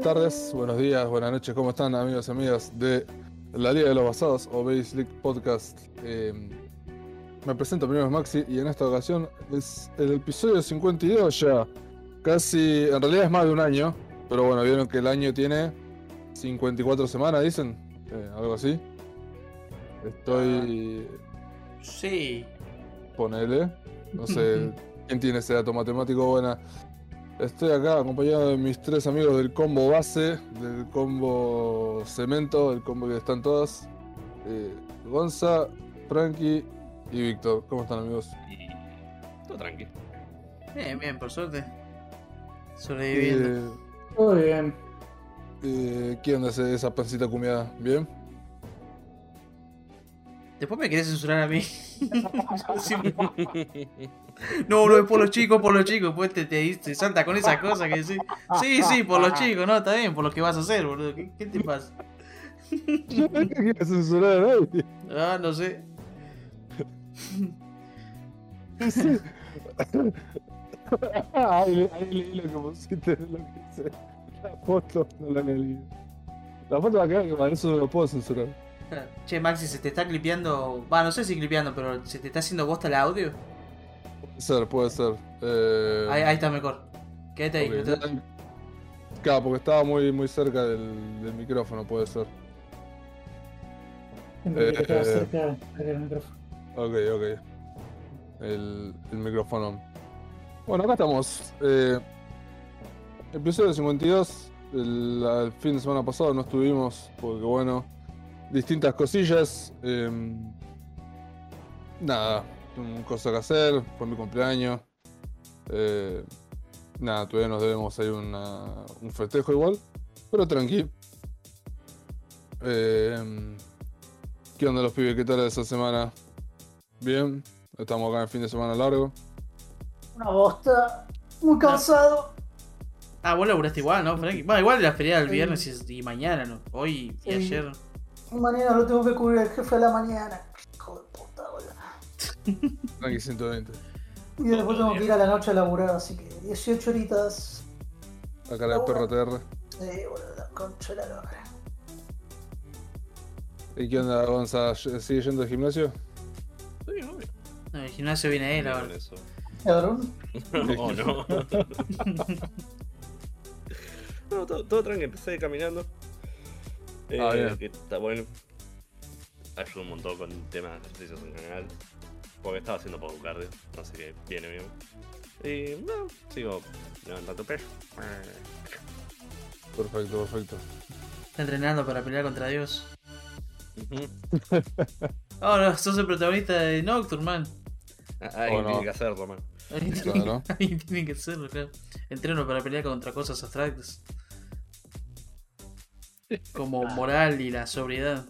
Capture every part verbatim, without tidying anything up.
tardes, buenos días, buenas noches, ¿cómo están amigos y amigas de la Liga de los Basados o Base League Podcast? Eh, me presento, primero es Maxi y en esta ocasión es el episodio cincuenta y dos ya, casi, en realidad es más de un año, pero bueno, vieron que el año tiene cincuenta y cuatro semanas, dicen, eh, algo así. Estoy... Sí. Ponele, no sé quién tiene ese dato matemático, buena. Estoy acá acompañado de mis tres amigos del combo base, del combo cemento, del combo que están todas. Eh, Gonza, Frankie y Víctor. ¿Cómo están, amigos? Y todo tranquilo. Bien, bien, por suerte. Sobreviviendo. Eh, Muy bien. eh, ¿Qué onda ese- esa pancita cumiada? ¿Bien? Después me querés censurar a mí. Yo siempre- No, no, es por los chicos, por los chicos. Después te, te, te salta con esa cosa que decís. Sí, sí, por los chicos, no, está bien, por lo que vas a hacer, boludo. ¿Qué, qué te pasa? Yo no quiero censurar a nadie. Ah, no sé. Sí. Ahí, ahí leí lo que pusiste, lo que hice. La foto, no la leí. La foto va a quedar que para eso no lo puedo censurar. Che, Maxi, se te está clipeando. Va, no sé si clipeando, pero se te está haciendo bosta el audio. Puede ser, puede ser. Eh... Ahí, ahí está mejor. Quédate ahí. Ok, no te- ya- Claro, porque estaba muy, muy cerca del, del micrófono, puede ser. Siempre que te quedas Eh, cerca del micrófono. Ok, ok. El, el micrófono. Bueno, acá estamos. Eh, episodio cincuenta y dos. El, el fin de semana pasado no estuvimos porque, bueno, distintas cosillas. eh, nada, un cosa que hacer. Fue mi cumpleaños. Eh, nada, todavía nos debemos ahí una, un festejo igual. Pero tranqui. Eh, ¿Qué onda los pibes? ¿Qué tal esa semana? Bien, estamos acá en el fin de semana largo. Una bosta. Muy cansado. Ah, vos laburaste igual, ¿no, Frankie? Bueno, igual la feria del viernes y, y mañana, ¿no? Hoy y Sí. ayer. Mañana lo tengo que cubrir el jefe a la mañana. Hijo de puta, boludo. Tranqui ciento veinte. Y después tengo que ir a la noche a laburar, así que dieciocho horitas. La cara de perro T R. Sí, boludo, la concha de la lora. ¿Y qué onda, Gonza? ¿Sigue yendo al gimnasio? Sí, obvio. No, el gimnasio viene él Con ahora. eso. Cabrón. Oh, no. No, todo, todo tranqui, empecé caminando. Eh, Ah, bien. que está bueno. Ayuda un montón con temas de ejercicios en general. Porque estaba haciendo poco cardio, así que viene bien. Y no, sigo levantando peso. Perfecto, perfecto. Está entrenando para pelear contra Dios. Ujú. Oh, no, sos el protagonista de Nocturne, man. Ah, Alguien Oh, no. tiene que hacerlo, man. Alguien Claro, tiene, ¿no? alguien tiene que hacerlo, claro. Entreno para pelear contra cosas abstractas. Como moral y la sobriedad.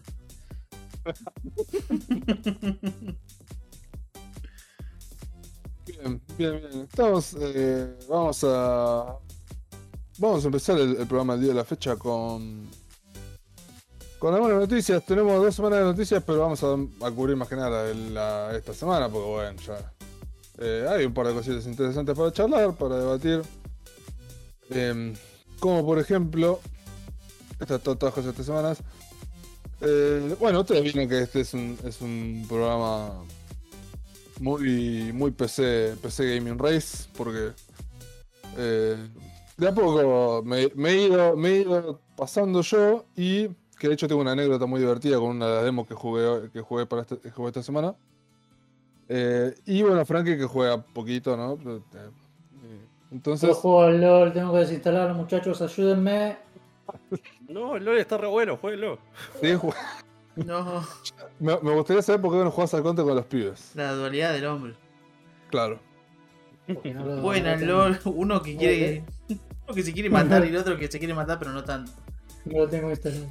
Bien, bien, bien. Estamos, eh, vamos a... Vamos a empezar el, el programa del día de la fecha con... Con algunas noticias. Tenemos dos semanas de noticias, pero vamos a, a cubrir más que nada la, la- esta semana, porque bueno, ya... eh, hay un par de cositas interesantes para charlar, para debatir. Em, como por ejemplo... Estas to- todas cosas estas semanas. Eh, bueno, ustedes vieron que este es un, es un programa muy, muy P C, P C Gaming Race, porque eh, de a poco me, me he ido, me he ido pasando yo y que de hecho tengo una anécdota muy divertida con una de las demos que jugué, que jugué, para este- que jugué esta semana. Eh, y bueno, Frankie que juega poquito, ¿no? Pero, eh, Entonces, Yo juego al LOL, tengo que desinstalar, muchachos, ayúdenme. No, el LOL está re bueno, jueguelo. sí, ju- No, me, me gustaría saber por qué no jugás al conte con los pibes. la dualidad del hombre. Claro. Porque no lo- Buena, no lo LOL. Uno que quiere. Uno que se quiere matar y el otro que se quiere matar, pero no tanto. tengo- No lo tengo instalado.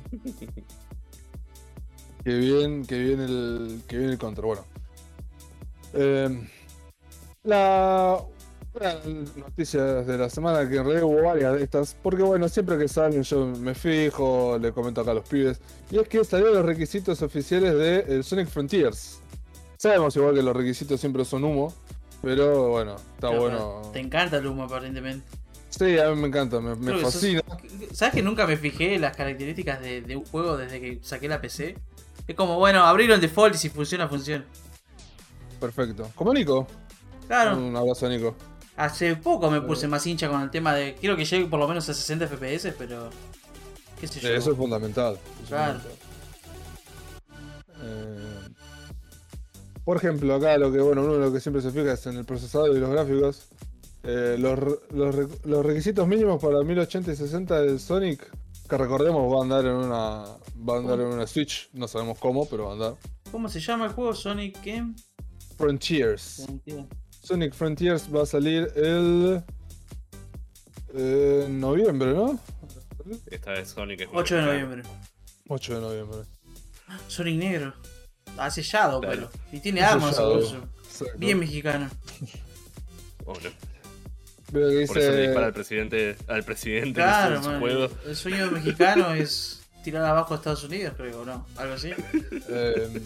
Qué bien, qué bien el, qué bien el control. Bueno. Eh, la una noticia de la semana, que en realidad hubo varias de estas, porque bueno, siempre que salen yo me fijo, le comento acá a los pibes, y es que salieron los requisitos oficiales de el Sonic Frontiers. Sabemos igual que los requisitos siempre son humo, pero bueno, está Pero, bueno. Te encanta el humo, aparentemente. Sí, a mí me encanta, me, me Creo que sos- fascina. ¿Sabes que nunca me fijé en las características de, de un juego desde que saqué la P C? Es como, bueno, abrirlo en default y si funciona, funciona. Perfecto. Como Nico. Claro, Un abrazo a Nico. hace poco me puse más hincha con el tema de. Quiero que llegue por lo menos a sesenta F P S, pero. ¿Qué sé yo? Eh, Eso es fundamental. Eso es Claro. fundamental. Eh, por ejemplo, acá lo que bueno, uno de lo que siempre se fija es en el procesador y los gráficos. Eh, los, re- los, re- los requisitos mínimos para mil ochenta y sesenta del Sonic, que recordemos va a andar en una va a andar en una Switch, no sabemos cómo, pero va a andar. ¿Cómo se llama el juego? Sonic ¿qué? Frontiers. Sonic Frontiers va a salir el eh, noviembre, ¿no? Esta vez Sonic es ocho de noviembre. ocho de noviembre. Sonic negro. Ah, sellado, Claro. pero. Y tiene Es armas, sellado. incluso. Exacto. Bien mexicano. Oh, no. Veo que Por eso le dice dispara al presidente, al presidente Claro, de su man. juego. El sueño mexicano es tirar abajo a Estados Unidos, creo, ¿no? Algo así. eh,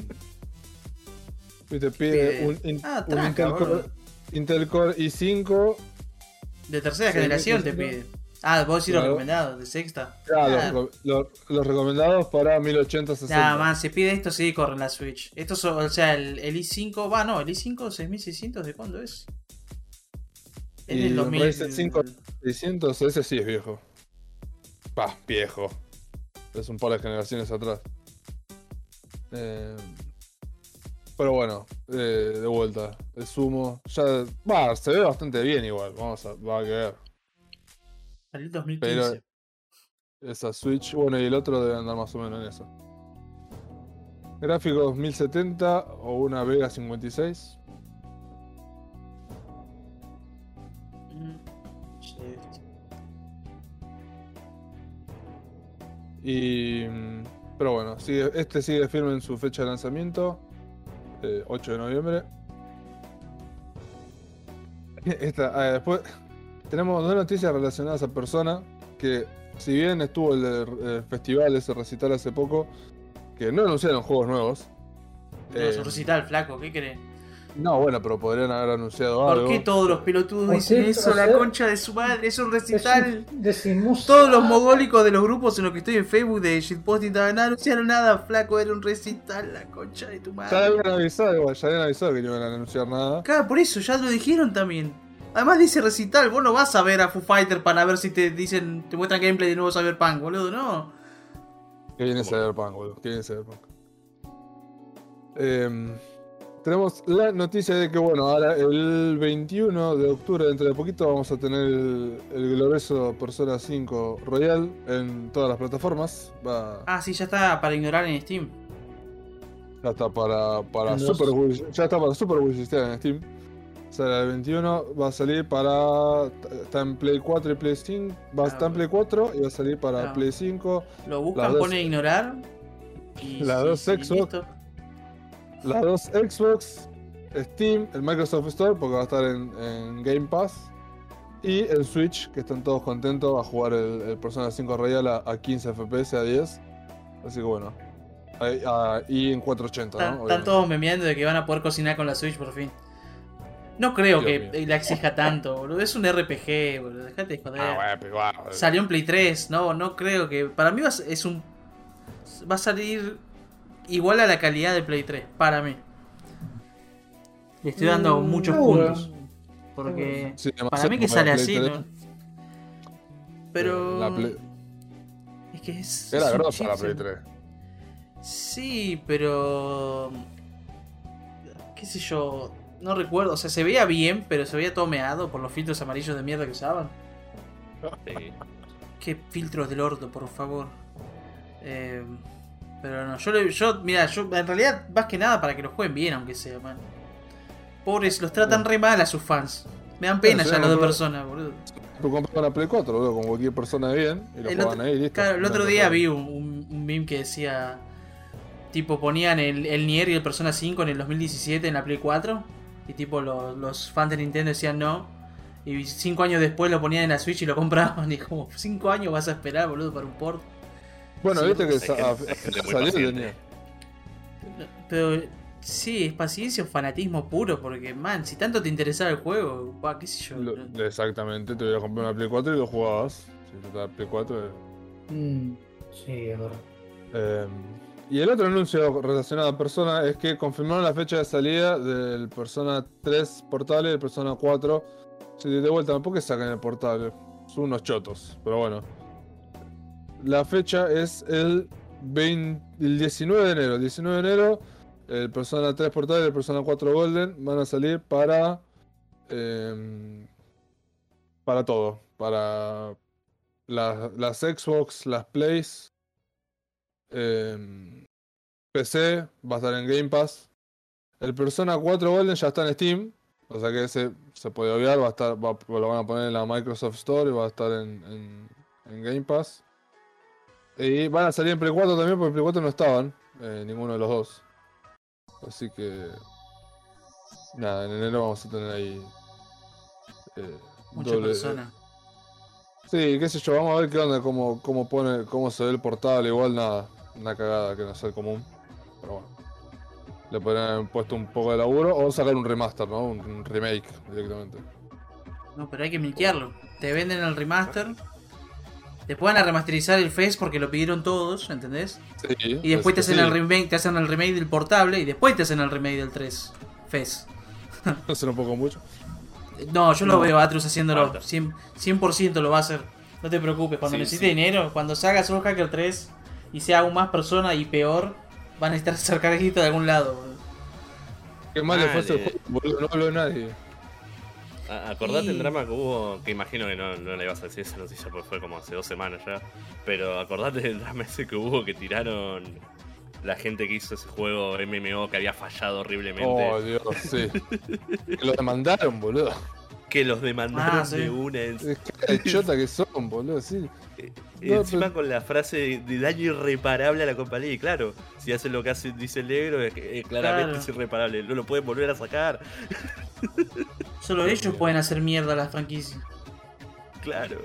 y te pide Pide- un, in- Ah, un tranca, Intel, Core, boludo. Intel Core i cinco. De tercera Sí, generación sí, te sí. pide. Ah, vos decís los Claro. recomendados, de sexta. Claro, Ah, los, los- los recomendados para mil ochenta sesenta. Nada más, se pide esto, sí, corre en la Switch. Esto, so- o sea, el, el i cinco, va, no, el i cinco seis mil seiscientos, ¿de cuándo es? Es Y del el dos mil. Ryzen cinco seiscientos, ese sí es viejo. Pa, viejo. Es un par de generaciones atrás. Eh, pero bueno, eh, de vuelta. El sumo. Ya. Va, se ve bastante bien igual. Vamos a, va a ver. Salió el dos mil quince. Pero esa Switch, bueno, y el otro debe andar más o menos en eso. Gráficos mil setenta o una Vega cincuenta y seis. Mm, sí. Y. mm, Pero bueno, sigue, este sigue firme en su fecha de lanzamiento. eh, ocho de noviembre. Esta, ah, después tenemos dos noticias relacionadas a Persona. Que si bien estuvo el, el festival, ese recital hace poco, que no anunciaron juegos nuevos. Pero eh, su recital, flaco, ¿qué crees? no, bueno, pero podrían haber anunciado ¿Por algo. qué todos los pelotudos ¿Por dicen qué? eso? O La sea, concha de su madre, es un Es recital. un- decimos. Todos los mogólicos de los grupos en los que estoy en Facebook de shitposting estaban, no anunciaron nada, flaco, era un recital, la concha de tu Ya madre. habían avisado, igual, ya habían avisado que no iban a anunciar nada. Claro, por eso, ya lo dijeron también. Además dice recital, vos no vas a ver a Foo Fighter para ver si te dicen, te muestran gameplay de nuevo Cyberpunk, boludo, no. Que viene Cyberpunk, boludo. Que viene Cyberpunk. Em, tenemos la noticia de que, bueno, ahora el veintiuno de octubre, dentro de poquito, vamos a tener el, el glorioso Persona cinco Royal en todas las plataformas. Va, Ah, sí, ya está para ignorar en Steam. ya está para, para En los- Super Wish- ya está para Super Wish en Steam. Sale el veintiuno, va a salir para. Está en Play cuatro y Play cinco. Va a Ah, estar en Play cuatro y va a salir para Ah. Play cinco. Lo buscan, Las dos- pone ignorar. Y, Las y- dos y Xbox. listo. Las dos Xbox, Steam, el Microsoft Store, porque va a estar en, en Game Pass. Y el Switch, que están todos contentos a jugar el, el Persona cinco Royal a, a quince F P S, a diez. Así que bueno. Ahí- ah, y en cuatrocientos ochenta, Están, ¿no? están Obviamente. todos memeando de que van a poder cocinar con la Switch por fin. No creo Dios que mío. la exija tanto, boludo. Es un R P G, boludo. Dejate de joder. Ah, bueno, pero igual. Salió en Play tres, no, no creo que. Para mí va a, ser- es un. Va a salir igual a la calidad de Play tres, para mí. Le estoy dando Mm, muchos seguro. puntos. Porque. Sí, Para demasiado mí que para sale Play así, tres. ¿no? Pero. La Play- Es que es. Era es un grosa la chipset. Play tres. Sí, pero. Qué sé yo. No recuerdo. O sea, se veía bien, pero se veía todo meado por los filtros amarillos de mierda que usaban. Sí. Qué filtros del orto, por favor. Eh, pero no, yo, le- yo, mira, yo en realidad, más que nada para que lo jueguen bien, aunque sea, man. Pobres, los tratan re mal a sus fans. Me dan pena Sí, ya sí, las dos no, no. personas, boludo. Tú compras una Play cuatro, boludo, como cualquier persona de bien. Y lo El juegan otro, ahí y listo. claro, el No otro hay día problema. vi un, un, un meme que decía. Tipo, ponían el, el Nier y el Persona cinco en el dos mil diecisiete en la Play cuatro. Y tipo, los, los fans de Nintendo decían no. Y cinco años después lo ponían en la Switch y lo compraban. Y como, cinco años vas a esperar, boludo, para un port. Bueno, Sí, viste que hay sa- gente- a- hay gente muy salió y paciente. tenía. Pero Sí, es paciencia o fanatismo puro, porque, man, si tanto te interesaba el juego, va, qué sé yo. Lo- exactamente, te voy a comprar una Play cuatro y lo jugabas. Si te da Play cuatro. eh. Mm, sí, es verdad. Eh, y el otro anuncio relacionado a Persona es que confirmaron la fecha de salida del Persona tres portable y el Persona cuatro. Si de vuelta, ¿por qué sacan el portable? Son unos chotos, pero bueno. La fecha es el, veinte el diecinueve de enero. El diecinueve de enero, el Persona tres portable y el Persona cuatro Golden van a salir para. eh, para todo. Para las, las Xbox, las Plays. eh, P C, va a estar en Game Pass. El Persona cuatro Golden ya está en Steam. O sea que ese se puede obviar. Va a estar, va- lo van a poner en la Microsoft Store y va a estar en, en- en Game Pass. Y van a salir en Play cuatro también, porque en Play cuatro no estaban. eh, ninguno de los dos. Así que. Nada, en enero vamos a tener ahí. eh, Mucha doble- persona. Sí, qué sé yo, vamos a ver qué onda, cómo, cómo pone, cómo se ve el portable, igual nada, una cagada que no sea el común. Pero bueno. Le podrían haber puesto un poco de laburo o sacar un remaster, ¿no? Un, un remake directamente. No, pero hay que milkearlo. Te venden el remaster. Después van a remasterizar el F E S porque lo pidieron todos, ¿entendés? Sí. Y después te es hacen que el sí. remake, te hacen el remake del portable y después te hacen el remake del tres F E S. No será un poco mucho. No, yo lo No. veo a Atlus haciéndolo. Falta. cien, cien por ciento lo va a hacer. No te preocupes, cuando Sí, necesite sí. dinero, cuando se haga Soul Hacker tres y sea aún más persona y peor, van a necesitar sacar guita de algún lado. boludo. Qué mal le fue ese Dale. juego, boludo, no habló de nadie. A- Acordate Y- el drama que hubo, que imagino que no, no le ibas a decir esa noticia porque fue como hace dos semanas ya. Pero acordate del drama ese que hubo que tiraron la gente que hizo ese juego M M O que había fallado horriblemente. Oh, Dios, sí. Que lo demandaron, boludo. Que los demandaron Ah, sí. de una. en- Es que de chota que son, boludo, sí. eh, No, encima pero- con la frase de, de daño irreparable a la compañía. Y claro, si hacen lo que hace, dice el negro, es que, eh, claramente Claro. es irreparable. No lo pueden volver a sacar. Solo ellos pueden hacer mierda a la franquicia. Claro.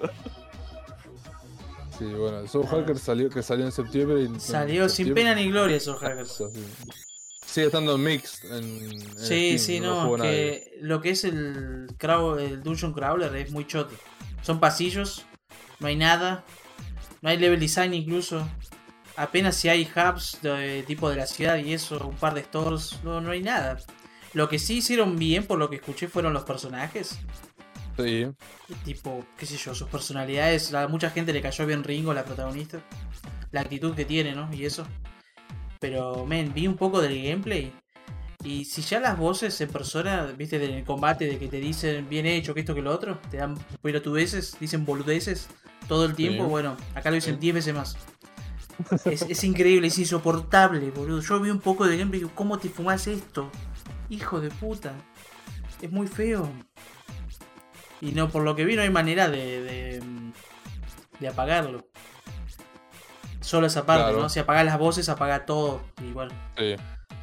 Sí, bueno, el Soul Hacker salió, que salió en septiembre y... Salió en sin septiembre- pena ni gloria esos hackers. Sí. Sigue estando en Mixed en, en Sí, Steam, sí, no, lo no, jugó es nadie. que lo que es el, crawl, el Dungeon Crawler es muy choto. Son pasillos, no hay nada, no hay level design incluso. Apenas si hay hubs de tipo de la ciudad y eso, un par de stores, no, no hay nada. Lo que sí hicieron bien, por lo que escuché, fueron los personajes. Sí, Tipo, qué sé yo, sus personalidades. A mucha gente le cayó bien Ringo, la protagonista. La actitud que tiene, ¿no? Y eso. Pero, men, vi un poco del gameplay. Y si ya las voces en persona, viste, del combate, de que te dicen bien hecho, que esto, que lo otro, te dan pelotudeces, dicen boludeces todo el tiempo, Sí. bueno, acá lo dicen Sí. diez veces más. Es, es increíble, es insoportable, boludo. Yo vi un poco de gameplay y digo, ¿cómo te fumás esto? Hijo de puta. Es muy feo. Y no, por lo que vi no hay manera de, de, de apagarlo. Solo esa parte, Claro. ¿no? Si apagás las voces, apaga todo. Y bueno. sí.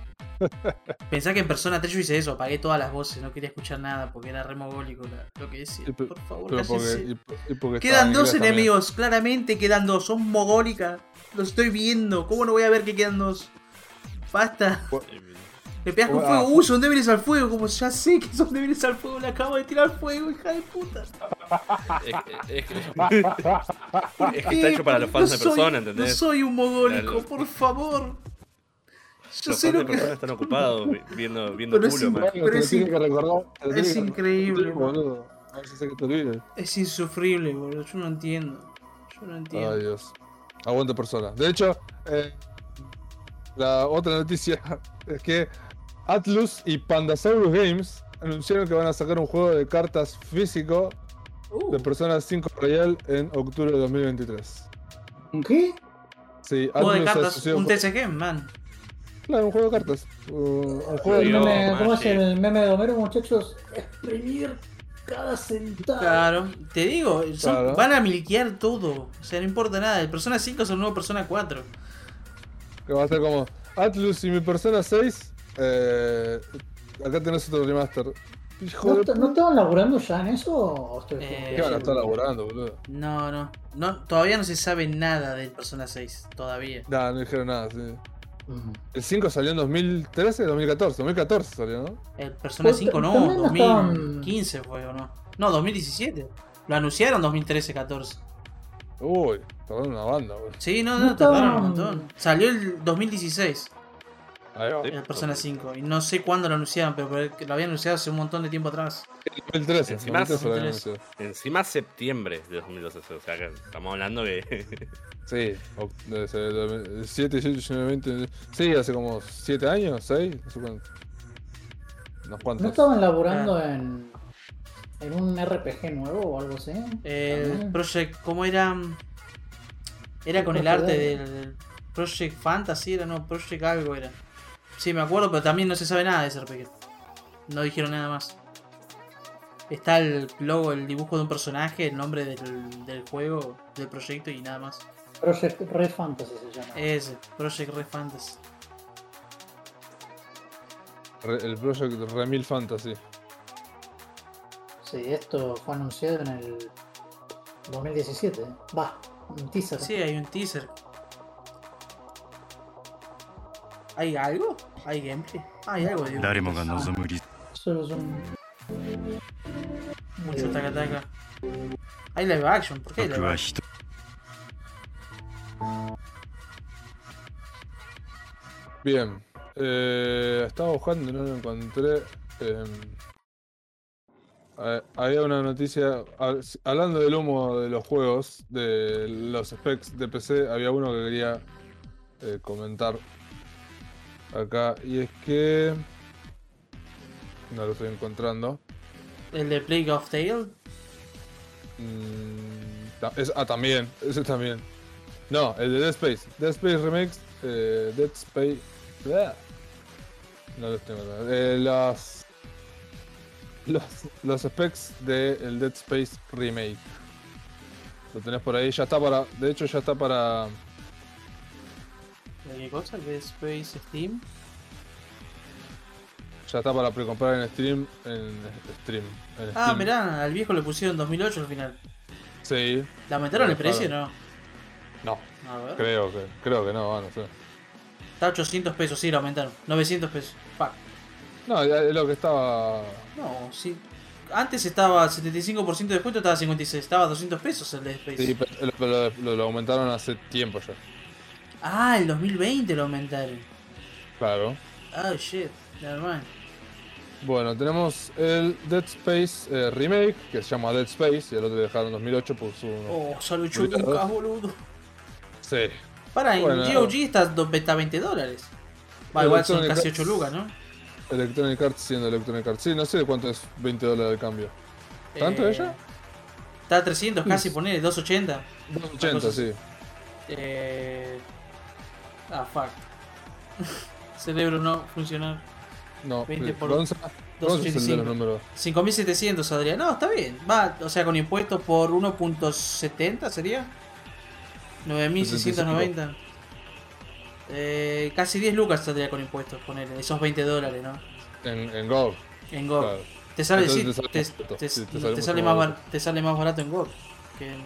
Pensá que en Persona tres yo hice eso, apagué todas las voces, no quería escuchar nada porque era re mogólico la- lo que decía. Y pe- Por favor, Pero porque, cállense. y, y porque Quedan estaba en dos inglés también. enemigos, claramente quedan dos, son mogólicas. Los estoy viendo, ¿cómo no voy a ver que quedan dos? Basta. Me pegas con Ah. fuego, uh, son débiles al fuego, como ya sé que son débiles al fuego, le acabo de tirar fuego, hija de puta. Es, que- es que, es que está hecho para los fans No de soy- persona, ¿entendés? No soy un mogólico, Claro. por favor. Yo Los sé fans de lo que... persona están ocupados vi- viendo, viendo Pero es culo, man. Bueno, te Pero lo es tiene in- que recordar. te lo tiene es que- increíble, Sí, boludo. A ver si sé que te olvides. Es insufrible, boludo, yo no entiendo. Yo no entiendo. Ay, Dios. Aguante persona. De hecho, eh, la otra noticia es que Atlus y Pandasaurus Games anunciaron que van a sacar un juego de cartas físico Uh, de Persona cinco Royal en octubre de dos mil veintitrés. ¿Un qué? Sí, juego de Atlus cartas, asoció un con- T C G, man. Claro, un juego de cartas. Uh, un juego El Dios, de... meme- ¿Cómo es Magic. el meme de Homero, muchachos? Exprimir cada centavo. Claro, te digo, son- Claro. van a milquear todo. O sea, no importa nada. El Persona cinco es el nuevo Persona cuatro. Que va a ser como Atlus y mi Persona seis. Eh, acá tenés otro remaster. Hijo ¿No, de est- ¿No estaban laburando ya en eso? ¿O estoy Eh, ¿Qué van a estar laburando, boludo? No, no, no. Todavía no se sabe nada del Persona seis. Todavía. Nah, no dijeron nada, sí. Mm. El cinco salió en dos mil trece, dos mil catorce. dos mil catorce salió, ¿no? El Persona Pues, cinco no, también dos estaban- mil quince fue o no. No, dos mil diecisiete. Lo anunciaron dos mil trece catorce. Uy, tardaron una banda, boludo. Sí, no, No no, tardaron un estaban- montón. Salió el dos mil dieciséis, Ahí va. Sí. el Persona cinco. Y no sé cuándo lo anunciaron, pero lo habían anunciado hace un montón de tiempo atrás. dos mil trece. Encima- dos mil trece lo habían dos mil trece. anunciado. Encima septiembre de dos mil doce. O sea que estamos hablando que. Sí, o- debe ser el siete, dieciocho, diecinueve, veinte. Sí, hace como siete años, seis, no sé cuánto. Unos cuantos. ¿No estaban laburando en, en un R P G nuevo o algo así? El También. Project, ¿cómo era? Era con el arte del Project Fantasy, era no, Project algo era. Sí, me acuerdo, pero también no se sabe nada de ese R P G. No dijeron nada más. Está el logo, el dibujo de un personaje, el nombre del, del juego, del proyecto y nada más. Project Red Fantasy se llama. Ese, Project Red Fantasy. Re- el Project Remil Fantasy. Sí, esto fue anunciado en el dos mil diecisiete. Va, un teaser. Sí, hay un teaser. ¿Hay algo? ¿Hay gameplay? Ah, hay algo de 誰もが望む理 Solo es un. mucho taca taca. Hay live action, ¿por qué hay live 想は action? 人 Bien. Eh, estaba buscando y no lo encontré. Eh, eh, había una noticia. a- Hablando del humo de los juegos, de los specs de P C, había uno que quería eh, comentar acá. Y es que. No lo estoy encontrando. El de Plague of Tale. Mm, ta- es- ah, también. Ese también. No, el de Dead Space. Dead Space Remakes. Eh, Dead Space. Blah. No los tengo acá. Eh, las. Los, los specs del Dead Space Remake. Lo tenés por ahí. Ya está para. De hecho, ya está para. ¿De qué cosa? ¿De Space Steam? Ya está para precomprar en stream. En stream. En Ah, Steam. mirá, al viejo le pusieron dos mil ocho al final. Sí. ¿Le aumentaron Lo el precio o dejaron. no? No, A ver. creo que. Creo que no, bueno, no sé. Está a ochocientos pesos, sí, lo aumentaron. novecientos pesos. Fuck. No, ya es lo que estaba. No, sí. Antes estaba setenta y cinco por ciento de descuento, estaba cincuenta y seis. Estaba a doscientos pesos el de Space. Sí, pero, pero lo, lo aumentaron hace tiempo ya. Ah, el dos mil veinte lo aumentaron. Claro. Oh shit, never mind. Bueno, tenemos el Dead Space eh, Remake, que se llama Dead Space, y el otro dejaron en dos mil ocho por su... Oh, solo ocho Olvidado. lucas, boludo. Sí. Para, en Bueno, G O G está, do- está veinte dólares. Va, El igual son Electronic casi Arts- ocho lucas, ¿no? Electronic Arts siendo Electronic Arts. Sí, no sé de cuánto es veinte dólares de cambio. ¿Tanto Eh, ella? Está a trescientos casi, Sí. ponele, doscientos ochenta. doscientos ochenta, cosa sí. Eh... Ah, fuck. Cerebro no funcionar. No, veinte sí. por Gonza, Gonza es el de los 2.85. números. cinco mil setecientos saldría. No, está bien. Va, o sea, con impuestos por uno punto setenta sería. nueve mil seiscientos noventa. Eh, casi diez lucas saldría con impuestos, ponele. Esos veinte dólares, ¿no? En, en Go. En Go. Claro. Te sale, Entonces sí, te te, sale más barato. te- Sí, te te sale mucho sale más más barato. bar- te sale más barato en Go. Que en...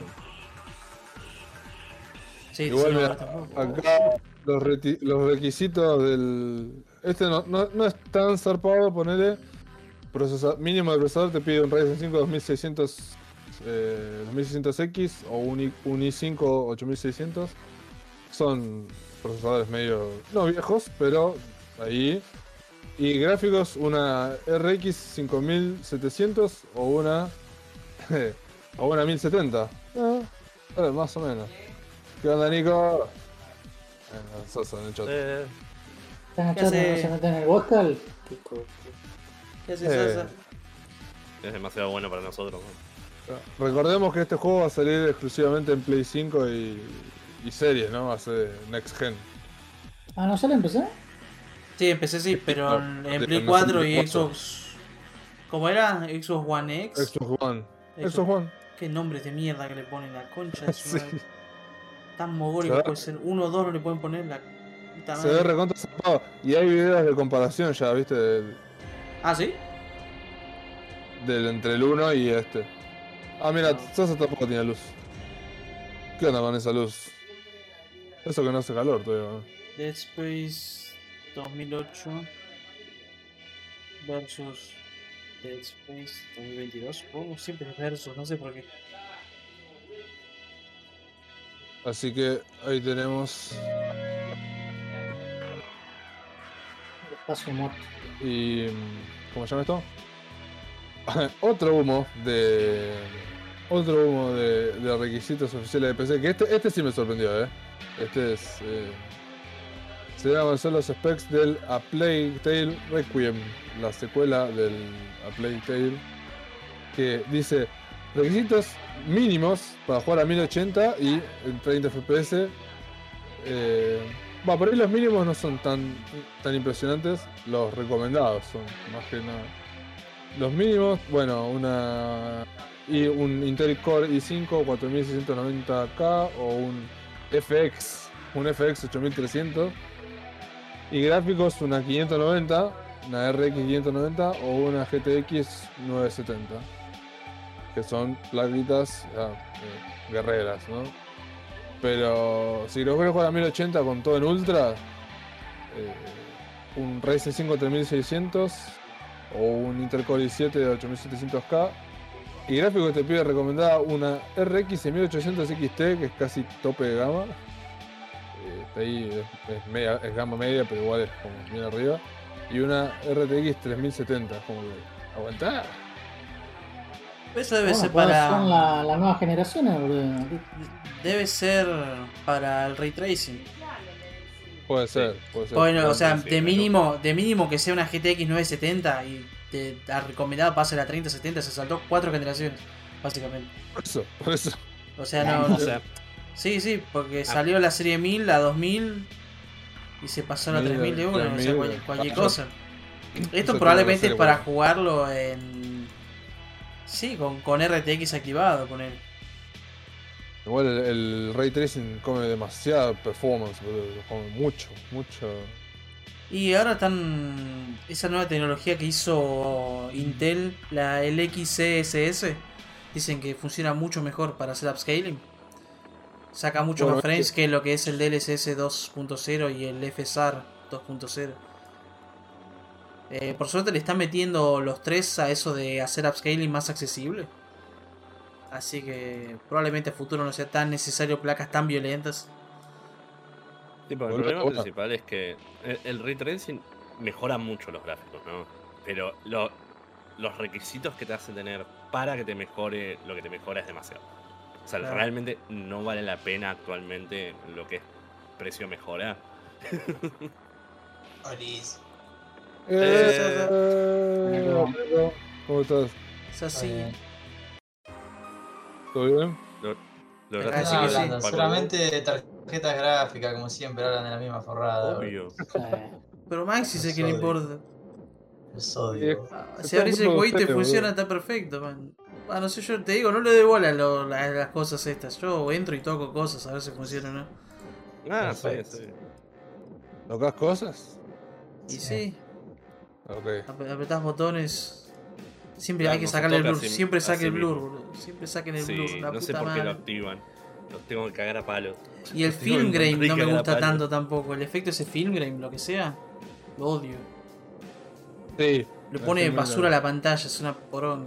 Sí, te Igual, sale más mira, barato en Go. acá los, reti- los requisitos del... Este no, no, no es tan zarpado, ponele... Procesa- mínimo de procesador te pide un Ryzen cinco dos mil seiscientos eh, dos mil seiscientos X o un, i, un i cinco ocho mil seiscientos. Son procesadores medio... no viejos, pero ahí. Y gráficos, una R X cinco mil setecientos o una... o una mil setenta. Eh, eh, más o menos. ¿Qué onda, Nico? Eh, Sosa en el chat. Eh, ¿Están ¿Qué echando hace? no se meten en el Vodka? Qué co- ¿Qué haces, Eh, Sasa? es demasiado bueno para nosotros. ¿no? Recordemos que este juego va a salir exclusivamente en Play cinco y, y series, ¿no? Va a ser Next Gen. Ah, ¿no sale en P C? Sí, empecé sí, pero no, en no, Play no cuatro es en y Play cuatro. Xbox. ¿Cómo era? Xbox One X. Xbox One. Xbox- Xbox One. Qué nombres de mierda que le ponen la concha de su Sí. madre. Tan mogólico Se ve- puede ser. Uno o dos no le pueden poner la puta Se ve madre. recontra zarpado. Y hay videos de comparación ya, ¿viste? Del, Ah, ¿sí? del entre el uno y este. Ah, mira, No. Sosa tampoco tiene luz. ¿Qué onda con esa luz? Eso que no hace calor todavía, ¿no? Dead Space dos mil ocho versus Dead Space dos mil veintidós. Supongo siempre es versus, no sé por qué. Así que ahí tenemos. Espacio muerto. Y. ¿Cómo se llama esto? Otro humo de. Otro humo de, de requisitos oficiales de P C. Que este, este sí me sorprendió, eh. Este es. Eh, se van a avanzar los specs del A Plague Tale Requiem, la secuela del A Plague Tale. Que dice requisitos mínimos para jugar a mil ochenta y en treinta F P S. Eh, bueno, por ahí los mínimos no son tan, tan impresionantes, los recomendados son más que nada. Los mínimos, bueno, una y un Intel Core i cinco cuatro mil seiscientos noventa K o un F X, un F X ocho mil trescientos. Y gráficos, una quinientos noventa, una R X quinientos noventa o una G T X novecientos setenta. Que son plaquitas ya, eh, guerreras, ¿no? Pero si lo quieres jugar a mil ochenta con todo en ultra, eh, un Ryzen cinco tres mil seiscientos o un Intel Core i siete de ocho mil setecientos K. Y gráfico que te pide recomendada una R X seis mil ochocientos X T, que es casi tope de gama. Eh, está ahí, es, es, media, es gama media, pero igual es como bien arriba. Y una R T X tres mil setenta, como que aguantá. Eso debe Bueno, ser pues para. son las la nuevas generaciones, boludo. Debe ser para el ray tracing. Puede ser, puede ser. Bueno, o sea, sí, de claro. mínimo, de mínimo que sea una G T X novecientos setenta y te ha recomendado pase a la treinta setenta, se saltó cuatro generaciones, básicamente. Por eso, por eso. O sea, no. O sea, Sí, sí, porque salió la serie mil, la dos mil y se pasó a la Mil, tres mil de una, o sea, tres mil, cual- cualquier ah, cosa. eso Esto tiene probablemente que es ser para igual. jugarlo en. Sí, con, con R T X activado, con él. Igual el, el Ray Tracing come demasiada performance, boludo. Come mucho, mucho. Y ahora están. Esa nueva tecnología que hizo Intel, la el X C S S, dicen que funciona mucho mejor para hacer upscaling. Saca mucho Bueno, más frames es que lo que es el D L S S dos punto cero y el F S A R dos punto cero. Eh, por suerte le están metiendo los tres a eso de hacer upscaling más accesible. Así que probablemente a futuro no sea tan necesario placas tan violentas. Sí, porque el Boludo, problema bueno. principal es que el, el ray tracing mejora mucho los gráficos, ¿no? Pero lo- los requisitos que te hace tener para que te mejore lo que te mejora es demasiado. O sea, Claro. realmente no vale la pena actualmente lo que es precio mejora. Olis. Eh, amigo, ¿cómo estás? Es así. Bien. ¿Todo bien? Lo, lo Acá gracias sí a que Dios, sí. hablando, Paco. solamente tarjetas gráficas, como siempre, hablan de la misma forrada. Obvio. Eh, Pero Maxi es el que le Soy. importa. Los odio. Ah, Se Si está abrís el ocupando jueguito y ustedes, funciona, boludo. está perfecto, man. Ah, no sé, yo te digo, no le doy bola a, lo- a las cosas estas. Yo entro y toco cosas a ver si funciona o no. Ah, sí, Perfecto. sí. ¿Tocas cosas? Y sí, Ok. ap- apretás botones. Siempre Claro, hay que no se sacarle el toca blur. así- Siempre así saque el blur, mismo. boludo. Siempre saquen el Sí, blur, la no sé puta por qué lo madre. activan. Los tengo que cagar a palo. Y el Los tengo film que grain encontrar y no me cagar a gusta palo. tanto tampoco. El efecto ese film grain, lo que sea, lo odio. Sí. Le el pone film basura a grain. la pantalla, es una porón.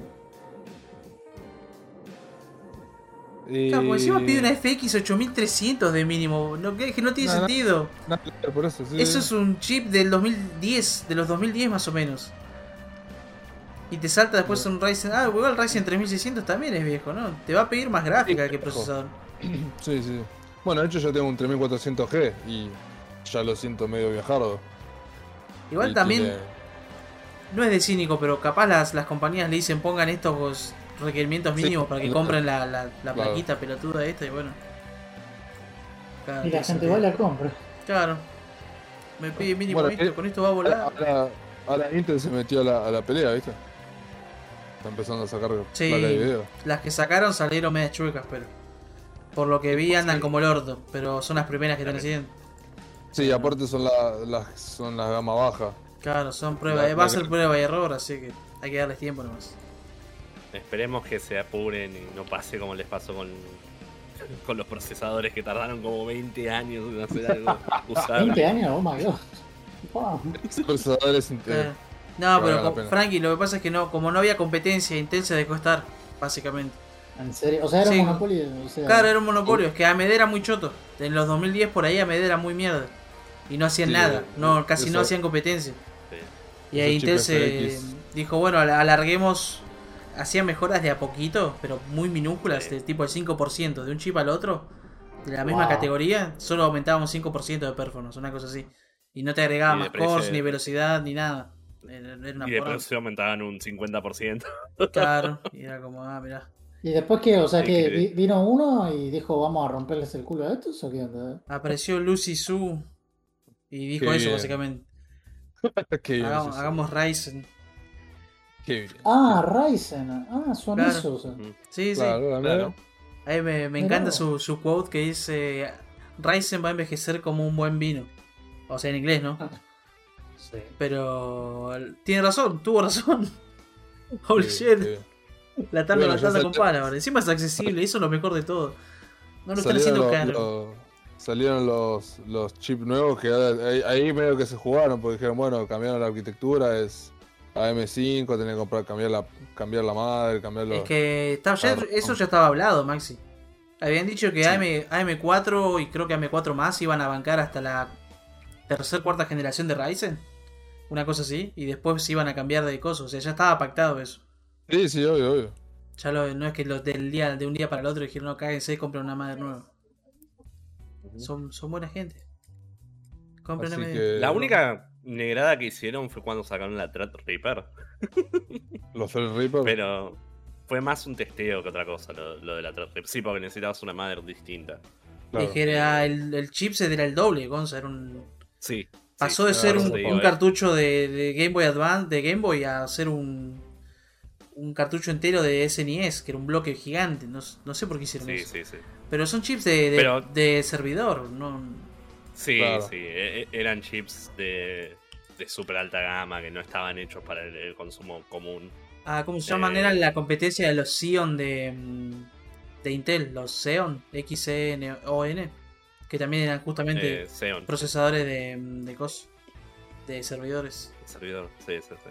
Y... Claro, porque encima pide una F X ocho mil trescientos de mínimo. No, que que no tiene No, no. sentido. Nada que ver por eso, sí. Eso es un chip del dos mil diez, de los dos mil diez más o menos. Y te salta después un Ryzen. Ah, igual el Ryzen tres mil seiscientos también es viejo, ¿no? Te va a pedir más gráfica Sí, que viejo. procesador. Sí, sí. Bueno, de hecho yo tengo un tres mil cuatrocientos G y ya lo siento medio viejardo. Igual Y también, tiene- no es de cínico, pero capaz las, las compañías le dicen pongan estos requerimientos Sí, mínimos para que claro. compren la, la, la Claro. plaquita pelotuda esta y bueno. Cada Y la día se gente te- igual la compra. Claro. Me pide mínimo Bueno, esto, eh, con esto va a volar. Ahora, ahora Intel se metió a la, a la pelea, ¿viste? Está empezando a sacar Sí. placa de video. Las que sacaron salieron medias chuecas, pero por lo que vi andan como el orto, pero son las primeras que están haciendo. Sí, aparte son las las son las gama baja. Claro, son pruebas, La- eh, va a la ser que- prueba y error, así que hay que darles tiempo nomás. Esperemos que se apuren y no pase como les pasó con, con los procesadores que tardaron como veinte años en hacer algo usable. ¿veinte años? Oh my god. Wow. Procesadores inte- Eh, No, vale pero la con- pena. Frankie, lo que pasa es que no, como no había competencia, Intel se dejó estar, básicamente. ¿En serio? O sea, era Sí. un monopolio. O sea, Claro, era un monopolio, es que A M D era muy choto. En los dos mil diez por ahí A M D era muy mierda. Y no hacían Sí, nada, no, casi no eso- hacían competencia. Sí. Y ahí Esos Intel chips se F X. dijo, bueno, al- alarguemos, hacían mejoras de a poquito, pero muy minúsculas, Sí. de tipo el cinco por ciento, de un chip al otro, de la misma Wow. categoría, solo aumentábamos cinco por ciento de performance, una cosa así. Y no te agregaba Y de más cores, precio- ni velocidad, ni nada. Era, era una Y de porra. precio aumentaban un cincuenta por ciento. Claro, y era como, ah, mirá. ¿Y después qué? O sea, Sí, que que- vi- vino uno y dijo, vamos a romperles el culo a estos o qué onda? Apareció Lucy Su y dijo Qué eso, bien. básicamente. Qué bien, Hagamos, sí, sí. hagamos Ryzen. Qué bien. Ah, Ryzen. Ah, son Claro. esos. Sí, Claro, la Claro. verdad. sí. Ahí me, me Mirá encanta vos. su, su quote que dice: Ryzen va a envejecer como un buen vino. O sea, en inglés, ¿no? Sí. Pero tiene razón, tuvo razón. Holy Sí, shit. sí. La están Bueno, levantando ya con salió- palabras. Encima es accesible, eso es lo mejor de todo. No lo están Salieron, haciendo lo- caro. lo- salieron los, los chips nuevos que ahora- ahí, ahí medio que se jugaron porque dijeron, bueno, cambiaron la arquitectura, es A M cinco, tenés que comprar, cambiar la, cambiar la madre, cambiar los... Es que está- ya- Ah, eso no. ya estaba hablado, Maxi. Habían dicho que Sí. A M, A M cuatro y creo que A M cuatro más iban a bancar hasta la tercera cuarta generación de Ryzen. Una cosa así. Y después se iban a cambiar de cosas. O sea, ya estaba pactado eso. Sí, sí, obvio, obvio. Ya lo- no es que los del día, de un día para el otro dijeron, no, cáguense y compren una madre nueva. Son, son buena gente. Compren Así A M D. que- La única negrada que hicieron fue cuando sacaron la Threadripper. Los Threadripper. Pero fue más un testeo que otra cosa lo, lo de la Threadripper. Sí, porque necesitabas una madre distinta. claro. Es que era el, el chipset era el doble, Gonza. Era un, Sí. pasó sí, de ser por un, eso te digo, un eh. cartucho de, de Game Boy Advance, de Game Boy, a ser un, un cartucho entero de S N E S, que era un bloque gigante. No, no sé por qué hicieron Sí, eso. sí, sí. Pero son chips de, de, Pero- de servidor, no. Sí, Claro. sí. e- e- Eran chips de, de super alta gama que no estaban hechos para el, el consumo común. Ah, ¿cómo se llaman? Eh. Eran la competencia de los Xeon de, mm, de Intel, los Xeon, X E N O N, que también eran justamente Eh, Xeon, procesadores de, de cos, de servidores. servidor. Sí, sí, sí.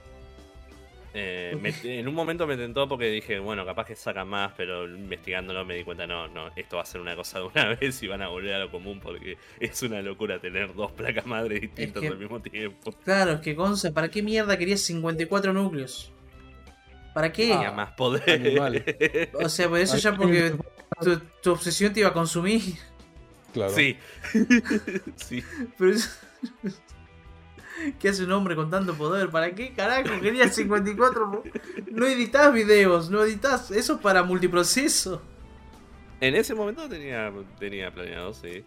Eh, me- en un momento me tentó porque dije, bueno, capaz que sacan más, pero investigándolo me di cuenta, no, no, esto va a ser una cosa de una vez y van a volver a lo común porque es una locura tener dos placas madres distintas que- al mismo tiempo. Claro, es que Gonza, ¿para qué mierda querías cincuenta y cuatro núcleos? ¿Para qué? Tenía más poder. Animal. O sea, pues eso ya porque tu, tu obsesión te iba a consumir. Claro. Sí. Sí. Pero eso- ¿Qué hace un hombre con tanto poder? ¿Para qué carajo querías cincuenta y cuatro? No editas videos, no editas. Eso es para multiproceso. En ese momento tenía, tenía planeado, sí.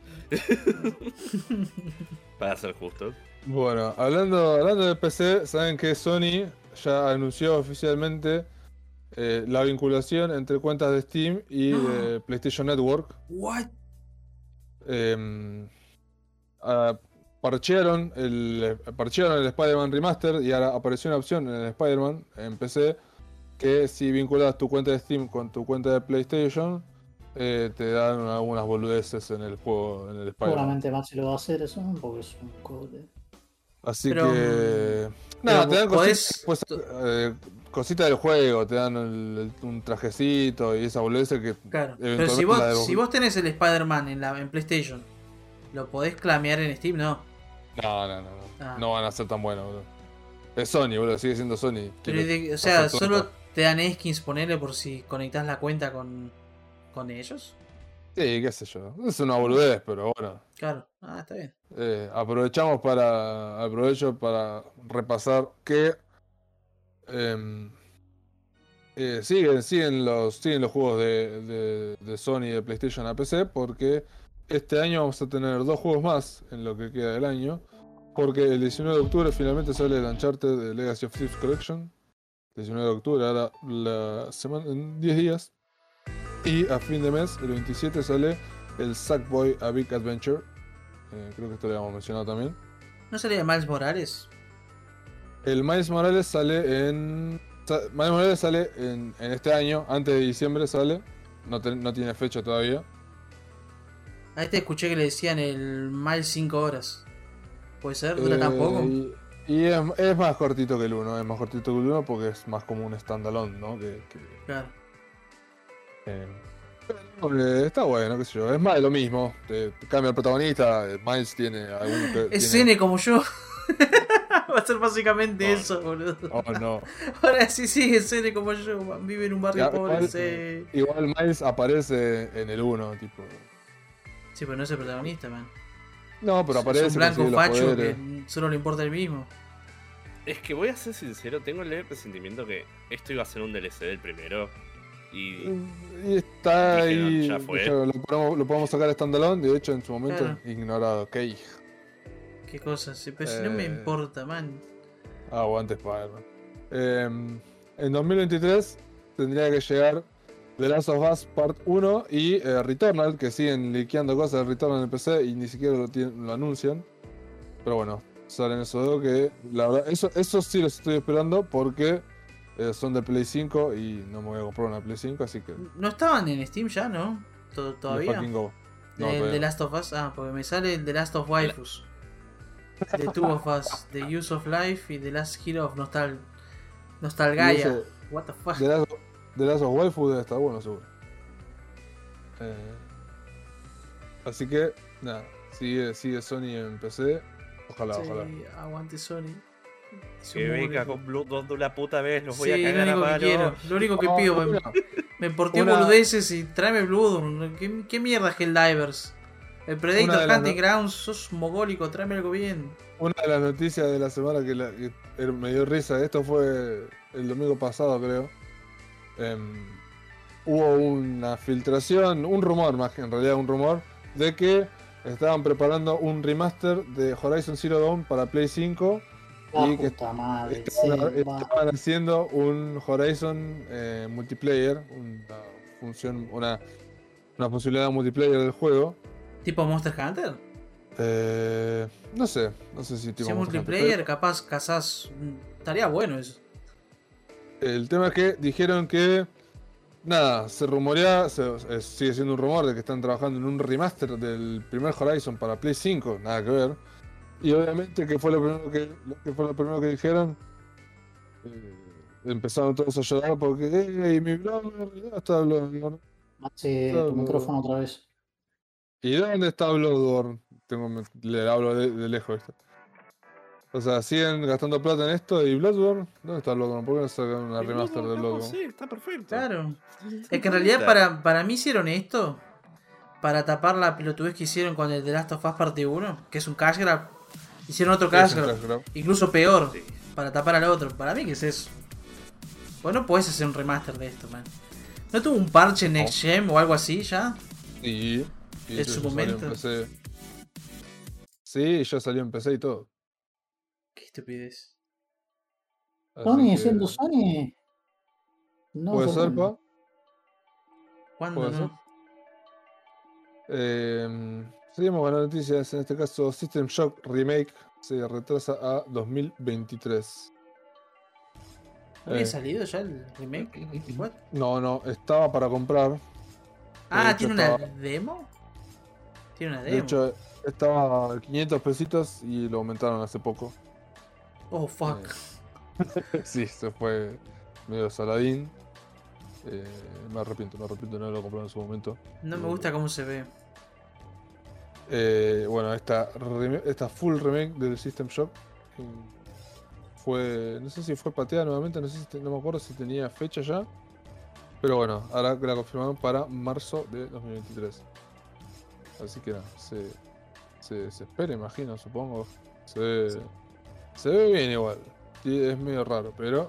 Para ser justos. Bueno, hablando, hablando de P C, saben que Sony ya anunció oficialmente eh, la vinculación entre cuentas de Steam y de PlayStation Network. What? Eh, ah, parchearon el, parchearon el Spider-Man Remaster y ahora apareció una opción en el Spider-Man en P C que si vinculas tu cuenta de Steam con tu cuenta de PlayStation eh, te dan algunas boludeces en el juego, en el Spider-Man. Seguramente Maxi lo va a hacer eso, ¿no? Porque es un code. Así Pero, que... Nada, pero te dan podés- cositas, pues, eh, cositas del juego, te dan el- el- un trajecito y esa boludez que Claro. Pero eventualmente si vos, la de- si vos tenés el Spider-Man en, la, en PlayStation, ¿lo podés clamear en Steam? No. No, no, no, no. Ah. No van a ser tan buenos, boludo. Es Sony, boludo, sigue siendo Sony. Pero, Quiere de- o sea, pasar solo todo. te dan skins, ponele por si conectás la cuenta con, con ellos. Sí, qué sé yo. Es una boludez, pero bueno. Claro. Ah, está bien. Eh, aprovechamos para. Aprovecho para repasar que. em, eh, siguen, siguen los. Siguen los juegos de, de, de Sony y de PlayStation a P C. Porque este año vamos a tener dos juegos más en lo que queda del año. Porque el diecinueve de octubre finalmente sale el Uncharted de Legacy of Thieves Collection. diecinueve de octubre, ahora la semana, en diez días. Y a fin de mes, el veintisiete, sale el Sackboy A Big Adventure. Eh, creo que esto lo habíamos mencionado también. ¿No salía Miles Morales? El Miles Morales sale en. sa- Miles Morales sale en, en este año, antes de diciembre sale. No, te- no tiene fecha todavía. A este escuché que le decían el Miles cinco horas. ¿Puede ser? ¿Dura tan poco? Y, y es, es más cortito que el uno, es más cortito que el uno porque es más como un standalone, ¿no? Que, que, Claro. eh, pero, eh, está bueno, qué sé yo. Es más de lo mismo. Te, te cambia el protagonista. eh, Miles tiene algún. que- Es tiene... N como yo. Va a ser básicamente Oh, eso, boludo. Oh, no. Ahora sí, sí, es N como yo. Vive en un barrio Ya, pobre. igual, Sí. igual Miles aparece en el uno, tipo. Sí, pero no es el protagonista, man. No, pero Es aparece. un blanco consigue los facho poderes. que solo le importa el mismo. Es que voy a ser sincero, tengo el leve presentimiento que esto iba a ser un D L C del primero. Y Y está Dijeron, ahí. ya fue. Lo podemos, lo podemos sacar standalone. De hecho, en su momento, Claro. ignorado. Ok. Qué cosas. Sí, pero si no me Eh. importa, man. Aguante Spider-Man. Eh, en dos mil veintitrés tendría que llegar The Last of Us Part uno y eh, Returnal, que siguen liqueando cosas de Returnal en el P C y ni siquiera lo, tienen- lo anuncian. Pero bueno, salen esos dos que la verdad, eso, eso sí los estoy esperando porque eh, son de Play cinco y no me voy a comprar una Play cinco, así que ¿No estaban en Steam ya, no? ¿To- le ¿Todavía? fucking go. No, el todavía The no. Last of Us. Ah, porque me sale el The Last of Waifus. The Two of Us, The Use of Life y The Last Hero of Nostal Y Nostalgaia. ese What the fuck. The Last, The Last of Waifu debe estar bueno, seguro. Eh, así que, nada, sigue, sigue Sony en P C. Ojalá, Sí, ojalá. aguante Sony. Su que venga mugre. con Bloodborne de una puta vez, los voy Sí, a es lo cagar a único que palo. quiero. Lo único que Oh, pido. Me, una- me porté una- boludeces y tráeme Bloodborne. ¿Qué, qué mierda es Helldivers? El Una Predator de las Hunting no- Grounds. Sos mogólico, tráeme algo bien. Una de las noticias de la semana que, la- que er- me dio risa, esto fue el domingo pasado, creo. Em, hubo una filtración, un rumor más que en realidad un rumor, de que estaban preparando un remaster de Horizon Zero Dawn para Play cinco La y que puta madre. estaban, sí, va. estaban haciendo un Horizon eh, multiplayer, una función, una, una posibilidad multiplayer del juego. ¿Tipo Monster Hunter? Eh, no sé, no sé si tipo Si es Monster Hunter, multiplayer, capaz cazás. Estaría bueno eso. el tema es que dijeron que, nada, se rumorea, se- eh, sigue siendo un rumor de que están trabajando en un remaster del primer Horizon para Play cinco, nada que ver. Y obviamente, que fue lo primero que, lo que fue lo primero que dijeron? Eh, empezaron todos a llorar porque, ¡ey, mi Bloodborne! ¿Dónde está Bloodborne? Maxi, Claro. tu micrófono otra vez. ¿Y dónde está Bloodborne? Tengo, me- le hablo de, de lejos esto. O sea, siguen gastando plata en esto y Bloodborne, ¿dónde está Bloodborne? ¿Por qué no sacan una Y remaster de Bloodborne, no, Bloodborne? sí, está perfecto. Claro. Está Es que en realidad perfecta. para, para mí hicieron esto para tapar la pelotudez que hicieron con el The Last of Us Parte uno, que es un cash grab. Hicieron otro cash Es un grab, cash grab. incluso peor, Sí. para tapar al otro. Para mí que es eso. Bueno, puedes hacer un remaster de esto, man. ¿No tuvo un parche en Next Gen o algo así ya? Y, y En su ya salió momento. en P C. Sí, ya salió en P C y todo. Qué estupidez. Así Sony que- siendo Sony. No Puede ser, sorprende. pa. ¿Cuándo Puede ser. no? Eh, seguimos con las noticias. En este caso, System Shock Remake se retrasa a dos mil veintitrés. ¿No había Eh. salido ya el remake? What? No, no, estaba para comprar. Ah, hecho, ¿tiene una estaba- demo? Tiene una De demo. hecho, estaba a quinientos pesitos y lo aumentaron hace poco. Oh, fuck. Sí, se fue medio saladín. Eh, me arrepiento, me arrepiento de no haberlo comprado en su momento. No me gusta cómo se ve. Eh, bueno, esta, reme- esta full remake del System Shock eh, fue, no sé si fue pateada nuevamente, no sé si te- no me acuerdo si tenía fecha ya, pero bueno, ahora la confirmaron para marzo de dos mil veintitrés. Así que nada, se, se, se espera, imagino, supongo. Se ve, se ve bien igual. Sí, es medio raro, pero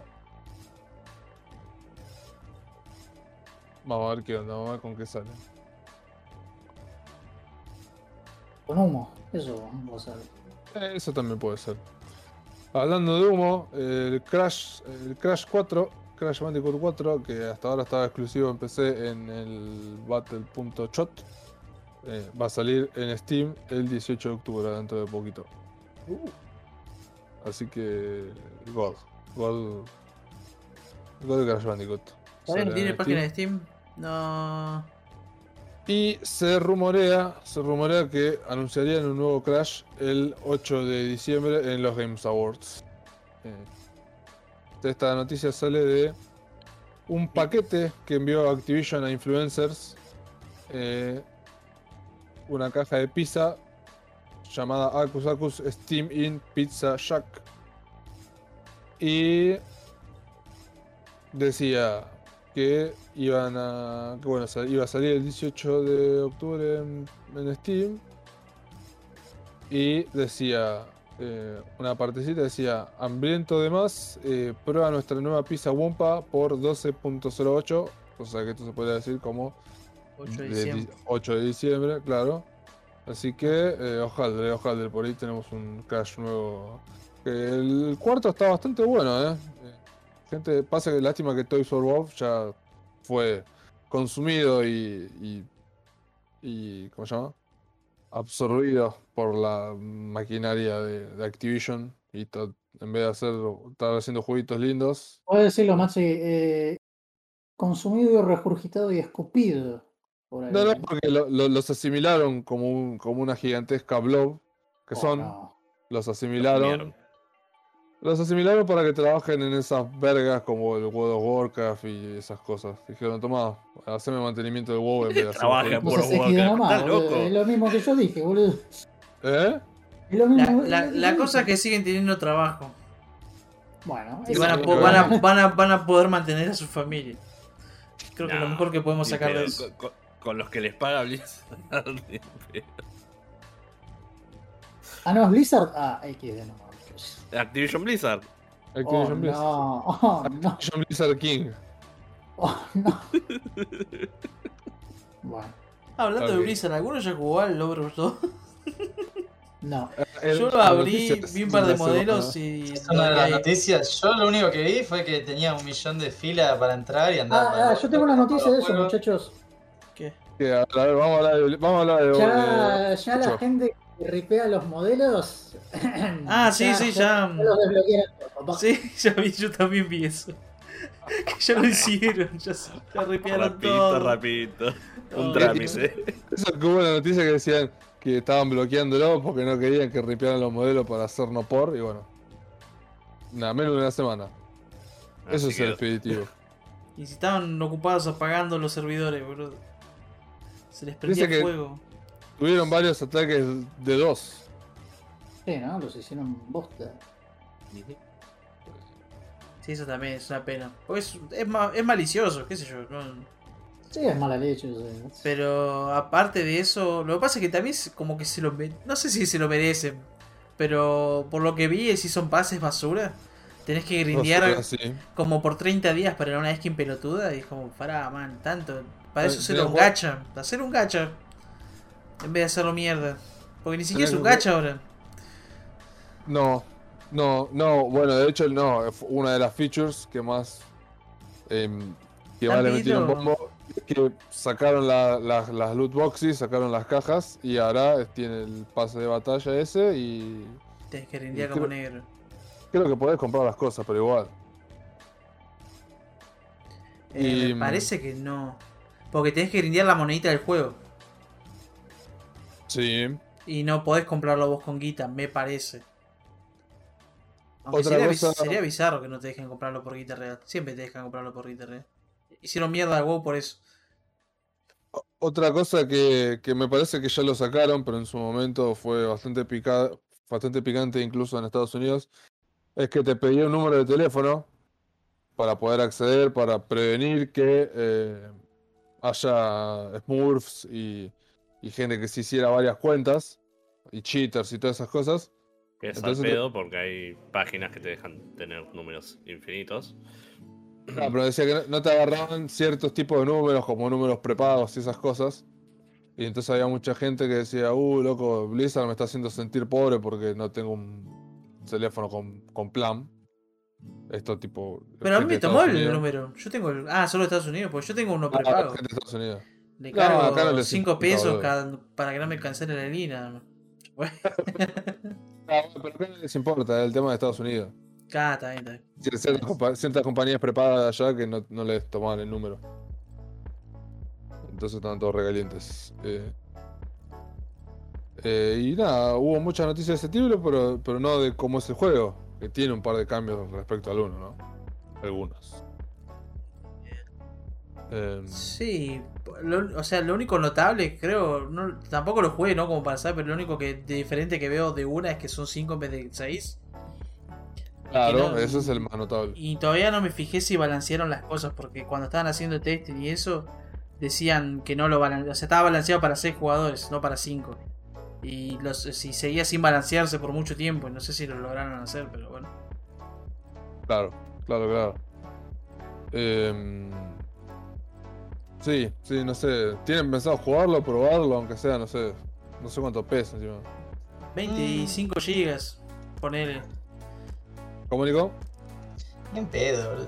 vamos a ver qué onda, vamos a ver con qué sale. Con humo. Eso va a ser. Eh, Eso también puede ser. Hablando de humo, el Crash, el Crash cuatro, Crash Bandicoot cuatro, que hasta ahora estaba exclusivo en P C en el Battle.shot, eh, va a salir en Steam el dieciocho de octubre, dentro de poquito. Así que God, God, God de Crash Bandicoot. ¿Todavía no Sale tiene en página de Steam. Steam? No. Y se rumorea, se rumorea que anunciarían un nuevo Crash el ocho de diciembre en los Games Awards. Eh, esta noticia sale de un paquete que envió Activision a influencers. Eh, una caja de pizza llamada Acus Acus Steam In Pizza Shack. Y decía que iban a. Que bueno, iba a salir el dieciocho de octubre en, en Steam. Y decía. Eh, una partecita decía: hambriento de más, eh, prueba nuestra nueva pizza Wumpa por doce punto cero ocho. O sea que esto se podría decir como ocho de de diciembre. di- ocho de diciembre, claro. Así que, eh, ojalá, ojalá, por ahí tenemos un Crash nuevo. Que el cuarto está bastante bueno, eh. Eh, Gente, pasa que lástima que Toys for Bob ya fue consumido y. y, y ¿cómo se llama? Absorbido por la maquinaria de, de Activision. Y to- en vez de hacer, estar haciendo jueguitos lindos. Puedo decirlo, Maxi, eh, consumido y regurgitado y escupido por No, no, el. porque lo- lo- los asimilaron como, un, como una gigantesca blob. Que Oh, son. no. Los Lo asimilaron. fumearon. Los asimilaron para que trabajen en esas vergas como el World of Warcraft y esas cosas. Dijeron, toma, haceme mantenimiento del WoW en vez de hacer Trabaja en jueguitos". No World se of se queda Warcraft, nomás, ¿estás boludo. loco? Es lo mismo que yo dije, boludo. ¿Eh? Es lo La, mismo. la, es lo la que cosa yo es que dije. siguen teniendo trabajo. Bueno, Y eso van a, sí, po- que van, a, bueno. van, a, van a poder mantener a su familia. Creo que es lo No, mejor que podemos ni sacar de pedo. eso. Con, con- con los que les paga Blizzard. Ni pedo. Ah, no, es Blizzard. Ah, X D no. Activision Blizzard. Oh, Activision Blizzard. no. Oh, no. Activision Blizzard King. Oh, no. Bueno, Hablando Ok. de Blizzard, ¿alguno ya jugó al Overwatch dos? no. Eh, Yo lo la abrí, noticia vi un es par de la semana. modelos y. Es una de las y- noticias. Yo lo único que vi fue que tenía un millón de filas para entrar y andar. Ah, ah, yo tengo una noticia de eso, Juegos. muchachos. ¿Qué? Que, a ver, vamos a hablar de. Vamos a hablar de. Ya, de- ya la Ocho. gente que ripea los modelos. Ah, sí, sí, ya. Ya los desbloquearon, papá. Sí, ya vi, yo también vi eso. Que ya lo hicieron, ya, se- ya ripearon Rapidito, todo. rapidito. Un Todo. trámite. Eso que hubo una noticia que decían que estaban bloqueándolo porque no querían que ripearan los modelos para hacer no por. Y bueno. Nada, menos de una semana. Eso Así es el quedó. expeditivo. Y si estaban ocupados apagando los servidores, boludo. Se les prendía Dice que- fuego. Tuvieron varios ataques de dos. Sí, ¿no? Los hicieron bosta. Sí, eso también es una pena. Porque es, es, ma- es malicioso, qué sé yo. ¿no? Sí, es mala leche. o sea. Pero aparte de eso, lo que pasa es que también es como que se lo me- no sé si se lo merecen, pero por lo que vi, si son pases basura, tenés que grindear Basura, sí. como por treinta días para una skin pelotuda y es como, pará, man, tanto. Para eso Eh, hacerlo tenés un que- gacha, hacer un gacha en vez de hacerlo mierda. Porque ni siquiera es Tenés un que- gacha ahora. No, no, no. Bueno, de hecho, no. Fue una de las features que más. em, que más le metieron Tantito. bombo. Es que sacaron la- la- las loot boxes, sacaron las cajas. Y ahora tiene el pase de batalla ese. Y. Tenés que grindear Y como creo- negro. Creo que podés comprar las cosas, pero igual. Eh, Y- me parece que no. Porque tenés que grindear la monedita del juego. Sí. Y no podés comprarlo vos con guita, me parece. Aunque Otra sería, cosa- biz- sería bizarro que no te dejen comprarlo por guita real. Siempre te dejan comprarlo por guita real. Hicieron mierda al WoW por eso. Otra cosa que, que me parece que ya lo sacaron, pero en su momento fue bastante pica- bastante picante incluso en Estados Unidos, es que te pedía un número de teléfono para poder acceder, para prevenir que eh, haya smurfs y, y gente que se hiciera varias cuentas, y cheaters y todas esas cosas. Que es al Entonces te- pedo porque hay páginas que te dejan tener números infinitos. Ah, pero decía que no, no te agarraban ciertos tipos de números, como números prepagos y esas cosas. Y entonces había mucha gente que decía, uh, loco, Blizzard me está haciendo sentir pobre porque no tengo un teléfono con, con plan. Esto tipo... Pero a mí gente me de tomó Estados el Unidos. número. Yo tengo el. Ah, solo de Estados Unidos, pues yo tengo uno Ah, prepago. gente de Estados Unidos. Le No, cargo acá no les cinco importa, pesos boludo. cada- para que no me cancele la línea. Bueno, Ah, pero acá no les importa, es el tema de Estados Unidos. ah, está bien, está bien. Ciertas, compa- ciertas compañías prepagas de allá que no, no les tomaban el número. Entonces estaban todos recalientes. Eh, eh, y nada, hubo muchas noticias de ese tipo, pero, pero no de cómo es el juego. Que tiene un par de cambios respecto al uno, ¿no? Algunos. Eh, Sí, lo- o sea, lo único notable, creo, no, tampoco lo jugué, ¿no? Como para saber, pero lo único que de diferente que veo de una es que son cinco en vez de seis. claro, no- eso es el más notable. Y todavía no me fijé si balancearon las cosas, porque cuando estaban haciendo el testing y eso, decían que no lo balancearon. O sea, estaba balanceado para seis jugadores, no para cinco. Y los, si seguía sin balancearse por mucho tiempo, y no sé si lo lograron hacer, pero bueno. Claro, claro, claro. Eh, sí, sí, no sé. ¿Tienen pensado jugarlo, probarlo, aunque sea, no sé? No sé cuánto pesa encima. veinticinco gigas, ponele. ¿Cómo, Nico? Bien pedo, boludo.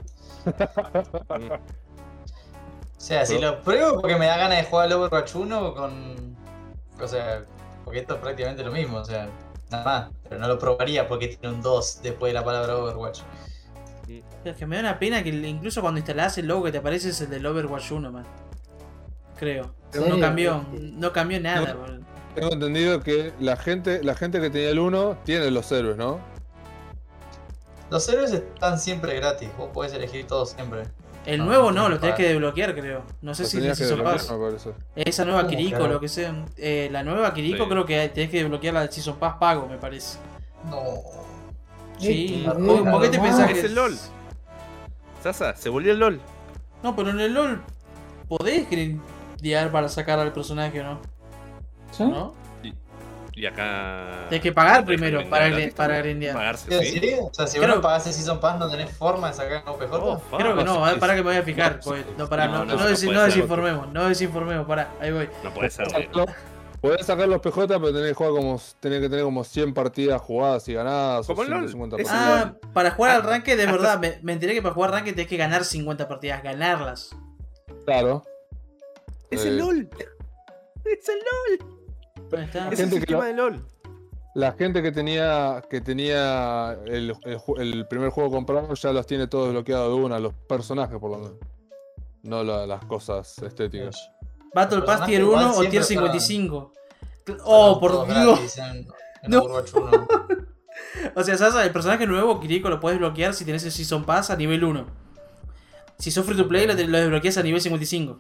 O sea, si lo pruebo porque me da ganas de jugar al Overwatch uno con... O sea, porque esto es prácticamente lo mismo, o sea, nada más. Pero no lo probaría porque tiene un dos después de la palabra Overwatch. Es que me da una pena que incluso cuando instalás el logo que te aparece es el del Overwatch uno, man. Creo. ¿En No serio? cambió, no cambió nada, No. boludo. Tengo entendido que la gente, la gente que tenía el uno tiene los héroes, ¿no? Los héroes están siempre gratis, vos podés elegir todos siempre. El No, nuevo no no, tenés lo que tenés pagar. que desbloquear, creo. No sé Los si el tenías que Season desbloquear, Pass. me parece. Esa nueva ¿Cómo, Kiriko, carajo? lo que sea. Eh, la nueva Kiriko Sí. creo que tenés que desbloquear la del Season Pass pago, me parece. No. Sí. Eh, ¿Por, por qué te no, pensás no. que Es el LOL. Sasa, se volvió el LOL. No, pero en el LoL podés grindear para sacar al personaje o no, ¿Sí? ¿no? Y acá. Tenés que pagar ¿no te dejan primero vender para, gratis para también? grindear. Pagarse, ¿Qué sí. decís? O sea, si Creo- vos no pagás el Season Pass no tenés forma de sacar un O P J. Oh, fuck. Creo que no, a ver, sí, pará sí. que me voy a fijar. No, Pues, sí. no, pará, No, no, no, no, no desi- puede no ser. desinformemos, no desinformemos, pará, ahí voy. No puede ser. Podés negro. sacarlo- Podés sacar los P J, pero tenés que jugar como. Tenés que tener como cien partidas jugadas y ganadas. Como o el LOL. ciento cincuenta Es partidas. Ah, para jugar al ranked, de hasta- verdad, me, me enteré que para jugar ranked tenés que ganar cincuenta partidas, ganarlas. Claro. Es Eh, el LOL. Es el LOL. Ahí está. Es gente el que sistema lo- de LOL. La gente que tenía que tenía el, el ju- el primer juego comprado ya los tiene todos desbloqueados de una, los personajes por lo menos. No la- las cosas estéticas. Battle Los Pass personajes tier igual uno o siempre tier fueron- cincuenta y cinco. Oh, por Todos Dios. gratis En, en No. Overwatch uno. O sea, Sasa, el personaje nuevo, Kiriko, lo puedes bloquear si tenés el Season Pass a nivel uno. Si sos free to play, lo, lo desbloqueas a nivel cincuenta y cinco.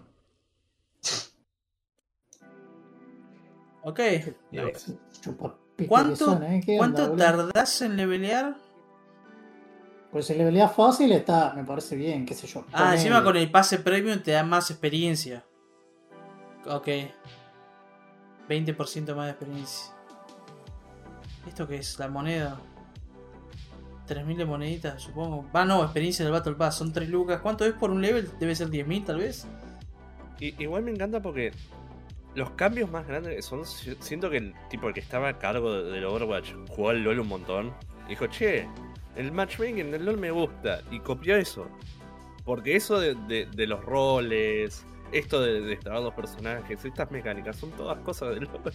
Ok. Nice. Chupapija ¿Cuánto, que son, ¿eh? ¿Qué ¿cuánto onda, boludo? tardás en levelear? Pues si le velea fácil está, me parece bien, qué sé yo. Ah, Ponele. encima con el pase premium te da más experiencia. Ok. veinte por ciento más de experiencia. ¿Esto qué es? La moneda. tres mil de moneditas, supongo. Va, no, experiencia del Battle Pass. Son tres lucas. ¿Cuánto es por un level? Debe ser diez mil tal vez. Y- igual me encanta porque los cambios más grandes son. Siento que el tipo el que estaba a cargo de- del Overwatch jugó al LOL un montón. Y dijo, che, el matchmaking del LOL me gusta. Y copió eso. Porque eso de, de- de los roles, esto de destrabar los personajes, estas mecánicas, son todas cosas del LOL.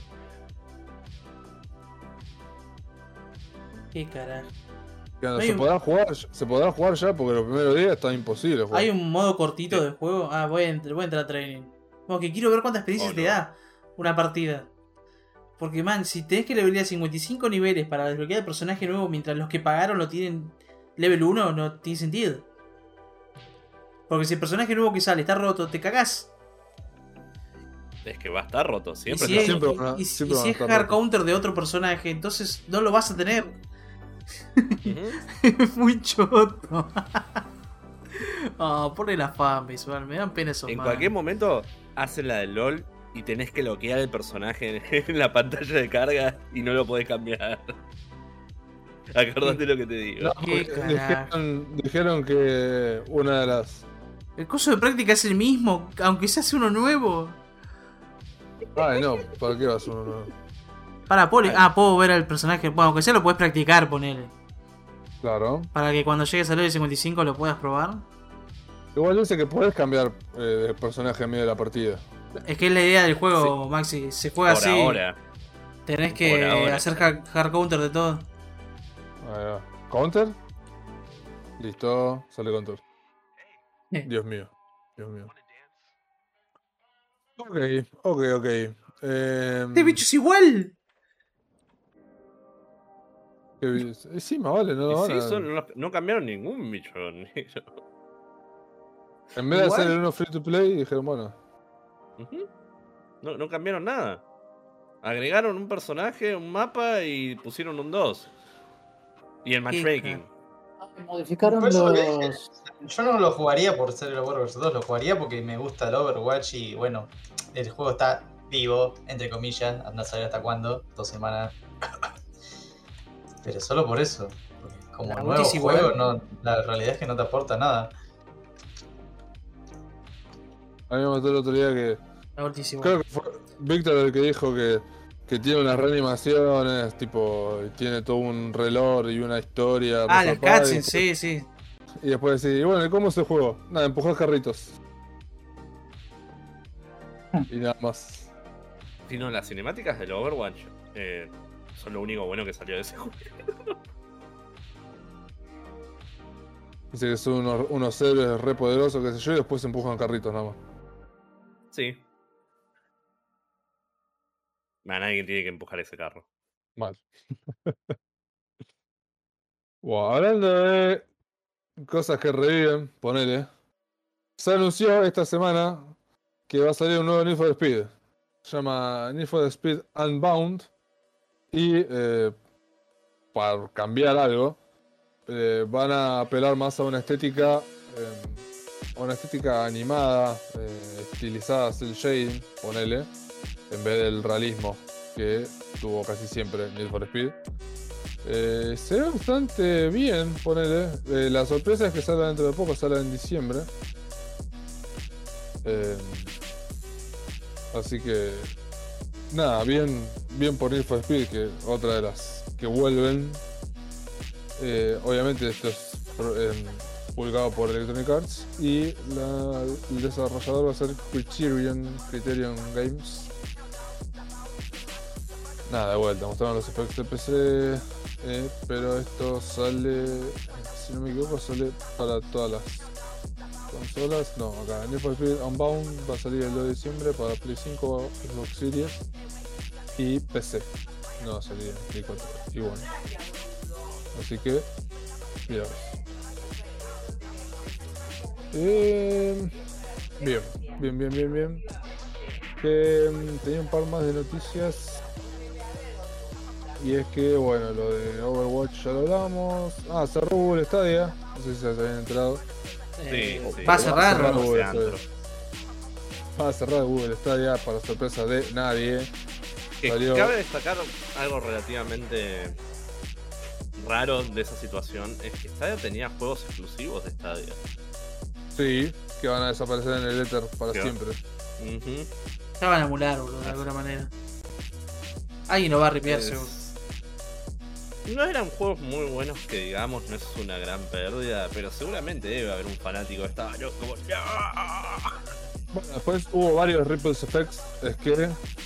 Qué carajo. Que no, Hay se, un- podrá jugar, se podrá jugar ya porque los primeros días está imposible jugar. Hay un modo cortito de juego. Ah, voy a, entrar, voy a entrar a training. Bueno, que quiero ver cuántas experiencias Oh, te no. da una partida. Porque, man, si tenés que levelear cincuenta y cinco niveles para desbloquear el personaje nuevo mientras los que pagaron lo tienen level uno, no tiene sentido. Porque si el personaje nuevo que sale está roto, te cagás. Es que va a estar roto, Y siempre si está es, siempre roto. van a- y- y siempre van si a es estar hard rotos. counter de otro personaje, entonces no lo vas a tener. Ujú. Es muy choto. Oh, ponle la fanbase, man. Me dan pena esos En manes. cualquier momento hacen la del LOL y tenés que bloquear el personaje en, en la pantalla de carga y no lo podés cambiar. Acordate lo que te digo. No, Qué porque carajo. dijeron, dijeron que una de las. El curso de práctica es el mismo, aunque se hace uno nuevo. Ay, no, ¿para qué vas uno nuevo? Para, Poli. Ah, puedo ver al personaje. Bueno, aunque sea lo puedes practicar, ponele. Claro. Para que cuando llegues al level cincuenta y cinco lo puedas probar. Igual dice que podés cambiar eh, de personaje en medio de la partida. Es que es la idea del juego, Maxi. Se juega Por así. ahora. Tenés Por que ahora. hacer hard, hard counter de todo. Ahí va. ¿Counter? Listo, sale counter. Eh. Dios mío, Dios mío. Ok, ok, ok. Eh, Este bicho es igual. que- sí, más vale, no Y lo van sí, a... son- no, no cambiaron ningún bicho negro. En vez de Igual. hacer el uno free to play, dijeron, bueno, Ujú. No, no cambiaron nada. Agregaron un personaje, un mapa y pusieron un dos. Y el matchmaking. Modificaron Por eso lo que dije, los. yo no lo jugaría por ser el Overwatch dos, lo jugaría porque me gusta el Overwatch y bueno, el juego está vivo, entre comillas, anda a saber hasta cuándo, dos semanas. Pero solo por eso, porque como La nuevo ulti es juego, igual. no, la realidad es que no te aporta nada. a mí me mató el otro día que... La ulti es igual. Creo que fue Víctor el que dijo que, que tiene unas reanimaciones, tipo, tiene todo un reloj y una historia. Ah, las resarpada, cutscenes, y, sí, sí. y después decir, y bueno, ¿y cómo se jugó? Nada, empujar carritos. Y nada más. Si no, las cinemáticas del Overwatch eh, son lo único bueno que salió de ese juego. Dice que son unos, unos héroes re poderosos, qué sé yo, y después empujan carritos nada más. Sí. Man, alguien tiene que empujar ese carro. Mal. Wow, hablando de cosas que reviven, ponele. Se anunció esta semana que va a salir un nuevo Need for Speed. Se llama Need for Speed Unbound. Y eh, para cambiar algo, eh, van a apelar más a una estética, eh, a una estética animada, eh, estilizada, cel shading, ponele, en vez del realismo que tuvo casi siempre Need for Speed. Eh, se ve bastante bien, ponele. Eh, la sorpresa es que sale dentro de poco, sale en diciembre. Eh, así que nada, bien, bien por Need for Speed, que otra de las que vuelven. Eh, obviamente esto es eh, publicado por Electronic Arts y la, el desarrollador va a ser Criterion, Criterion Games. Nada, de vuelta, mostraron los efectos de P C, eh, pero esto sale, si no me equivoco, sale para todas las consolas. No, acá Need for Speed Unbound va a salir el dos de diciembre para Play cinco, Xbox Series y P C. No va a salir en Play cuatro y bueno. Así que, mira. Eh, bien, bien, bien, bien, bien. Que mm, tenía un par más de noticias. Y es que, bueno, lo de Overwatch ya lo hablamos. Ah, cerró Google Stadia. No sé si se habían enterado. Eh, sí. va a cerrar. cerrar ¿no? Google Ese Stadia. antro. Va a cerrar Google Stadia para sorpresa de nadie. Que Salió- cabe destacar algo relativamente raro de esa situación, es que Stadia tenía juegos exclusivos de Stadia. Sí, que van a desaparecer en el Ether para ¿Qué? siempre. Ujú. Ya van a emular, boludo, de alguna manera. Alguien no va a ripearse, Es- boludo. No eran juegos muy buenos que digamos, no es una gran pérdida, pero seguramente debe haber un fanático que estaba loco como ¡no! Bueno, después hubo varios Ripple Effects. Es que,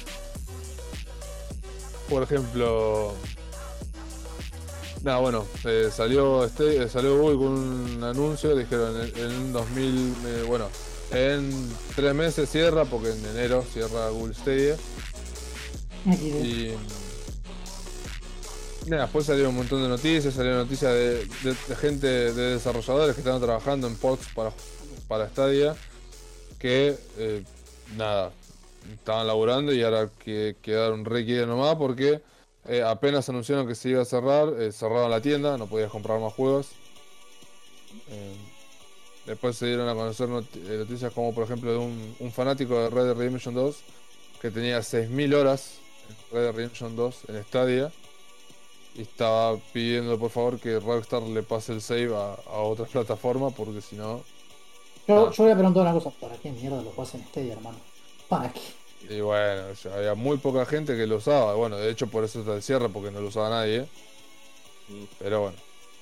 por ejemplo, nada, bueno, eh, salió este, eh, salió Google con un anuncio. Dijeron en, en dos mil, eh, bueno, en tres meses cierra, porque en enero cierra Google Stadia. Y nada, después salieron un montón de noticias, salieron noticias de, de- de gente, de desarrolladores que estaban trabajando en ports para, para Stadia, que eh, nada, estaban laburando y ahora que quedaron re quietos nomás porque eh, apenas anunciaron que se iba a cerrar, eh, cerraron la tienda, no podías comprar más juegos. Eh, después se dieron a conocer not- eh, noticias como por ejemplo de un, un fanático de Red Dead Redemption dos que tenía seis mil horas en Red Dead Redemption dos en Stadia y estaba pidiendo por favor que Rockstar le pase el save a, a otra plataforma porque si no... Yo, yo voy a preguntar una cosa. ¿Para qué mierda lo juegas en Stadia, hermano? ¿Para qué? Y bueno, ya había muy poca gente que lo usaba. Bueno, de hecho por eso está el cierre, porque no lo usaba nadie. Mm. Pero bueno.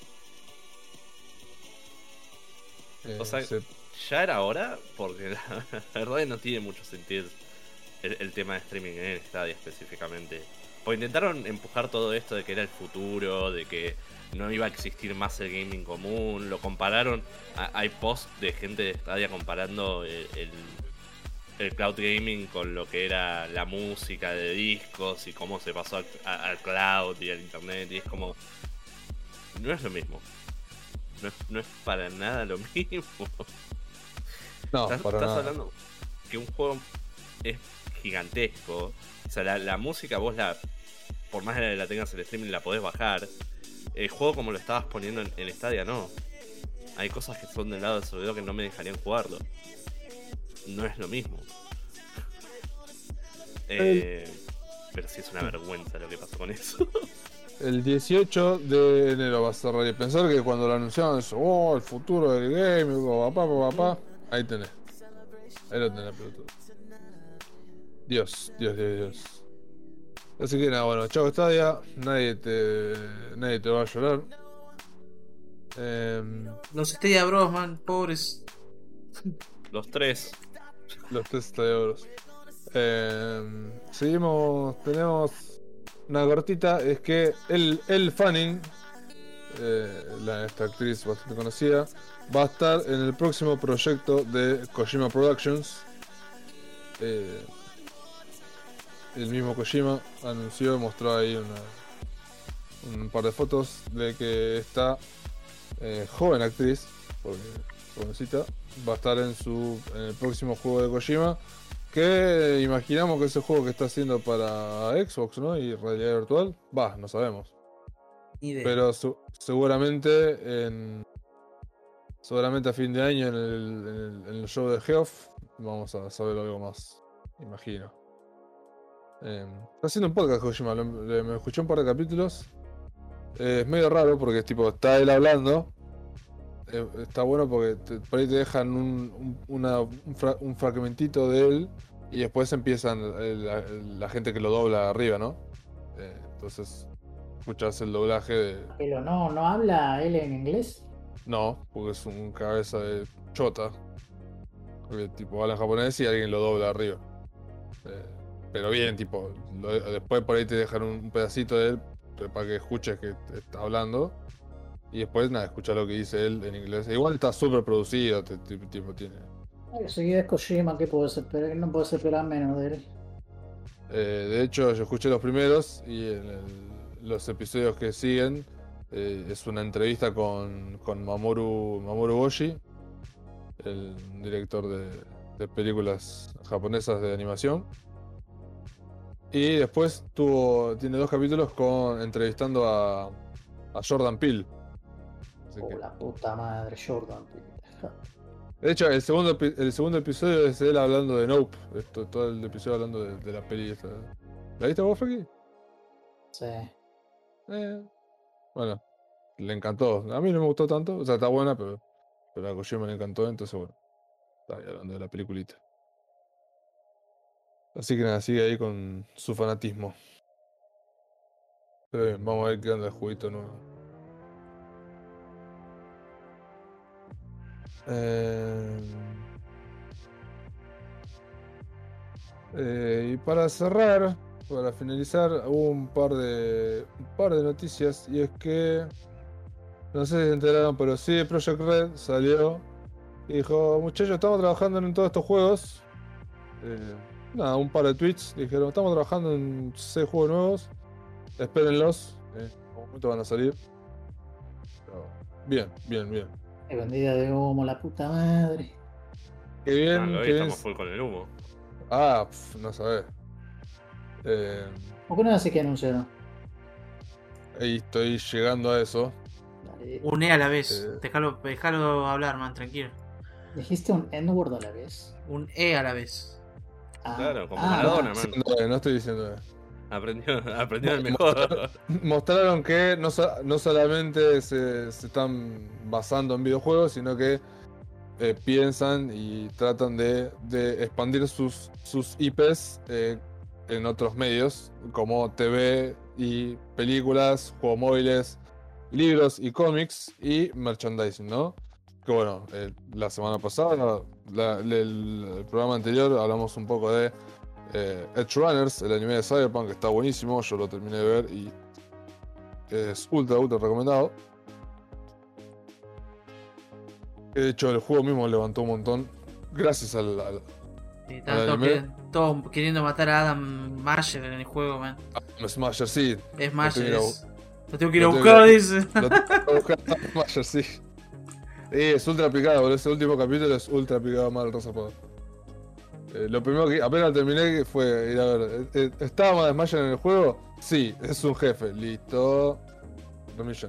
Eh, O sea, se- ya era hora, porque la, la verdad no tiene mucho sentido el, el tema de streaming en Stadia específicamente. Porque intentaron empujar todo esto de que era el futuro, de que no iba a existir más el gaming común, lo compararon, a- hay posts de gente de Stadia comparando el, el, el cloud gaming con lo que era la música de discos y cómo se pasó al cloud y al internet, y es como, no es lo mismo, no es, no es para nada lo mismo. No, estás, para estás nada. hablando que un juego es gigantesco, o sea, la, la música vos la, por más que la tengas en el streaming, la podés bajar. El juego como lo estabas poniendo en, en Stadia, no. Hay cosas que son del lado del servidor que no me dejarían jugarlo. No es lo mismo. Eh, pero sí es una vergüenza lo que pasó con eso. El dieciocho de enero va a cerrar. Y pensar que cuando lo anunciaron eso, oh, el futuro del gaming, papá, papá, papá, ahí tenés. Ahí lo tenés, pelotudo. Dios, Dios, Dios, Dios. Así que nada, bueno, chao Stadia. Nadie te, nadie te va a llorar. Eh, Los Stadia Bros, man, pobres. Los tres. los tres Stadia Bros. Eh, seguimos, tenemos una cortita. Es que el, el Fanning, eh, la, esta actriz bastante conocida, va a estar en el próximo proyecto de Kojima Productions. Eh, el mismo Kojima anunció, mostró ahí una, un par de fotos de que esta eh, joven actriz, porque jovencita, va a estar en su en el próximo juego de Kojima, que imaginamos que es el juego que está haciendo para Xbox, ¿no? Y realidad virtual, va, no sabemos. Ni idea. Pero su- seguramente en seguramente a fin de año en el, en el, en el show de Geoff vamos a saber algo más, imagino. Eh, está haciendo un podcast Kojima, lo- le- me escuché un par de capítulos. Eh, es medio raro porque es tipo, está él hablando. Eh, está bueno porque te- por ahí te dejan un, un, una- un, fra- un fragmentito de él y después empiezan el- la, la gente que lo dobla arriba, ¿no? Eh, entonces escuchas el doblaje de... Pero no, no habla él en inglés. No, porque es un cabeza de chota. Porque tipo habla en japonés y alguien lo dobla arriba. Eh, pero bien, tipo, lo- después por ahí te dejan un, un pedacito de él eh, para que escuches que te está hablando. Y después, nada, escucha lo que dice él en inglés. Igual está súper producido, te- te- tipo, tiene. Enseguida es Kojima, ¿qué puedo esperar? No puedo esperar menos de él. Eh, de hecho, yo escuché los primeros y en el- los episodios que siguen eh, es una entrevista con, con Mamoru, Mamoru Oshii, el director de, de películas japonesas de animación. Y después tuvo, tiene dos capítulos con entrevistando a, a Jordan Peele. Así que- Oh, la puta madre, Jordan. de hecho, el segundo, epi- el segundo episodio es él hablando de Nope. Esto, todo el episodio hablando de, de la peli esta. ¿La viste vos, Frankie? Sí. Eh, bueno, le encantó. A mí no me gustó tanto. O sea, está buena, pero, pero a Kojima le encantó. Entonces, bueno, está ahí hablando de la peliculita. Así que nada, sigue ahí con su fanatismo. Pero bien, vamos a ver qué onda el jueguito nuevo. Eh, eh, y para cerrar, para finalizar, hubo un par de un par de noticias y es que no sé si se enteraron, pero sí, Project Red salió y dijo, muchachos, estamos trabajando en todos estos juegos. Eh, nada, un par de tweets dijeron, estamos trabajando en seis juegos nuevos, espérenlos, eh, en algún momento van a salir. Pero bien, bien, bien. Qué vendida de humo, la puta madre. Qué bien, Ah, lo qué vi, bien. estamos full con el humo. Ah, pf, no sabés. Eh, ¿Por qué no hace que anunciaron? ahí estoy llegando a eso. Dale. Un E a la vez. Eh. Déjalo, déjalo hablar, man, tranquilo. ¿Dijiste un N-word a la vez? Un E a la vez. Ah, Claro, como ah, Maradona, no. man. No, eh, no estoy diciendo. eh. Aprendió, aprendió el mejor. Mostraron que no, so- no solamente se, se están basando en videojuegos, sino que eh, piensan y tratan de, de expandir sus, sus I Pes eh, en otros medios, como T V y películas, juegos móviles, libros y cómics y merchandising, ¿no? Que bueno, eh, la semana pasada, la- el, el programa anterior, hablamos un poco de eh, Edge Runners, el anime de Cyberpunk, que está buenísimo, yo lo terminé de ver y es ultra, ultra recomendado. De hecho, el juego mismo levantó un montón gracias al, al, Y tanto que todos queriendo matar a Adam Masher en el juego, man. Ah, Smasher, sí. Smasher Lo tengo que ir a es... Lo tengo que ir a lo tengo buscar, que- dice. Lo tengo que buscar a Smasher, sí. Sí, es ultra picado, boludo. Ese último capítulo es ultra picado mal resapado. Eh, lo primero que apenas terminé fue ir a ver. eh, eh, ¿Estaba más Smasher en el juego? Sí, es un jefe. Listo. Remission.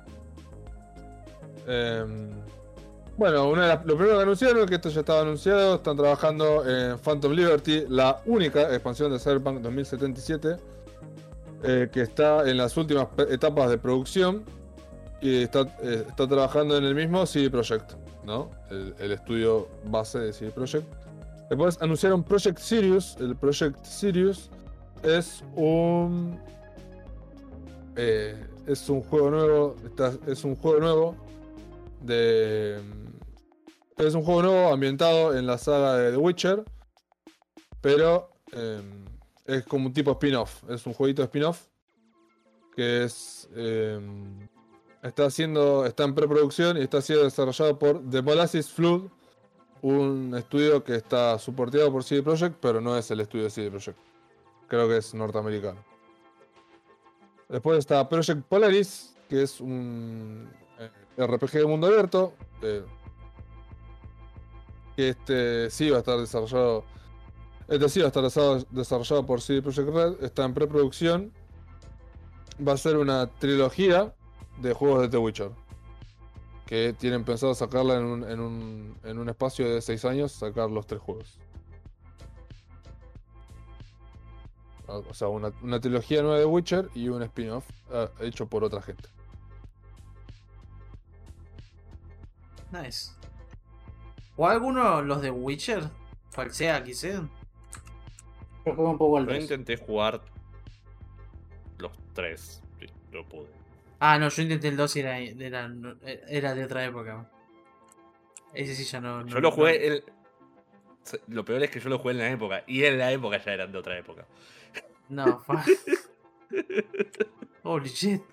Em, bueno, una de las- lo primero que anunciaron es que esto ya estaba anunciado. Están trabajando en Phantom Liberty, la única expansión de Cyberpunk dos mil setenta y siete. eh, que está en las últimas pe- etapas de producción. Y está, eh, está trabajando en el mismo C D Projekt, ¿no? El, el estudio base de C D Projekt. Después anunciaron Project Sirius. El Project Sirius es un. eh, es un juego nuevo. está- es un juego nuevo. De. Es un juego nuevo ambientado en la saga de The Witcher. Pero. eh, es como un tipo spin-off. Es un jueguito de spin-off. Que es. eh, está haciendo. Está en preproducción y está siendo desarrollado por The Molasses Flood. Un estudio que está soporteado por C D Projekt, pero no es el estudio de C D Projekt. Creo que es norteamericano. Después está Project Polaris, que es un eh, R P G de mundo abierto. eh, que este sí va a estar desarrollado. Este sí va a estar desarrollado, desarrollado por C D Projekt Red. Está en preproducción. Va a ser una trilogía de juegos de The Witcher. Que tienen pensado sacarla en un, en un, en un espacio de seis años, sacar los tres juegos. O sea, una, una trilogía nueva de Witcher y un spin-off uh, hecho por otra gente. Nice. ¿O alguno los de Witcher? Falsea, quizás. Yo juego un poco al Yo tres. intenté jugar los tres, sí, no pude. Ah, no, yo intenté el dos y era, era, era de otra época. Ese sí ya no. Yo no- lo no- jugué. El... Lo peor es que yo lo jugué en la época. Y en la época ya eran de otra época. No, fa- Holy shit.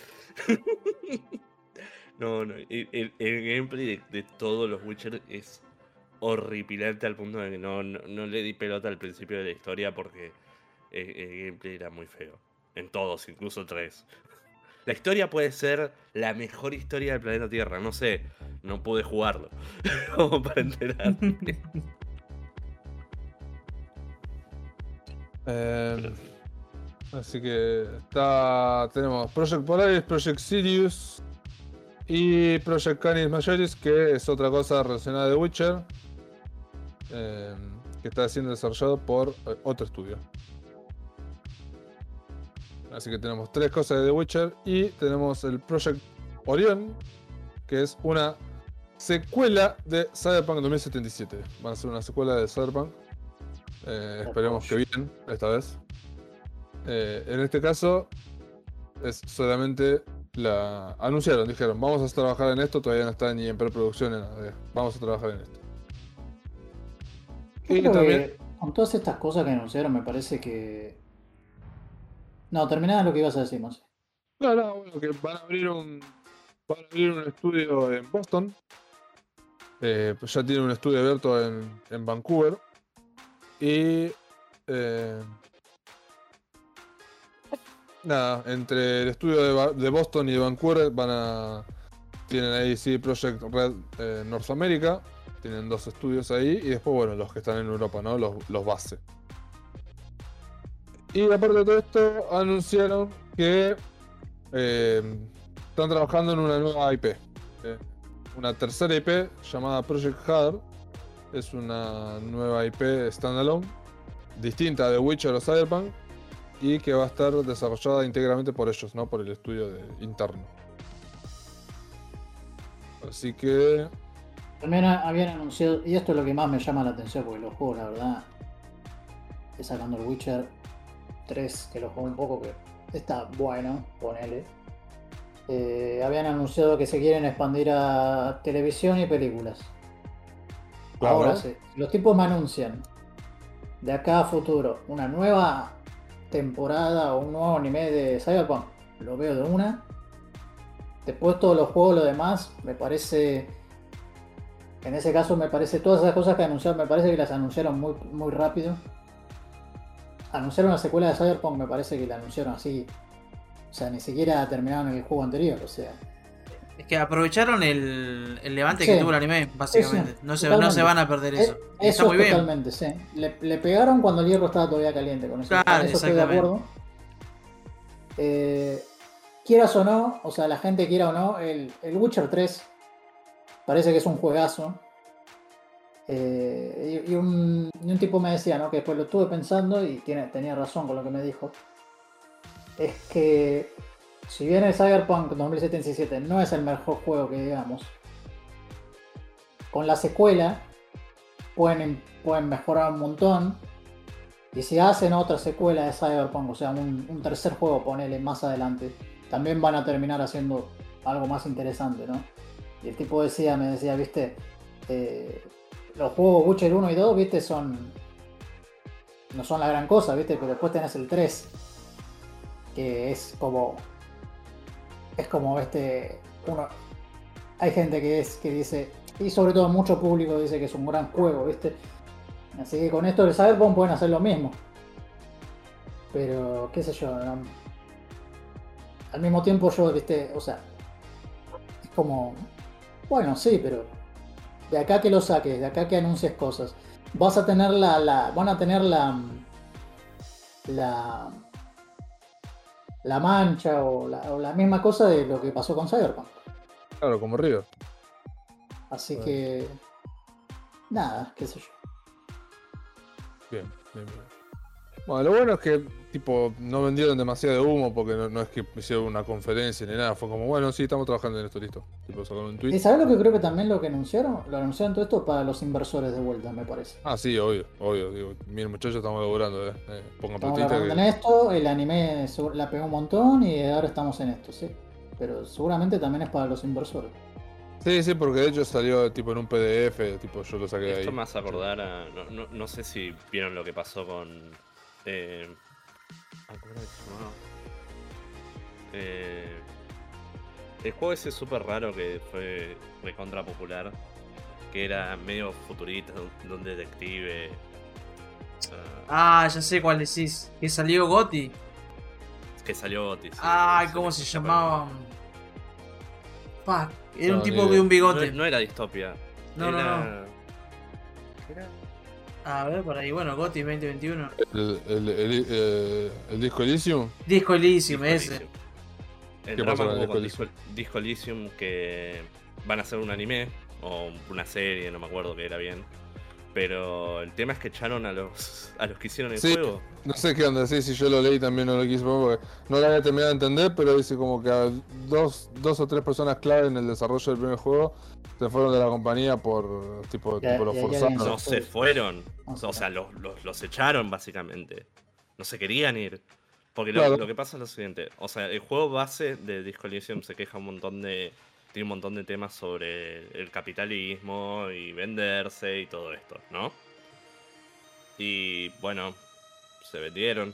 No, no. El, el- el gameplay de, de todos los Witcher es horripilante al punto de que no, no, no le di pelota al principio de la historia porque el, el gameplay era muy feo. En todos, incluso tres. La historia puede ser la mejor historia del planeta Tierra. No sé, no pude jugarlo. Como para enterarme. Eh, así que está. Tenemos Project Polaris, Project Sirius y Project Canis Majoris, que es otra cosa relacionada de Witcher. eh, que está siendo desarrollado por eh, otro estudio. Así que tenemos tres cosas de The Witcher y tenemos el Project Orion, que es una secuela de Cyberpunk dos mil setenta y siete. Van a ser una secuela de Cyberpunk. Eh, esperemos que bien, esta vez. Eh, en este caso, es solamente la. Anunciaron, dijeron, vamos a trabajar en esto, todavía no está ni en preproducción, ni nada, vamos a trabajar en esto. Yo Y creo también. que con todas estas cosas que anunciaron, me parece que. No, terminaba lo que ibas a decir, Monse. No, no, bueno, que van a abrir un. Van a abrir un estudio en Boston. Eh, pues ya tienen un estudio abierto en, en Vancouver. Y. eh, nada, entre el estudio de, Ba- de Boston y de Vancouver van a. Tienen ahí sí Project Red eh, North America. Tienen dos estudios ahí. Y después, bueno, los que están en Europa, ¿no? Los, los base. Y aparte de todo esto, anunciaron que eh, están trabajando en una nueva I P. eh, una tercera I P llamada Project Hadar. Es una nueva I P standalone, distinta de Witcher o Cyberpunk, y que va a estar desarrollada íntegramente por ellos, no por el estudio de, interno. Así que. También ha- habían anunciado, y esto es lo que más me llama la atención, porque los juegos, la verdad, estoy sacando el Witcher tres, que lo juego un poco, que está bueno, ponele. Eh, habían anunciado que se quieren expandir a televisión y películas. Claro. Ahora, sí, si los tipos me anuncian de acá a futuro una nueva temporada o un nuevo anime de Cyberpunk, lo veo de una. Después todos los juegos, lo demás, me parece En ese caso me parece, todas esas cosas que anunciaron, me parece que las anunciaron muy, muy rápido. Anunciaron la secuela de Cyberpunk, me parece que la anunciaron así. O sea, ni siquiera terminaron el juego anterior, o sea. Es que aprovecharon el, el levante Sí. que tuvo el anime, básicamente. Sí, sí, no, se, totalmente. no se van a perder eso. Eh, Y está Eso muy bien. totalmente, sí. Le, le pegaron cuando el hierro estaba todavía caliente con eso. Claro, Eso estoy de exactamente. acuerdo. Eh, quieras o no, o sea, la gente quiera o no, el, el Witcher tres parece que es un juegazo. Eh, y, y un, y un tipo me decía, ¿no? Que después lo estuve pensando y tiene, tenía razón con lo que me dijo. Es que si bien el Cyberpunk dos mil setenta y siete no es el mejor juego que digamos, con la secuela pueden, pueden mejorar un montón. Y si hacen otra secuela de Cyberpunk, o sea, un, un tercer juego, ponele más adelante, también van a terminar haciendo algo más interesante, ¿no? Y el tipo decía, me decía, viste, eh, los juegos Witcher uno y dos, viste, son... no son la gran cosa, viste, pero después tenés el tres, que es como... es como este... uno... hay gente que es que dice, y sobre todo mucho público dice que es un gran juego, viste. Así que con esto del Cyberpunk pueden hacer lo mismo. Pero, qué sé yo, no... al mismo tiempo yo, viste, o sea, es como, bueno, sí, pero de acá que lo saques, de acá que anuncies cosas, vas a tener la, la van a tener la, la, la mancha o la, o la misma cosa de lo que pasó con Cyberpunk. Claro, como River. Así Bueno. que, nada, qué sé yo. Bien, bien, bien. Bueno, lo bueno es que tipo no vendieron demasiado humo porque no, no es que hicieron una conferencia ni nada, fue como, bueno, sí, estamos trabajando en esto, listo. Tipo, sacaron un ¿Y tweet. sabes lo que creo que también lo que anunciaron? Lo anunciaron todo esto para los inversores de vuelta, me parece. Ah, sí, obvio, obvio. Digo, miren, muchachos, estamos laburando, eh. eh pongan Estamos platita trabajando en que... esto, el anime segu- la pegó un montón y ahora estamos en esto, sí. Pero seguramente también es para los inversores. Sí, sí, porque de hecho salió tipo en un P D F, tipo yo lo saqué de ahí. Esto me hace acordar a. No, no, no sé si vieron lo que pasó con. Eh, ah, ¿cómo era que se llamaba? Eh, el juego ese súper raro que fue recontra popular. Que era medio futurista, de un detective. ah, Ah, ya sé cuál decís. Que salió Gotti. que salió Otis. Ay, ¿cómo se llamaba? Fuck. Era un No, tipo ni de idea. un No, bigote. no era distopia. No, no, era... no. ¿Qué era? A ver, por ahí, bueno, Gotti veinte veintiuno. El, el, el, eh, el disco Elysium. Disco Elysium, Disco ese. Elysium. El ¿Qué drama pasó con hubo Disco con Elysium? Disco, Disco Elysium que van a hacer un anime o una serie, no me acuerdo qué era bien. Pero el tema es que echaron a los a los que hicieron el Sí. juego. No sé qué onda, sí, si yo lo leí también no lo quise poner porque no lo había terminado de entender, pero dice como que a dos, dos o tres personas clave en el desarrollo del primer juego se fueron de la compañía por tipo, Ya- tipo lo ya- ya forzaron. habían No se fueron. No sé. O sea, los, los, los echaron básicamente. No se querían ir. Porque lo, Claro. lo que pasa es lo siguiente. O sea, el juego base de Disco Elysium se queja un montón de... Tiene un montón de temas sobre el capitalismo y venderse y todo esto, ¿no? Y bueno, se vendieron.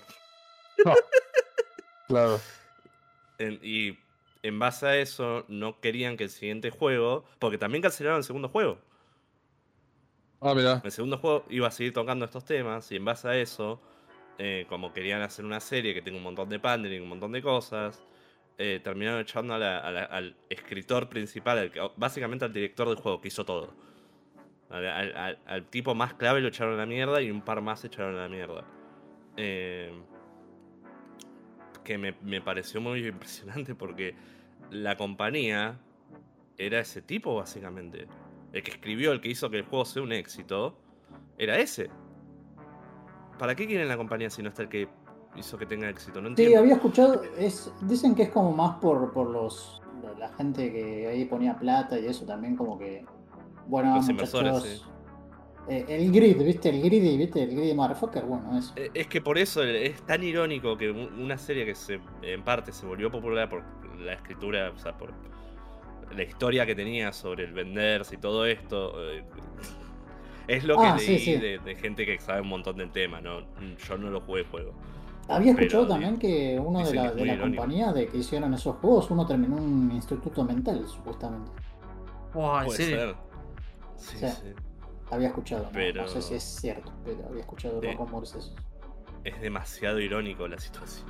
Claro. En- y en base a eso no querían que el siguiente juego... Porque también cancelaron el segundo juego. Ah, mira. El segundo juego iba a seguir tocando estos temas y en base a eso, eh, como querían hacer una serie que tenga un montón de pandering, un montón de cosas, eh, terminaron echando a la- a la- al escritor principal, al que- básicamente al director del juego, que hizo todo. Al, al- al- al tipo más clave lo echaron a la mierda y un par más se echaron a la mierda. Eh, que me, me pareció muy impresionante porque la compañía era ese tipo básicamente. El que escribió, el que hizo que el juego sea un éxito, era ese. ¿Para qué quieren la compañía si no está el que hizo que tenga éxito? No Sí, entiendo. había escuchado, es, dicen que es como más por, por los la gente que ahí ponía plata y eso también como que, bueno, Los muchachos, inversores, sí. eh, el grid, ¿viste? El greedy, ¿viste? El greedy motherfucker, bueno, eso. Eh, Es que por eso es tan irónico que un- una serie que se, en parte se volvió popular por la escritura, o sea, por la historia que tenía sobre el venderse y todo esto. eh, es lo que Ah, leí sí, sí. De, de gente que sabe un montón del tema, ¿no? Yo no lo jugué el juego. Había escuchado pero también que uno de dicen la, que es de muy la irónico. compañía de que hicieron esos juegos, uno terminó en un instituto mental, supuestamente. Wow, ¿en Puede serio? ser. Sí, Sí. sí. Había escuchado, ¿no? Pero- no sé si es cierto, pero había escuchado Sí. los rumores esos. Es demasiado irónico la situación.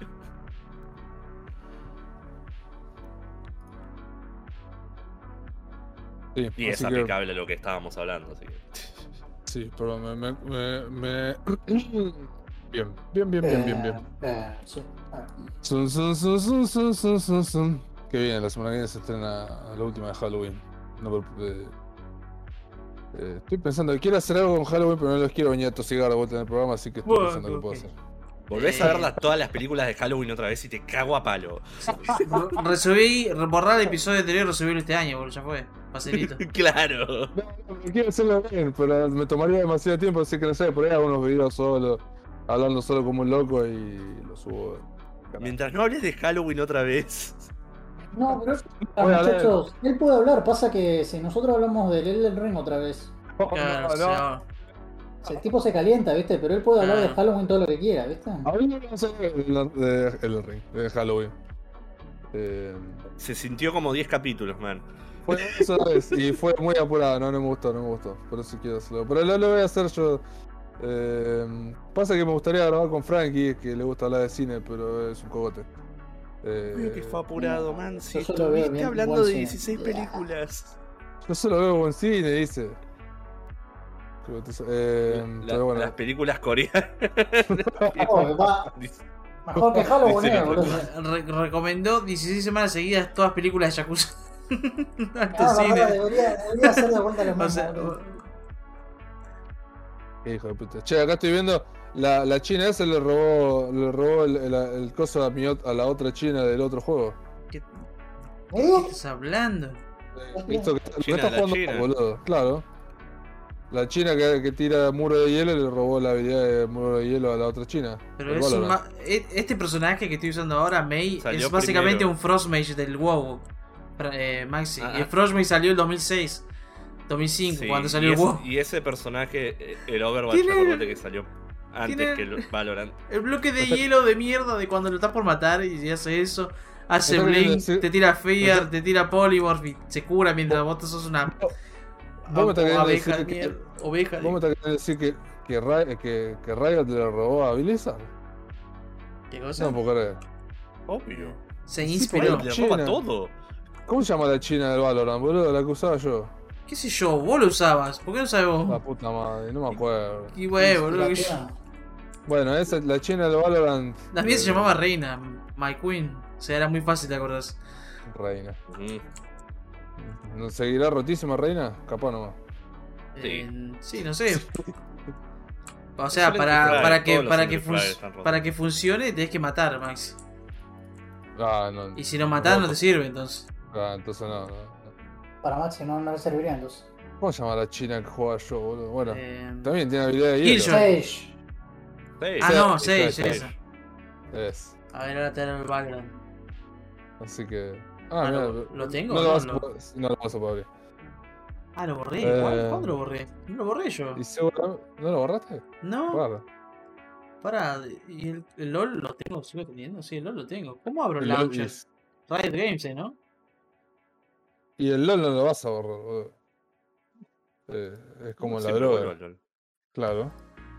Sí, Y es así que, aplicable a lo que estábamos hablando, así que. sí, pero me, me, me, me- Bien, bien, bien, bien, bien, bien. Eh, eh, sí. Ah, Sun, sun, sun, sun, sun, sun, sun, sun. Que bien, la semana que viene se estrena la última de Halloween. No, pero, eh, eh, estoy pensando, quiero hacer algo con Halloween, pero no los quiero venir a tosigar de vuelta en el programa, así que estoy Bueno, pensando qué puedo ok. hacer. Volvés Eh. a ver las- todas las películas de Halloween otra vez y te cago a palo. Re- Resubí, borrar el episodio anterior y resubirlo este año, boludo, ya fue. Facilito. Claro. No, no, quiero hacerlo bien, pero me tomaría demasiado tiempo, así que no sé, por ahí hago unos videos solo, hablando solo como un loco y lo subo. al canal. Mientras no hables de Halloween otra vez. No, pero Voy a muchachos, él puede hablar, pasa que si nosotros hablamos del Elden Ring otra vez, Oh, Claro, no, o no. sea, el tipo se calienta, ¿viste? Pero él puede hablar de Ah. Halloween todo lo que quiera, ¿viste? Hablamos de, de, el ring, de Halloween. Eh, Se sintió como diez capítulos, man. fue esa vez y fue muy apurado, no, no me gustó, no me gustó. Por eso quiero hacerlo. Pero lo, lo voy a hacer yo. Eh, pasa que me gustaría grabar con Frankie, que le gusta hablar de cine, pero es un cogote. Eh, Uy, que fue apurado, man. Si Yo solo veo estuviste bien hablando buen de cine. dieciséis películas. yo solo veo buen cine, dice. Creo que te- eh, La- pero bueno. Las películas coreanas. Oh, va- Mejor que Halloween, Dice eh, el boludo. re- recomendó dieciséis semanas seguidas todas películas de Yakuza. Alto Ah, cine. verdad, debería, debería hacer de vuelta los O mismos, sea, boludo. Qué hijo de puta. Che, acá estoy viendo. La, la china esa le robó, le robó el, el, el coso a, mi, ot- a la otra china del otro juego. ¿Qué, ¿Eh? qué estás hablando? Eh, Visto que lo China, está la jugando, china. boludo. Claro. La china que, que tira muro de hielo le robó la habilidad de muro de hielo a la otra china. Pero El es un Valorant. ma- e- este personaje que estoy usando ahora, Mei, Salió es básicamente primero. un Frostmage del WoW. Fra- eh, Maxi. Ah, y el ah. Frostmage salió en dos mil seis, dos mil cinco, Sí, cuando salió y el es- WoW. Y ese personaje, eh, el Overwatch, Tiene- acordate que salió antes tiene- que el Valorant. El bloque de hielo de mierda de cuando lo estás por matar y hace eso. Hace Me está queriendo Blink, decir- te tira me Fear, está- te tira Polymorph y se cura mientras vos sos una Vos me estás queriendo abeja de decir que, mierda. Oveja vos de... me estás queriendo decir que, que, Ri- que, que Riot le robó a Blizzard. ¿Qué cosa? No puedo creer. Obvio. Se Sí, inspiró. pero- Le China. roba todo. ¿Cómo se llama la china del Valorant, boludo? La que usaba yo. ¿Qué sé yo? Vos lo usabas. ¿Por qué no sabes La vos? puta madre, no me acuerdo. Y bueno, boludo. La que- tía. Bueno, esa la china del Valorant. La mía se eh, llamaba Reina, My Queen. O sea, era muy fácil de acordarse. Reina. Mm. ¿No seguirá rotísima Reina? Capaz nomás. Sí. Eh, sí, no sé. O sea, Excelente para, flag, para que todos los para que, Excelente flag fun- están rotos. para que funcione tenés que matar, Max. Ah, no. Y si no matás no roto. te sirve, entonces. Ah, entonces no, no, no. Para Maxi no, no le serviría entonces. ¿Cómo se llama la china que juega yo, boludo? Bueno, Eh, también tiene habilidad de hielo. Killjoy. Sage. Sí, Ah, Sí, no, sí, seis, sí, esa. Es. A ver, ahora te dan el background. Así que. Ah, Ah, mira. ¿lo- lo tengo No o lo no? vas a Lo- poder. No lo vas a poder abrir. Ah, lo borré. Eh. ¿Cuál? ¿Cuándo lo borré? No lo borré yo. ¿Y seguro no lo borraste? No, Claro. pará. ¿Y el, el LOL lo tengo? ¿Sigo teniendo? Sí, el LOL lo tengo. ¿Cómo abro el El LOL launcher? es- Riot Games, ¿eh, ¿no? Y el LOL no lo vas a borrar, boludo. Eh, es como la Siempre droga. vuelvo al LOL. Claro.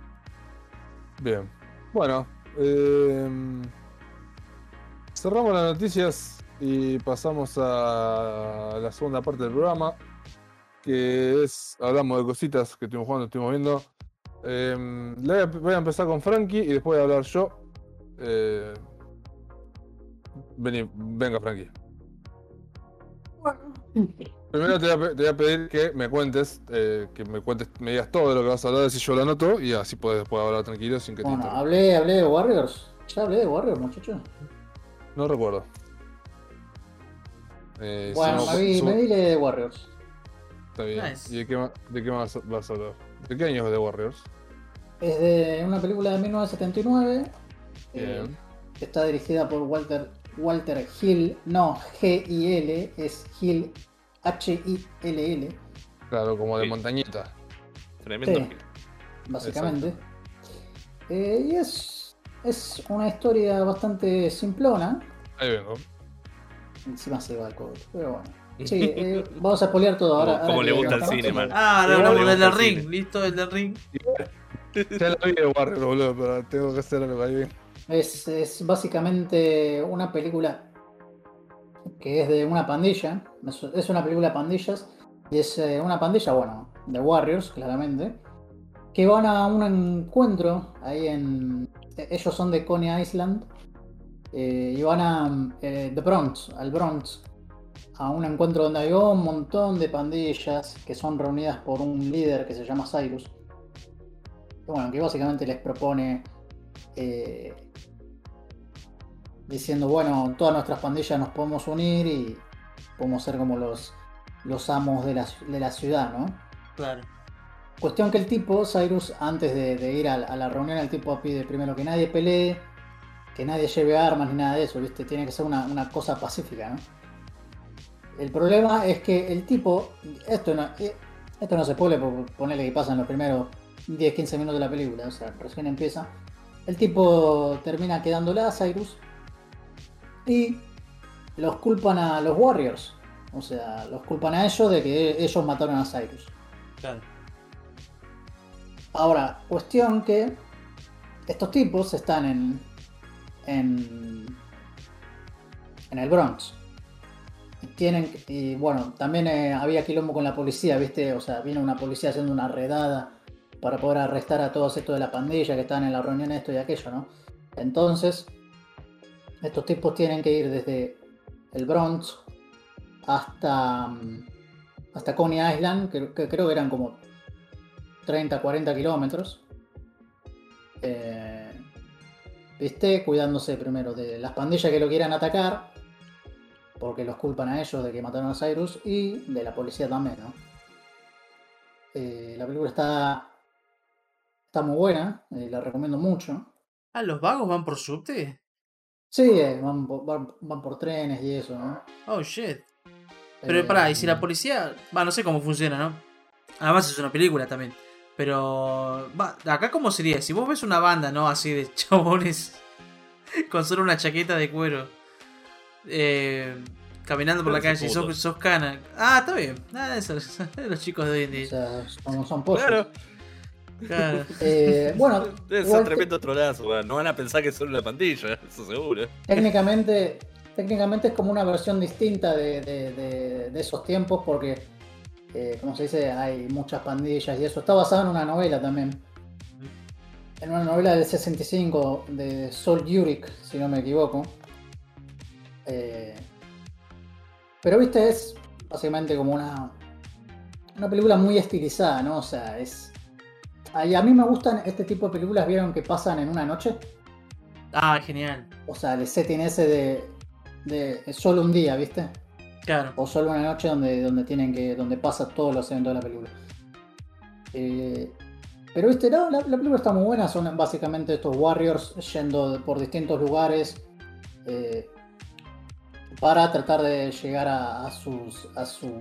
Bien. Bueno. eh, cerramos las noticias y pasamos a la segunda parte del programa. Que es. Hablamos de cositas que estuvimos jugando, estuvimos viendo. Eh, le voy a, voy a empezar con Frankie y después voy a hablar yo. Eh, vení, venga, Frankie. Primero te voy, a, pe- te voy a pedir que me cuentes, eh, que me cuentes, me digas todo de lo que vas a hablar, si yo lo anoto y así puedes después hablar tranquilo sin que te Bueno, interrumpa. hablé, hablé de Warriors. Ya hablé de Warriors, muchachos. No recuerdo. Eh, si Bueno, no, me vi, su- me vi de Warriors. Está bien. Nice. ¿Y de qué, ma- de qué más vas a hablar? ¿De qué año es de Warriors? Es de una película de mil novecientos setenta y nueve. eh, Bien. está dirigida por Walter, Walter Hill. No, G I L, es Hill, H I L L, Claro, como de Sí. montañita. Tremendo. Sí. básicamente. Eh, y es, es una historia bastante simplona. Ahí vengo. Encima se va el cobre, pero bueno. Sí, eh, vamos a spoilear todo ahora. Como, como ahora le que- gusta el ¿no? cine, man. Ah, no, Igual no, le el gusta del el ring. cine. Listo, el del ring. Ya la vi de Warrior, boludo, pero tengo que hacer algo ahí bien. Es, es básicamente una película que es de una pandilla. Es, es una película de pandillas. Y es eh, una pandilla, bueno, de Warriors, claramente. Que van a un encuentro ahí en. eh, Ellos son de Coney Island. eh, y van a eh, The Bronx, al Bronx. A un encuentro donde hay un montón de pandillas que son reunidas por un líder que se llama Cyrus. Que, bueno, que básicamente les propone. eh, diciendo, bueno, todas nuestras pandillas nos podemos unir y podemos ser como los, los amos de la, de la ciudad, ¿no? Claro. Cuestión que el tipo, Cyrus, antes de, de ir a, a la reunión, el tipo pide primero que nadie pelee, que nadie lleve armas ni nada de eso, ¿viste? Tiene que ser una, una cosa pacífica, ¿no? El problema es que el tipo, esto no, esto no se puede ponerle que pasan los primeros diez quince minutos de la película, o sea, recién empieza. El tipo termina quedándola a Cyrus y los culpan a los Warriors. O sea, los culpan a ellos de que ellos mataron a Cyrus. Claro. Ahora, cuestión que estos tipos están en en, en el Bronx. Y tienen y bueno, también eh, había quilombo con la policía, ¿viste? O sea, vino una policía haciendo una redada para poder arrestar a todos estos de la pandilla que están en la reunión esto y aquello, ¿no? Entonces, estos tipos tienen que ir desde el Bronx hasta hasta Coney Island, que, que creo que eran como treinta, cuarenta kilómetros. Eh, ¿Viste? Cuidándose primero de las pandillas que lo quieran atacar, porque los culpan a ellos de que mataron a Cyrus, y de la policía también, ¿no? Eh, la película está, está muy buena, eh, la recomiendo mucho. Ah, ¿los vagos van por subte? Sí, eh, van, por- van, van por trenes y eso, ¿no? Oh, shit. Pero Eh, pará, y si la policía... Va, no sé cómo funciona, ¿no? Además es una película también. Pero... Va, acá cómo sería, si vos ves una banda, ¿no? Así de chabones con solo una chaqueta de cuero. Eh, caminando por la Pero calle y son sos, putos. sos cana. Ah, está bien. Ah, eso, son los chicos de hoy en O día. sea, son, son pollos. Claro, Claro. Eh, bueno, deben ser igual te- tremendo trolazo, weón. No van a pensar que son una pandilla, eso seguro. técnicamente, técnicamente es como una versión distinta de, de- de- de esos tiempos porque, eh, como se dice, hay muchas pandillas y eso. Está basado en una novela también. En una novela del sesenta y cinco de Sol Yurik, si no me equivoco. Eh, pero viste, es básicamente como una, una película muy estilizada, ¿no? O sea, es... Y a mí me gustan este tipo de películas, ¿vieron? Que pasan en una noche. Ah, genial. O sea, el setting ese de, de solo un día, ¿viste? Claro. O solo una noche donde, donde tienen que. Donde pasa todos los eventos de la película. Eh, pero viste, no, la, la película está muy buena. Son básicamente estos Warriors yendo por distintos lugares. eh, para tratar de llegar a, a sus. a su.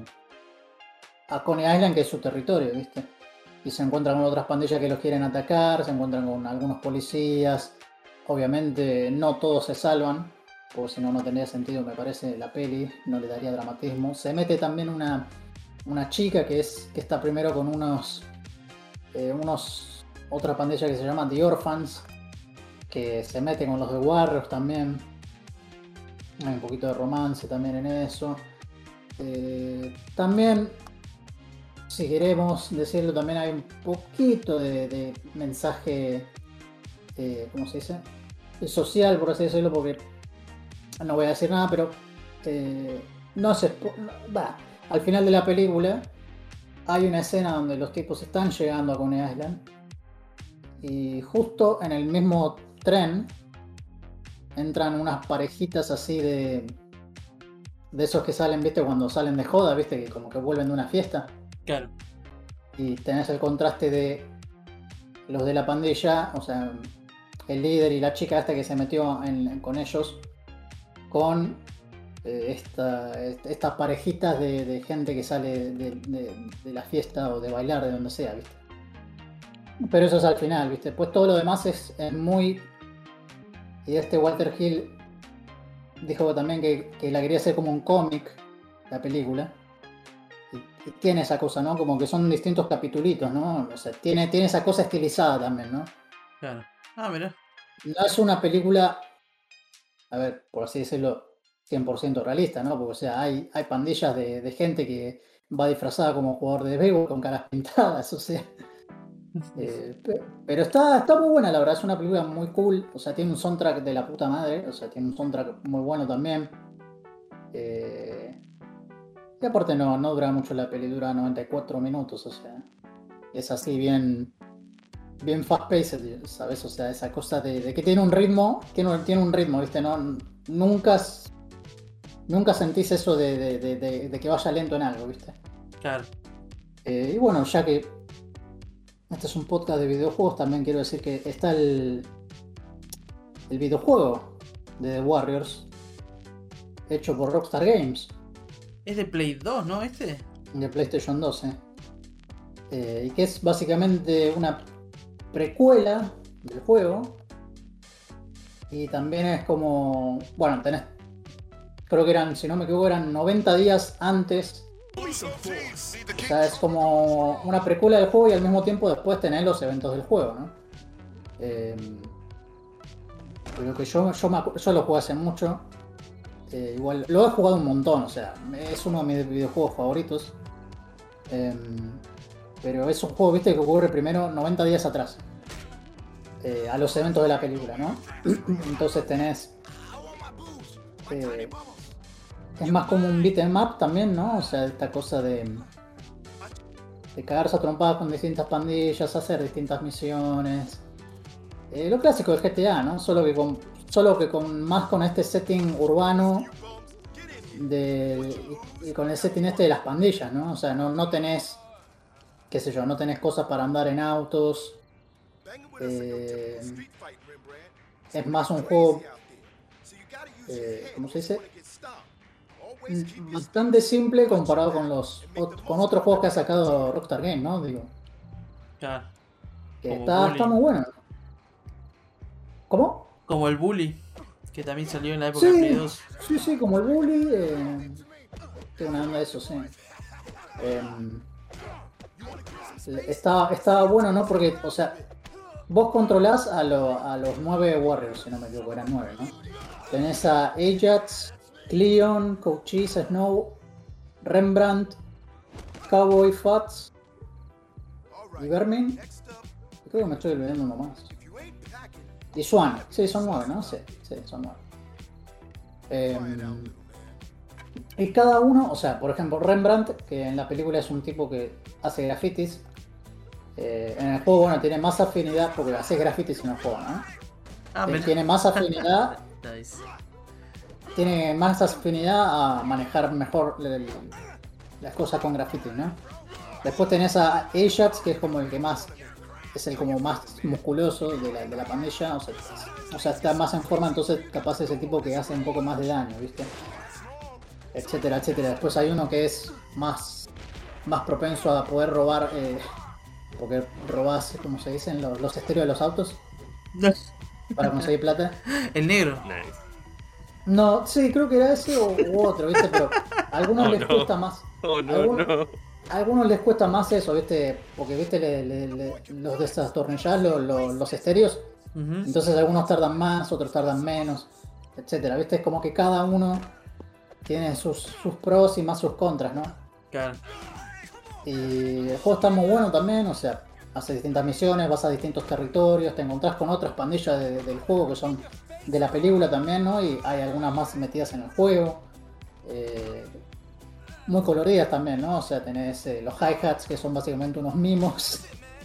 a Coney Island, que es su territorio, ¿viste? Y se encuentran con otras pandillas que los quieren atacar, se encuentran con algunos policías. Obviamente no todos se salvan, porque si no, no tendría sentido, me parece, la peli, no le daría dramatismo. Se mete también una, una chica que es que está primero con unos, eh, unos otra pandilla que se llama The Orphans, que se mete con los de Warriors también. Hay un poquito de romance también en eso. Eh, también, si queremos decirlo, también hay un poquito de, de mensaje, eh, ¿cómo se dice? Social, por así decirlo, porque no voy a decir nada, pero eh, no se va. Al final de la película hay una escena donde los tipos están llegando a Coney Island y justo en el mismo tren entran unas parejitas así de de esos que salen, viste, cuando salen de joda, viste, que como que vuelven de una fiesta. Claro. Y tenés el contraste de los de la pandilla, o sea, el líder y la chica esta que se metió en- con ellos, con eh, esta, estas parejitas de, de gente que sale de, de- de la fiesta o de bailar, de donde sea, ¿viste? Pero eso es al final, ¿viste? Pues todo lo demás es, es muy... Y este Walter Hill dijo también que, que la quería hacer como un cómic, la película. Y, y tiene esa cosa, ¿no? Como que son distintos capitulitos, ¿no? O sea, tiene, tiene esa cosa estilizada también, ¿no? Claro. Ah, mira. No es una película, a ver, por así decirlo, cien por ciento realista, ¿no? Porque, o sea, hay, hay pandillas de, de gente que va disfrazada como jugador de béisbol con caras pintadas, o sea. Eh, pe- pero está, está muy buena, la verdad, es una película muy cool. O sea, tiene un soundtrack de la puta madre, o sea, tiene un soundtrack muy bueno también. Eh, y aparte no, no dura mucho la peli, dura noventa y cuatro minutos, o sea, es así bien, bien fast paced, ¿sabes? O sea, esa cosa de, de que tiene un ritmo, tiene, tiene un ritmo, ¿viste? No, nunca, s- nunca sentís eso de, de- de- de- de que vaya lento en algo, ¿viste? Claro. Eh, y bueno, ya que este es un podcast de videojuegos, también quiero decir que está el, el videojuego de The Warriors, hecho por Rockstar Games, Es de Play dos, ¿no? Este. de PlayStation dos, eh. Eh, y que es básicamente una precuela del juego. Y también es como, bueno, tenés, creo que eran, si no me equivoco, eran noventa días antes. O sea, es como una precuela del juego y al mismo tiempo después tenés los eventos del juego, ¿no? Eh, pero que yo, yo, me acu- yo lo jugué hace mucho. Eh, igual, lo he jugado un montón, o sea, es uno de mis videojuegos favoritos. Eh, pero es un juego, viste, que ocurre primero noventa días atrás. Eh, a los eventos de la película, ¿no? Entonces tenés... eh, es más como un beat 'em up también, ¿no? O sea, esta cosa de... de cagarse a trompadas con distintas pandillas, hacer distintas misiones. Eh, lo clásico de G T A, ¿no? Solo que con, solo que con más con este setting urbano de, y, y con el setting este de las pandillas, ¿no? O sea, no, no tenés, qué sé yo, no tenés cosas para andar en autos. Eh, es más un juego, eh, ¿cómo se dice? Mm, Bastante simple comparado con los ot- con otros juegos que ha sacado Rockstar Games, ¿no? Digo, Claro. que Como está, Bully. está muy bueno. ¿Cómo? Como el Bully, que también salió en la época de Play Sí, dos. sí, sí, como el Bully. Eh, tengo una onda de eso, sí. Eh, está, está bueno, ¿no? Porque, o sea, vos controlás a, lo- a los nueve Warriors, si no me equivoco, eran nueve, ¿no? Tenés a Ajax, Cleon, Cochise, Snow, Rembrandt, Cowboy Fats y Vermin. Creo que me estoy olvidando uno más. Y Swan, sí, son nueve, ¿no? Sí, sí, son nueve. Eh, y cada uno, o sea, por ejemplo, Rembrandt, que en la película es un tipo que hace grafitis. Eh, en el juego, bueno, tiene más afinidad, porque hace grafitis en el juego, ¿no? Ah, Eh, mira. tiene más afinidad, Nice. tiene más afinidad a manejar mejor el- las cosas con grafitis, ¿no? Después tenés a Ajax, que es como el que más, es el como más musculoso de la, de la pandilla, o sea, o sea, está más en forma, entonces capaz es el tipo que hace un poco más de daño, ¿viste? Etcétera, etcétera. Después hay uno que es más, más propenso a poder robar, eh, porque robás, como se dicen, los, los estéreos de los autos para conseguir plata. El negro. Nice. No, sí, creo que era ese o u otro, ¿viste? Pero a algunos Oh, les no. cuesta más. Oh, no, Algunos- no. A algunos les cuesta más eso, ¿viste? Porque, ¿viste? Le, le- le- los desatornillás los, los, los estéreos. Ujú. Entonces algunos tardan más, otros tardan menos, etcétera. ¿Viste? Es como que cada uno tiene sus, sus pros y más sus contras, ¿no? Claro. Y el juego está muy bueno también, o sea, hace distintas misiones, vas a distintos territorios, te encontrás con otras pandillas de- del juego que son de la película también, ¿no? Y hay algunas más metidas en el juego. Eh, muy coloridas también, ¿no? O sea, tenés eh, los hi-hats que son básicamente unos mimos.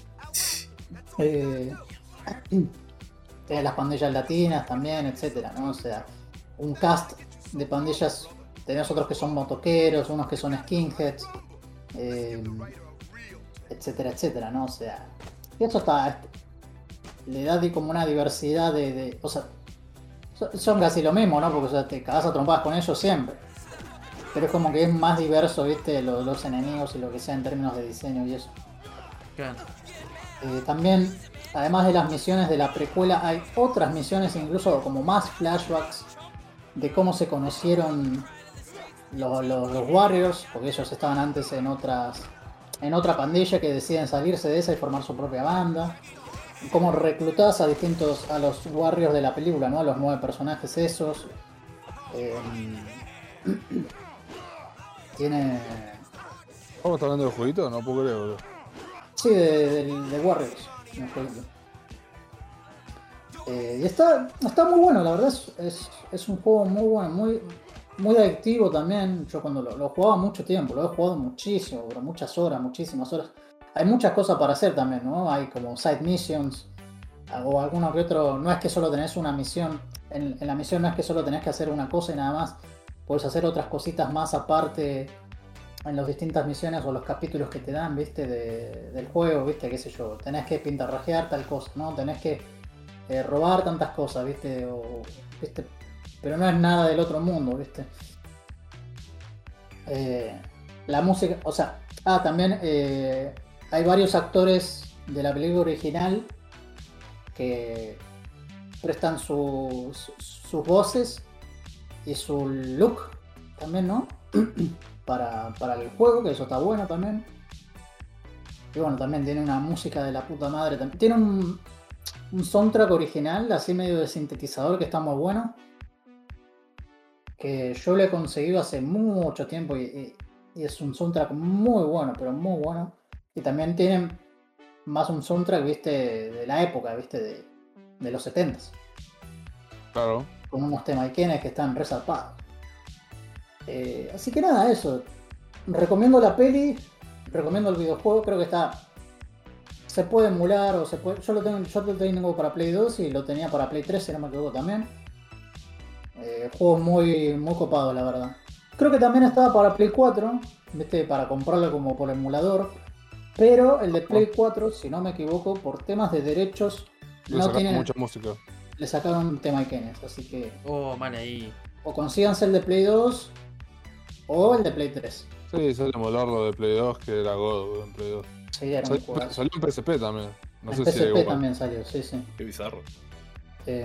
Eh, tenés las pandillas latinas también, etcétera, ¿no? O sea, un cast de pandillas, tenés otros que son motoqueros, unos que son skinheads, eh, etcétera, etcétera, ¿no? O sea, y eso está, le da di- como una diversidad de, de- o sea, son, son casi lo mismo, ¿no? Porque, o sea, te cagas a trompadas con ellos siempre. Pero es como que es más diverso, ¿viste? Los, los enemigos y lo que sea en términos de diseño y eso. Claro. Eh, también, además de las misiones de la precuela, hay otras misiones, incluso como más flashbacks de cómo se conocieron los, los, los Warriors, porque ellos estaban antes en otras en otra pandilla que deciden salirse de esa y formar su propia banda. Cómo reclutás a distintos, a los Warriors de la película, ¿no? A los nueve personajes esos. Eh, tiene... ¿Cómo está hablando del jueguito? No puedo creer, boludo. Sí, de, de, de Warriors. Un jueguito. Eh, y está, está muy bueno, la verdad es, es, es un juego muy bueno, muy, muy adictivo también. Yo cuando lo, lo jugaba mucho tiempo, lo he jugado muchísimo, pero muchas horas, muchísimas horas. Hay muchas cosas para hacer también, ¿no? Hay como side missions o alguno que otro. No es que solo tenés una misión. En, en la misión no es que solo tenés que hacer una cosa y nada más. Puedes hacer otras cositas más aparte en las distintas misiones o los capítulos que te dan, ¿viste? De, del juego, ¿viste? Qué sé yo. Tenés que pintarrajear tal cosa, ¿no? Tenés que eh, robar tantas cosas, ¿viste? O, ¿viste? Pero no es nada del otro mundo, ¿viste? Eh, la música, o sea, ah, también eh, hay varios actores de la película original que prestan su, su, sus voces y su look también, ¿no? para, para el juego, que eso está bueno también. Y bueno, también tiene una música de la puta madre. Tiene un, un soundtrack original, así medio de sintetizador, que está muy bueno. Que yo lo he conseguido hace mucho tiempo y, y, y es un soundtrack muy bueno, pero muy bueno. Y también tienen más un soundtrack, viste, de la época, viste, de, de los setentas. Claro. Con unos temaiquenes que están resarpados. Eh, así que nada, eso. Recomiendo la peli, recomiendo el videojuego, creo que está... Se puede emular o se puede... Yo lo tengo, yo lo tengo para Play dos y lo tenía para Play tres, si no me equivoco también. Eh, juego muy, muy copado, la verdad. Creo que también estaba para Play cuatro, viste, para comprarlo como por emulador. Pero el de Play cuatro, si no me equivoco, por temas de derechos, Le no sacaron tiene... mucha música. Le sacaron tema Ikenes, así que Oh, mal ahí. o consíganse el de Play dos o el de Play tres. Sí, sale emularlo de Play dos, que era God en Play dos. Sí, era un Salió, juegazo. salió en P S P también. No En sé si era P S P igual. también salió, sí, sí. Qué bizarro. Eh,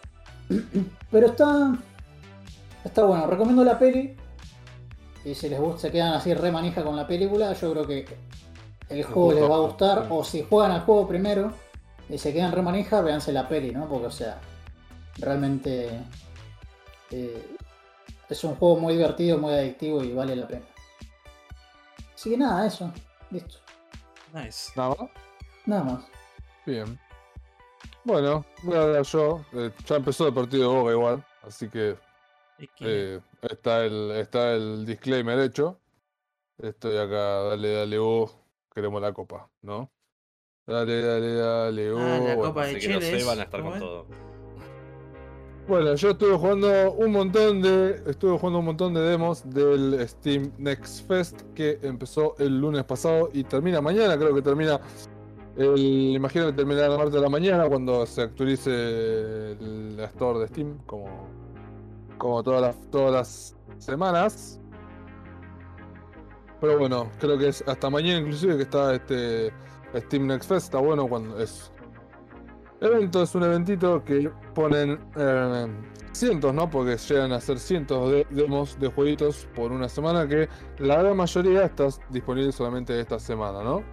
pero está está bueno, recomiendo la peli. Y si les gusta, se quedan así re manija con la película, yo creo que el juego les va a gustar. O si juegan al juego primero y se quedan re manija, véanse la peli, ¿no? Porque, o sea, realmente eh, es un juego muy divertido, muy adictivo y vale la pena. Así que nada, eso. Listo. Nice. ¿Nada más? Nada más. Bien. Bueno, voy a hablar yo. Eh, ya empezó el partido de Boca igual, así que Es que- eh, está, el, está el disclaimer hecho. Estoy acá, dale, dale, vos, queremos la copa, ¿no? Dale, dale, dale, vos. Ah, la bueno. Copa de Así que no Chile. sé, van a es- estar ¿cómo con es? todo. Bueno, yo estuve jugando un montón de. Estuve jugando un montón de demos del Steam Next Fest que empezó el lunes pasado y termina mañana, creo que termina. El, imagino que terminará el martes de la mañana cuando se actualice el- la store de Steam, como, como todas las, todas las semanas. Pero bueno, creo que es hasta mañana inclusive que está este Steam Next Fest, está bueno cuando es evento, es un eventito que ponen eh, cientos, ¿no? Porque llegan a ser cientos de demos de jueguitos por una semana que la gran mayoría está disponible solamente esta semana, ¿no?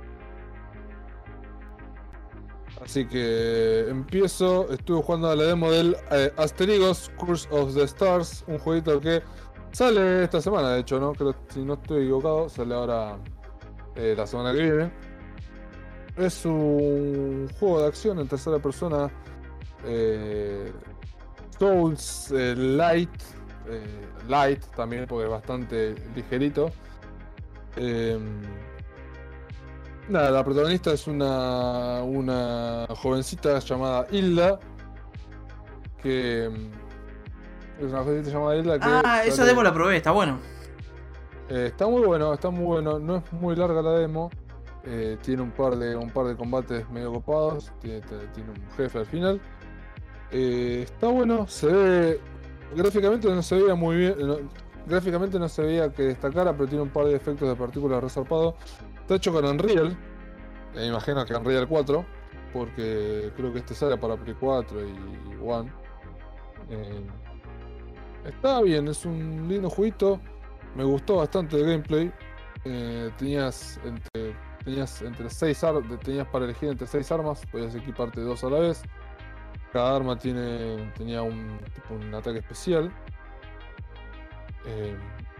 Así que empiezo, estuve jugando a la demo del eh, Asterigos Curse of the Stars, un jueguito que sale esta semana, de hecho, ¿no? Creo, si no estoy equivocado, sale ahora eh, la semana que viene. Es un juego de acción en tercera persona, eh, Souls eh, Light, eh, Light también porque es bastante ligerito. Eh, Nada, la protagonista es una, una jovencita llamada Hilda. Que. mm, Es una jovencita llamada Hilda que. Ah, esa sale- demo la probé, está bueno. Eh, está muy bueno, está muy bueno. No es muy larga la demo. Eh, tiene un par de un par de combates medio copados. Tiene, te- tiene un jefe al final. Eh, está bueno, se ve. Gráficamente no se veía muy bien. no- gráficamente no se veía que destacara, pero tiene un par de efectos de partículas resarpados. Está hecho con Unreal. Me imagino que Unreal cuatro. Porque creo que este sale para Play cuatro y One. Eh, está bien, es un lindo jueguito. me gustó bastante el gameplay. Eh, tenías entre tenías entre seis ar- tenías para elegir entre seis armas, podías equiparte dos a la vez. Cada arma tiene tenía un tipo un ataque especial. Eh,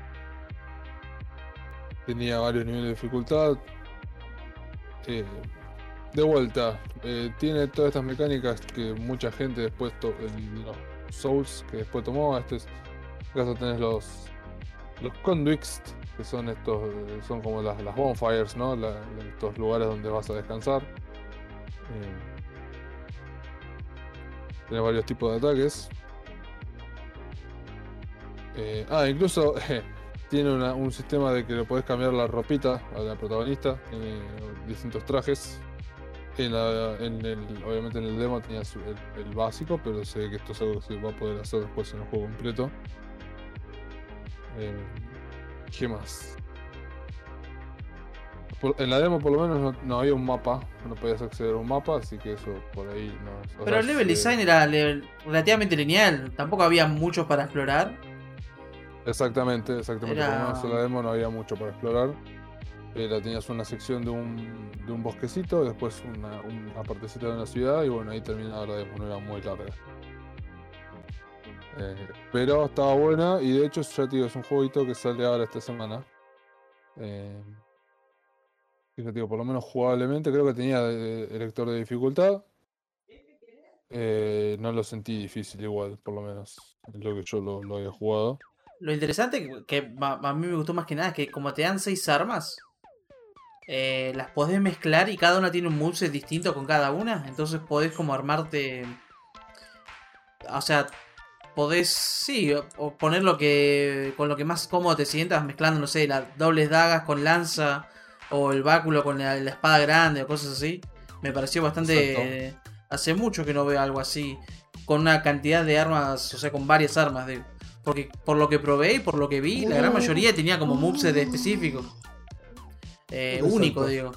tenía varios niveles de dificultad. Eh, de vuelta, eh, tiene todas estas mecánicas que mucha gente después to- en los Souls que después tomó. Este es, en este caso tenés los los conduits, que son estos, eh, son como las, las bonfires, ¿no? La- la- estos lugares donde vas a descansar. Eh, tenés varios tipos de ataques. Eh, ah, incluso eh, tiene una- un sistema de que le podés cambiar la ropita a la protagonista. Tiene distintos trajes. En la- en el, obviamente en el demo tenías el, el básico, pero sé que esto es algo que se va a poder hacer después en el juego completo. Eh, ¿Qué más? Por- en la demo por lo menos no, no había un mapa, no podías acceder a un mapa, así que eso por ahí no. O Pero sea, el level se- design era le- relativamente lineal, tampoco había mucho para explorar. Exactamente, exactamente. Era- Por lo menos en la demo no había mucho para explorar. Era, tenías una sección de un, de un bosquecito, después una, una partecita de una ciudad, y bueno, ahí terminaba la demo, no era muy larga. Eh, pero estaba buena, y de hecho, ya te digo, es un jueguito que sale ahora esta semana. Eh, y ya te digo, por lo menos jugablemente, creo que tenía eh, el lector de dificultad. Eh, no lo sentí difícil igual, por lo menos, es lo que yo lo, lo había jugado. Lo interesante que, que ma- a mí me gustó más que nada es que como te dan seis armas, eh, las podés mezclar y cada una tiene un moveset distinto con cada una. Entonces podés como armarte. O sea, podés, sí, o- o poner lo que con lo que más cómodo te sientas, mezclando, no sé, las dobles dagas con lanza o el báculo con la, la espada grande o cosas así. Me pareció bastante. eh, hace mucho que no veo algo así, con una cantidad de armas, o sea, con varias armas. De, porque por lo que probé y por lo que vi, la gran mayoría tenía como moveset específicos. Eh, Exacto. único, digo.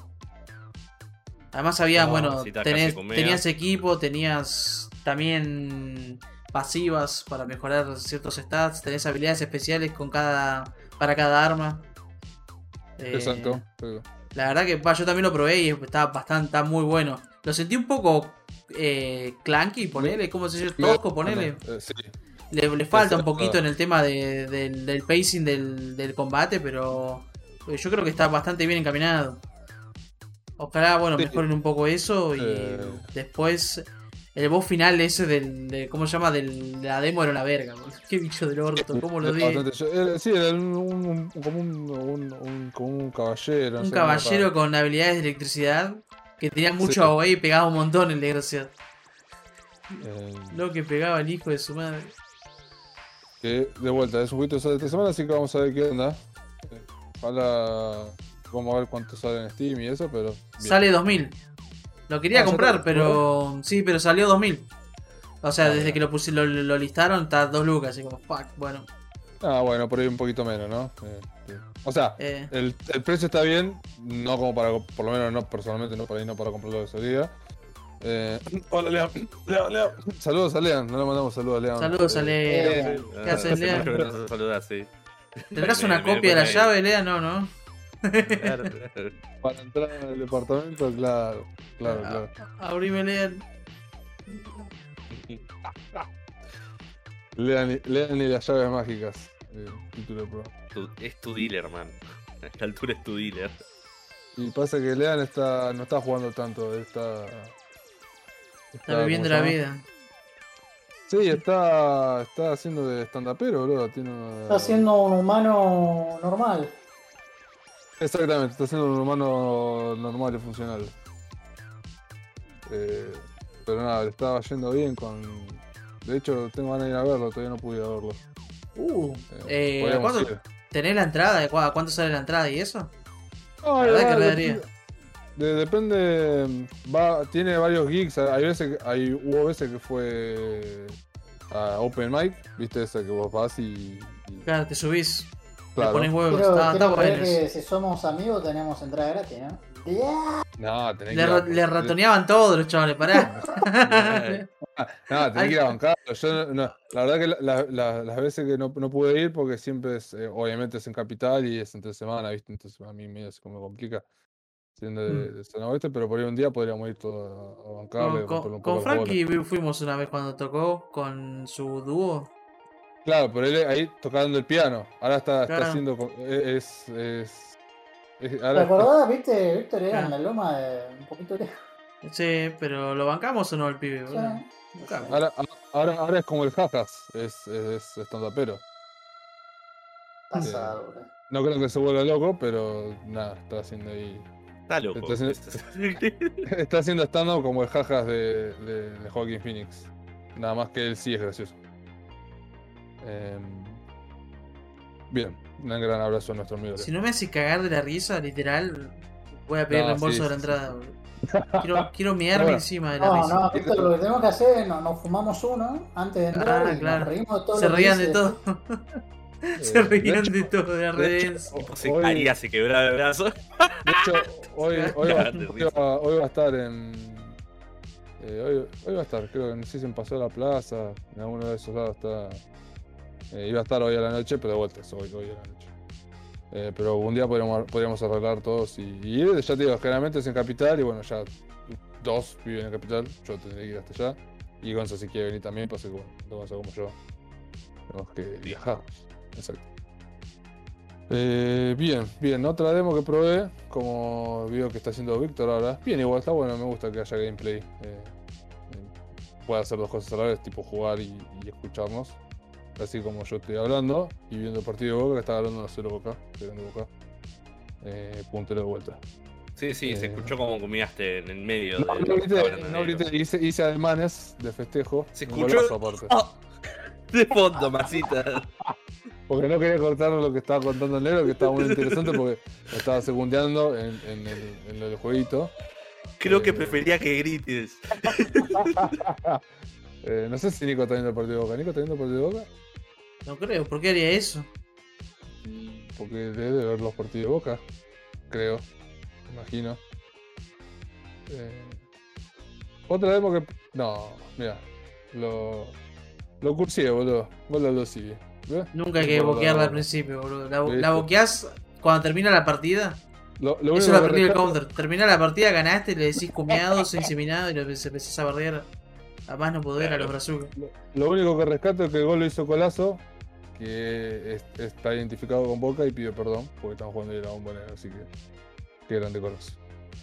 Además había, Ah, bueno, cita tenés- casi comea. tenías equipo, tenías también pasivas para mejorar ciertos stats, tenés habilidades especiales con cada para cada arma. Eh, Exacto. sí. La verdad que va, yo también lo probé y está bastante, está muy bueno. Lo sentí un poco eh, clunky, ponele, ¿cómo se dice? Tosco, ponele. Eh, sí. Le, le falta un Exacto. poquito en el tema de- del, del pacing del, del combate, pero yo creo que está bastante bien encaminado. Ojalá, bueno, Sí. mejoren un poco eso y Eh. después el boss final ese del, de, ¿cómo se llama? Del, de la demo era una verga, boludo. Qué bicho del orto, ¿cómo lo Era di? bastante- yo- era- sí, era un, un- un- como, un, un- un- como un caballero. no Un sé, caballero una- con habilidades de electricidad que tenía mucho Sí. A O E y pegaba un montón el desgraciado. eh, Lo que pegaba el hijo de su madre. que de vuelta, es un jueguito que sale esta semana, así que vamos a ver qué onda. Eh, Ojalá. Vamos a ver cuánto sale en Steam y eso, pero. bien. Sale dos mil. Lo quería Ah, ya comprar, está. pero. Sí, pero salió dos mil. O sea, Ah, desde bien. que lo, pusi- lo, lo listaron, está dos lucas. Así como, fuck, bueno. Ah, bueno, por ahí un poquito menos, ¿no? Eh, sí. O sea, Eh, el, el precio está bien, no como para. Por lo menos no personalmente, no por ahí no para comprarlo de salida. Eh, hola, Lean. Lean, Lean. Saludos a Lean, no le mandamos saludos a Lean. saludos a Eh, Lean. Eh, ¿Qué haces, hace Lea? mucho que no se saluda así. ¿Tendrás Me- una me copia de la pone ahí. llave, Lea? No, no. Claro. Para entrar en el departamento, claro, claro, claro. Abrime, Lea. Lean, y- lean y las llaves mágicas. eh, título del programa. Tu- Es tu dealer, man. A esta altura es tu dealer. Y pasa que Lean está, no está jugando tanto, está. Está viviendo ¿cómo la se llama? vida. Sí, está, está haciendo de stand-upero, boludo. Tiene una- Está siendo un humano normal. Exactamente, está siendo un humano normal y funcional. Eh, pero nada, le estaba yendo bien con. De hecho, tengo ganas de ir a verlo, todavía no pude ir a verlo. Uh, Eh, eh, podríamos ¿cuánto, ir. ¿tenés la entrada? ¿De cu- a ¿Cuánto sale la entrada y eso? No, La verdad igual, que re daría. depende, de- depende, va, tiene varios gigs, hay veces, que- hay, hubo veces que fue a Open Mic, viste esa que vos vas y, y- Claro, te subís. claro. Le pones huevos. Quiero, Está, está quiero creer bueno eso. que si somos amigos tenemos entrada gratis, ¿no? Yeah. No, tenés Le, que ra- ir a- le ratoneaban todos los chavales, pará. Ah, No, tenés que ir a bancarlo. Yo no, no- la verdad que la- la- la- las veces que no, no pude ir, porque siempre es, eh, obviamente es en Capital y es entre semana, ¿viste? Entonces a mí medio se me complica siendo de, Mm. de zona oeste, pero por ahí un día podríamos ir todos a, a bancarle, Con, y con, romperle un con poco las bolas. Frankie vi- fuimos una vez cuando tocó con su dúo. Claro, pero él ahí tocando el piano. Ahora está, está Claro. haciendo. co- Es. es, es- ¿Te ahora está- acordás, viste? Víctor era Ah. en la loma de un poquito lejos. Sí, pero ¿lo bancamos o no el pibe, Sí. boludo? Bancamos. ahora, ahora, ahora es como el Jajas. Es, es stand-upero. Pasado, boludo. No creo que se vuelva loco, pero nada, está haciendo ahí. Está loco. Entonces- Está haciendo stand-up como el Jajas de, de, de Joaquin Phoenix. Nada más que él sí es gracioso. Em, bien, un gran abrazo a nuestro amigo. Si no me hace cagar de la risa, literal, voy a pedir No, reembolso sí, de la sí, entrada, boludo. Quiero, quiero mearme Bueno. encima de la No, risa. no, Víctor, lo que tenemos que hacer es nos, nos fumamos uno antes de entrar Ah, y claro. nos reímos de todo Se lo que reían de dice. todo. Se Eh, reían de de hecho- todo, de la de hecho, redención. Se hoy- caía, se quebraba el brazo. De hecho, hoy, hoy, va, Cagate de hoy va- hoy va a estar en. eh, hoy, hoy va a estar, creo que no sé si en Paseo de la Plaza, en alguno de esos lados está. eh, iba a estar hoy a la noche, pero de vuelta es hoy, hoy a la noche. Eh, pero un día podríamos, podríamos arreglar todos y, y ir, ya te digo, generalmente es en Capital y bueno, ya dos viven en Capital, yo tendré que ir hasta allá. Y Gonza si quiere venir también, pasa que bueno, no Gonza como yo. Tenemos que viajar. Exacto. Eh, bien, bien, otra demo que probé, como veo que está haciendo Víctor ahora. Bien, igual está bueno, me gusta que haya gameplay. Eh, eh, puede hacer dos cosas a la vez, tipo jugar y, y escucharnos. Así como yo estoy hablando y viendo el partido de Boca, que está hablando no solo Boca, estoy viendo Boca. Eh, puntero de vuelta. Sí, sí, se Eh. escuchó como comíaste en el medio. No, de no lo que estaba grité, hablando no negro. grité, hice, hice ademanes de festejo. Se un escuchó. golazo aparte. ¡Oh! De fondo, masita. Porque no quería cortar lo que estaba contando el negro, que estaba muy interesante porque lo estaba segundeando en, en el, en el jueguito. Creo que Eh. prefería que grites. Eh, no sé si Nico está viendo el partido de Boca. ¿Nico está viendo el partido de Boca? No creo, ¿por qué haría eso? Porque debe de ver los partidos de Boca. Creo. Imagino. Eh, otra demo que. No, mira. Lo. Lo cursié, boludo. Vos lo sigue. ¿Ves? Nunca hay que Tipo, boquearla lo- al principio, boludo. La, bo- ¿Viste? la boqueás cuando termina la partida. Lo, lo Eso único lo que aprendí el rescato- counter. Termina la partida, ganaste, le decís cumeado, soy inseminado y lo empezás a bardear. A más no poder a los brazucas. Lo, lo único que rescato es que el gol lo hizo Colazo, que es- está identificado con Boca y pidió perdón, porque estamos jugando ir a un bonero, así que. Qué grande Colazo.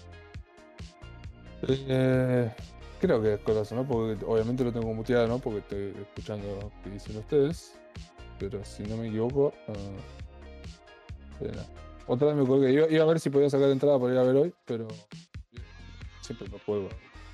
Eh, creo que es Colazo, ¿no? Porque obviamente lo tengo muteado, ¿no? Porque estoy escuchando lo que dicen ustedes. Pero si no me equivoco. ah, eh, no. Otra vez me colgué. Iba, iba a ver si podía sacar entrada para ir a ver hoy, pero. Siempre me juego.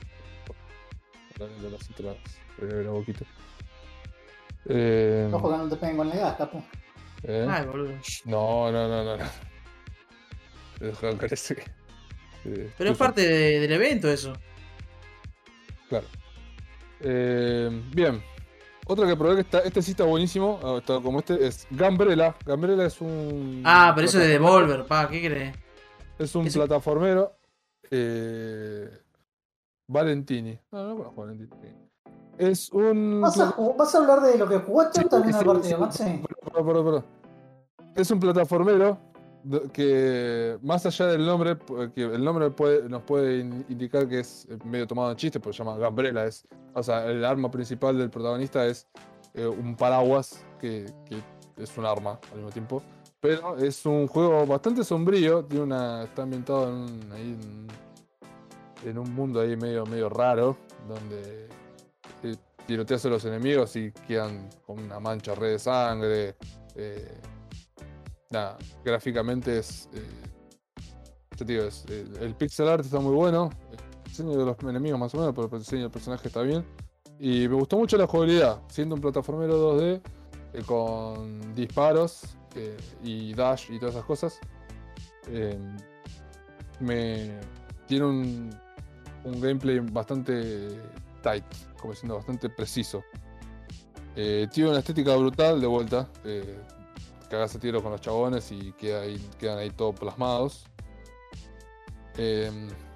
De las entradas. Voy a ver un poquito. Eh, Ojo que no te peguen con la gas, capo. ¿eh? Ay, boludo. No, no, no, no. no. Pero parece que. eh, Pero es puso- parte de- del evento eso. Claro. Eh, bien. Otra que probé que está. Este sí está buenísimo. ah, está como este es Gambrela. Gambrela es un. Ah, pero eso es de plataformero- Devolver, pa, ¿qué crees? Es un Ese- plataformero. Eh, Valentini. No, no conozco a Valentini. Es un. ¿Vas a, ju- ¿Vas a hablar de lo que jugaste Sí, o también sí, el partido, sí. Maxi? Perdón, perdón, perdón. Es un plataformero do- que, más allá del nombre, pu- que el nombre puede- nos puede in- indicar que es eh, medio tomado en chiste, porque se llama Gambrela. Es, o sea, el arma principal del protagonista es eh, un paraguas que, que es un arma al mismo tiempo. Pero es un juego bastante sombrío. Tiene una, está ambientado en un, ahí en, en un mundo ahí medio, medio raro, donde eh, tiroteas a los enemigos y quedan con una mancha re de sangre. eh, nada, gráficamente es. Eh, ya te digo, es, eh, el pixel art está muy bueno. El diseño de los enemigos más o menos, pero el diseño del personaje está bien. Y me gustó mucho la jugabilidad, siendo un plataformero dos D eh, con disparos eh, y dash y todas esas cosas. Eh, me tiene un, un gameplay bastante tight, como diciendo, bastante preciso. Eh, tiene una estética brutal de vuelta. Eh, cagás a tiro con los chabones y queda ahí, quedan ahí todos plasmados. Eh,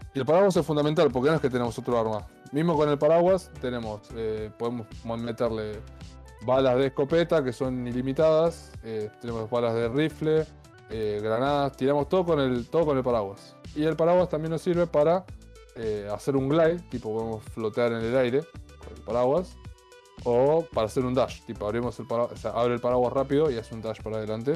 Y el paraguas es fundamental porque no es que tenemos otro arma. Mismo con el paraguas tenemos, eh, podemos meterle balas de escopeta que son ilimitadas, eh, tenemos balas de rifle, eh, granadas, tiramos todo con el todo con el paraguas. Y el paraguas también nos sirve para eh, hacer un glide, tipo podemos flotear en el aire con el paraguas, o para hacer un dash, tipo abrimos el paraguas, o sea, abre el paraguas rápido y hace un dash para adelante.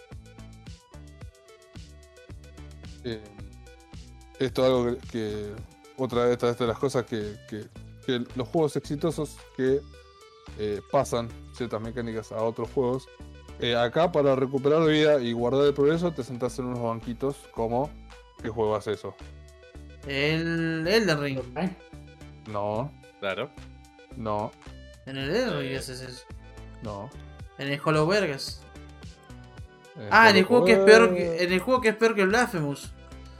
Eh, esto es algo que, que otra de estas de las cosas que, que, que los juegos exitosos que eh, pasan ciertas mecánicas a otros juegos. Eh, acá para recuperar vida y guardar el progreso te sentás en unos banquitos como ¿qué juego hace eso? El Elden Ring. ¿Eh? No, Claro. no, En el Elden Ring haces eso. no. En el Hollow Vergas. Eh, Ah, en el juego que es Hollow- peor que, en el juego que es peor que el Blasphemous.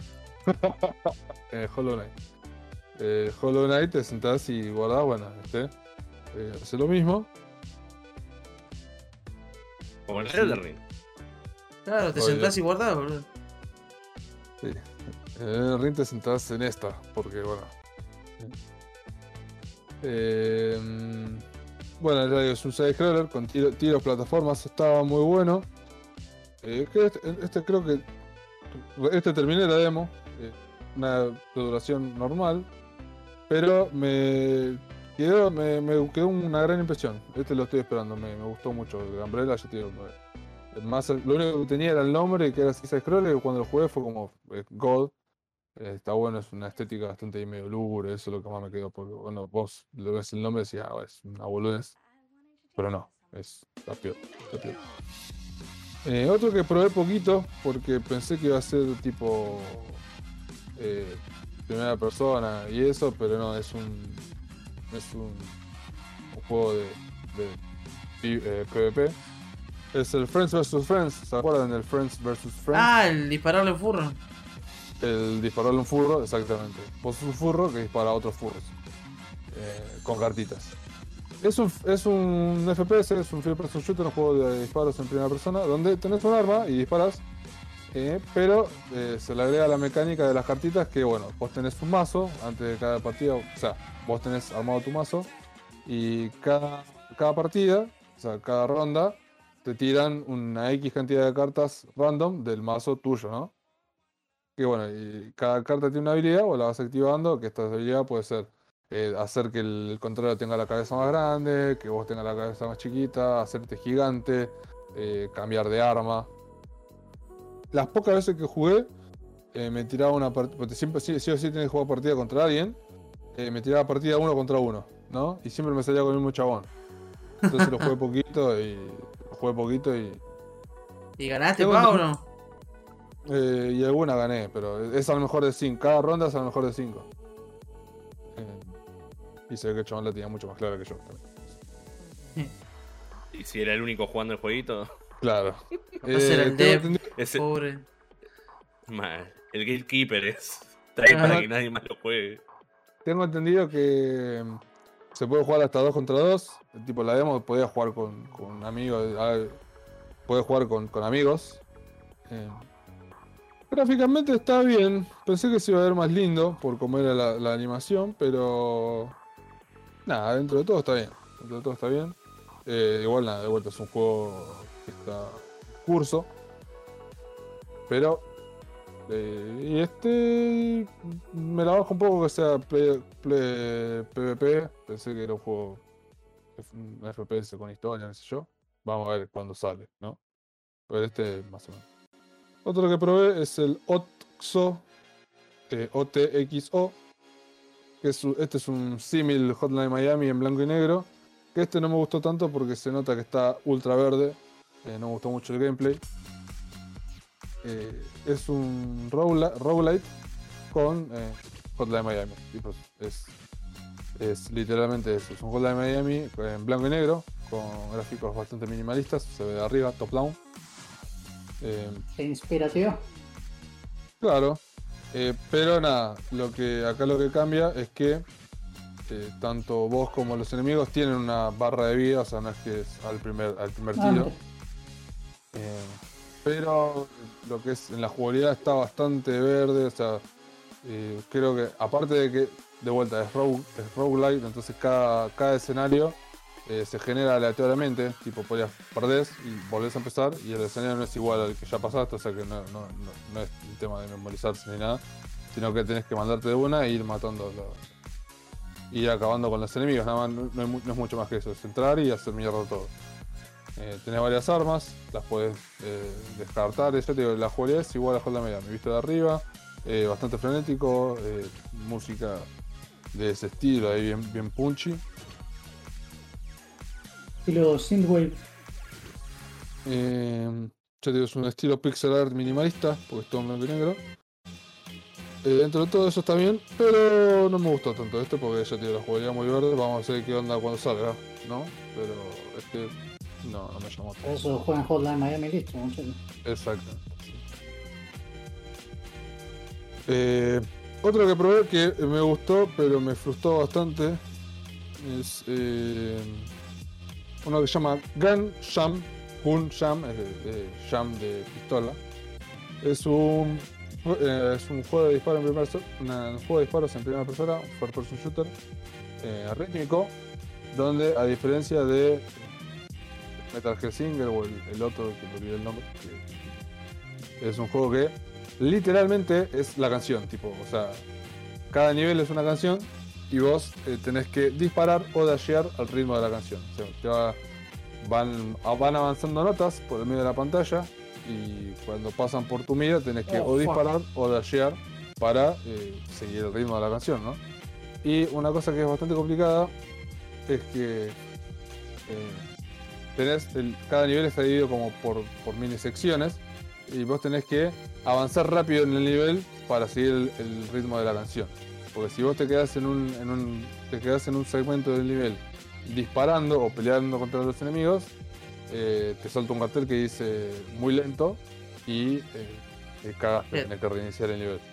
Eh, Hollow Knight. Eh, Hollow Knight te sentás y guardás, bueno, este eh, hace lo mismo. Como el Sí. Elden Ring. Claro, te Oye. sentás y guardás, boludo. Sí. En el ring te sentás en esta, porque bueno. Eh, mm, bueno, ya digo, es un side scroller con tiro- tiros, plataformas, estaba muy bueno. Eh, que este, este creo que. Este terminé la demo, eh, una duración normal, pero me quedó, me, me quedó una gran impresión. Este lo estoy esperando, me, me gustó mucho. El de Umbrella, yo te digo, me- más, lo único que tenía era el nombre y que era side scroller, y cuando lo jugué fue como eh, God. Eh, está bueno, es una estética bastante ahí medio lúgubre, eso es lo que más me quedó, porque bueno, vos lo ves el nombre y decís, ah, es una boludez, pero no, es está peor, está peor. Eh, otro que probé poquito, porque pensé que iba a ser tipo eh, primera persona y eso, pero no, es un es un, un juego de, de pi- eh, PvP. Es el Friends versus. Friends, ¿se acuerdan del Friends versus. Friends? Ah, el dispararle furro. El dispararle un furro, exactamente. Vos sos un furro que dispara a otros furros. eh, con cartitas. Es un, es un F P S, es un first person shooter, un juego de disparos en primera persona, donde tenés un arma y disparas, eh, pero eh, se le agrega la mecánica de las cartitas que, bueno, vos tenés un mazo antes de cada partida, o sea, vos tenés armado tu mazo y cada, cada partida, o sea, cada ronda, te tiran una X cantidad de cartas random del mazo tuyo, ¿no? Que bueno, y cada carta tiene una habilidad, o la vas activando, que esta habilidad puede ser eh, hacer que el contrario tenga la cabeza más grande, que vos tengas la cabeza más chiquita, hacerte gigante, eh, cambiar de arma. Las pocas veces que jugué, eh, me tiraba una partida, porque siempre sí, sí o sí tenés que jugar partida contra alguien, eh, me tiraba partida uno contra uno, ¿no? Y siempre me salía con el mismo chabón. Entonces lo jugué poquito y. Lo jugué poquito y. ¿Y ganaste, Tengo Pau, o ent- no? Eh, y alguna gané, pero es a lo mejor de cinco. Cada ronda es a lo mejor de cinco. Y se ve que el chabón la tenía mucho más clara que yo. Y si era el único jugando el jueguito, Claro. Va a ser Eh, el tengo dev. entendido- ese, Pobre. mal, el gatekeeper es. Está ahí para Ajá. que nadie más lo juegue. Tengo entendido que mm, se puede jugar hasta dos contra dos. Tipo, la demo podía jugar con, con amigos. ah, Puede jugar con, con amigos. Eh, gráficamente está bien. Pensé que se iba a ver más lindo por cómo era la, la animación, pero. Nada, dentro de todo está bien. Dentro de todo está bien. Eh, igual nada, de vuelta es un juego que está en curso. Pero. eh, y este. Me la bajo un poco que sea play- play- PvP. Pensé que era un juego. Un F P S con historia, no sé yo. Vamos a ver cuándo sale, ¿no? Pero este más o menos. Otro que probé es el Otxo. eh, O T X O. Que es, un- este es un símil Hotline Miami en blanco y negro. Que este no me gustó tanto porque se nota que está ultra verde. eh, no me gustó mucho el gameplay. Eh, es un roguela- roguelite con eh, Hotline Miami. Tipo, es, es literalmente eso. Es un Hotline Miami en blanco y negro. Con gráficos bastante minimalistas. Se ve de arriba, top down. Eh, ¿Te inspira, tío? Claro, eh, pero nada, lo que acá lo que cambia es que eh, tanto vos como los enemigos tienen una barra de vida, o sea, no es que es al primer, al primer Ah, tiro. mira. Eh, pero lo que es en la jugabilidad está bastante verde, o sea, Eh, creo que, aparte de que, de vuelta, es, rogue, es roguelite, entonces cada, cada escenario eh, se genera aleatoriamente, tipo, podías perdés y volvés a empezar, y el escenario no es igual al que ya pasaste, o sea que no, no, no, no es un tema de memorizarse ni nada, sino que tenés que mandarte de una e ir matando, los, ir acabando con los enemigos, nada más, no, no, es, no es mucho más que eso, es entrar y hacer mierda todo. Eh, tenés varias armas, las puedes eh, descartar, yo te digo, la jugabilidad es igual a Hold Media, me viste de arriba. Eh, bastante frenético, eh, música de ese estilo, ahí bien, bien punchy. Estilo Synthwave. Eh, ya te digo, es un estilo pixel art minimalista, porque es todo en blanco y negro. Eh, dentro de todo eso está bien, pero no me gustó tanto este porque ya te digo, la jugabilidad muy verde. Vamos a ver qué onda cuando salga, ¿no? Pero este no, no me llamó tanto. Por eso juegan Hotline Miami listo, muchachos. Exacto. Eh, otro que probé que me gustó, pero me frustró bastante, es eh, uno que se llama Gun Jam. Gun Jam, es de, de Jam de pistola. Es un, eh, es un juego de disparo en primera persona, un juego de disparos en primera persona, un first person shooter eh, rítmico, donde a diferencia de Metal Gear Singer o el, el otro que me olvidé el nombre, que es un juego que literalmente es la canción, tipo, o sea, cada nivel es una canción y vos eh, tenés que disparar o dashear al ritmo de la canción. O sea, te va, van, van avanzando notas por el medio de la pantalla y cuando pasan por tu mira tenés que Oh, o fuck. disparar o dashear para eh, seguir el ritmo de la canción, ¿no? Y una cosa que es bastante complicada es que eh, tenés el, cada nivel está dividido como por, por mini secciones. Y vos tenés que avanzar rápido en el nivel para seguir el, el ritmo de la canción. Porque si vos te quedás en un, en un, te quedás en un segmento del nivel disparando o peleando contra los enemigos, eh, te salta un cartel que dice muy lento y eh, te cagaste, Bien. tenés que reiniciar el nivel.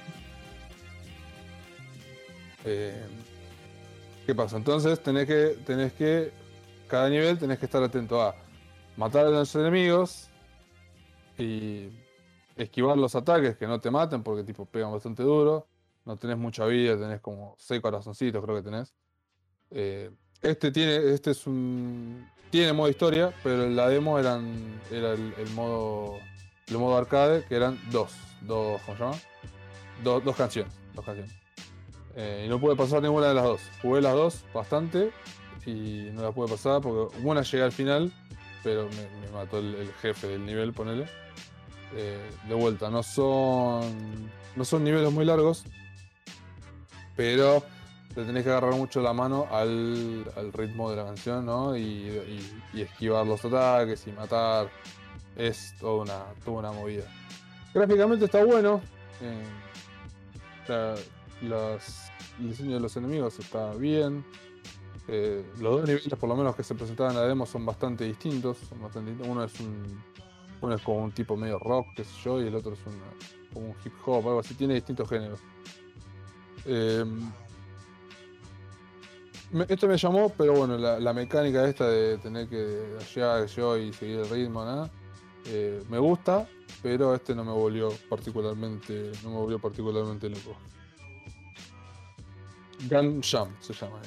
Eh, ¿Qué pasa? Entonces tenés que, tenés que, cada nivel tenés que estar atento a matar a los enemigos y esquivar los ataques que no te maten porque tipo pegan bastante duro. No tenés mucha vida, tenés como seis corazoncitos, creo que tenés. Eh, este tiene, este es un. Tiene modo historia, pero en la demo eran. Era el, el modo. El modo arcade, que eran dos. Dos. ¿Cómo se llama? Dos, dos canciones. Dos canciones. Eh, y no pude pasar ninguna de las dos. Jugué las dos bastante. Y no las pude pasar porque una llegué al final. Pero me, me mató el, el jefe del nivel, ponele. Eh, de vuelta, no son. No son niveles muy largos. Pero te tenés que agarrar mucho la mano al, al ritmo de la canción, ¿no? Y, y, y esquivar los ataques y matar. Es toda una, toda una movida. Gráficamente está bueno. Eh, o sea, los, el diseño de los enemigos está bien. Eh, los dos niveles, por lo menos que se presentaban en la demo, son bastante distintos. Son bastante distintos. Uno es un. Uno es como un tipo medio rock, qué sé yo, y el otro es una, como un hip hop, algo así. Tiene distintos géneros. Eh, me, esto me llamó, pero bueno, la, la mecánica esta de tener que llegar yo y seguir el ritmo, nada, eh, me gusta, pero este no me volvió particularmente, no me volvió particularmente loco. Gun Jam se llama.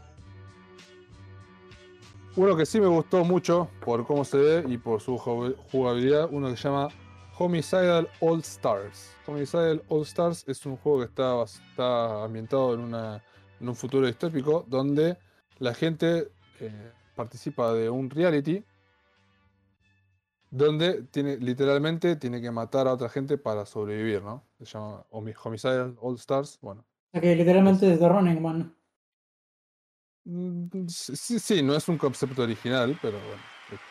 Uno que sí me gustó mucho por cómo se ve y por su jugabilidad, uno que se llama Homicidal All Stars. Homicidal All Stars es un juego que está, está ambientado en, una, en un futuro distópico donde la gente eh, participa de un reality donde tiene, literalmente tiene que matar a otra gente para sobrevivir, ¿no? Se llama Homicidal All Stars. Bueno. O sea que literalmente es The Running Man. Sí, sí, no es un concepto original, pero bueno.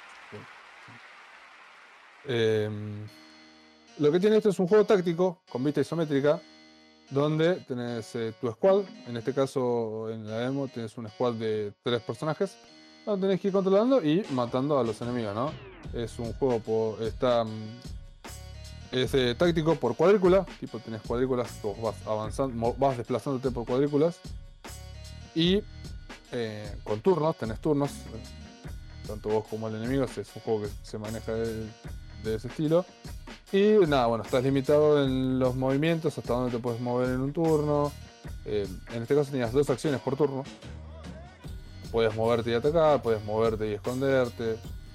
Eh, lo que tiene esto es un juego táctico con vista isométrica donde tenés eh, tu squad. En este caso, en la demo, tenés un squad de tres personajes donde tenés que ir controlando y matando a los enemigos, ¿no? Es un juego por. Está. Es eh, táctico por cuadrícula. Tipo, tenés cuadrículas, vos vas avanzando, vas desplazándote por cuadrículas. Y eh, con turnos, tenés turnos. Tanto vos como el enemigo, es un juego que se maneja de, de ese estilo. Y nada, bueno, estás limitado en los movimientos, hasta dónde te puedes mover en un turno. Eh, en este caso tenías dos acciones por turno. Podías moverte y atacar, podías moverte y esconderte.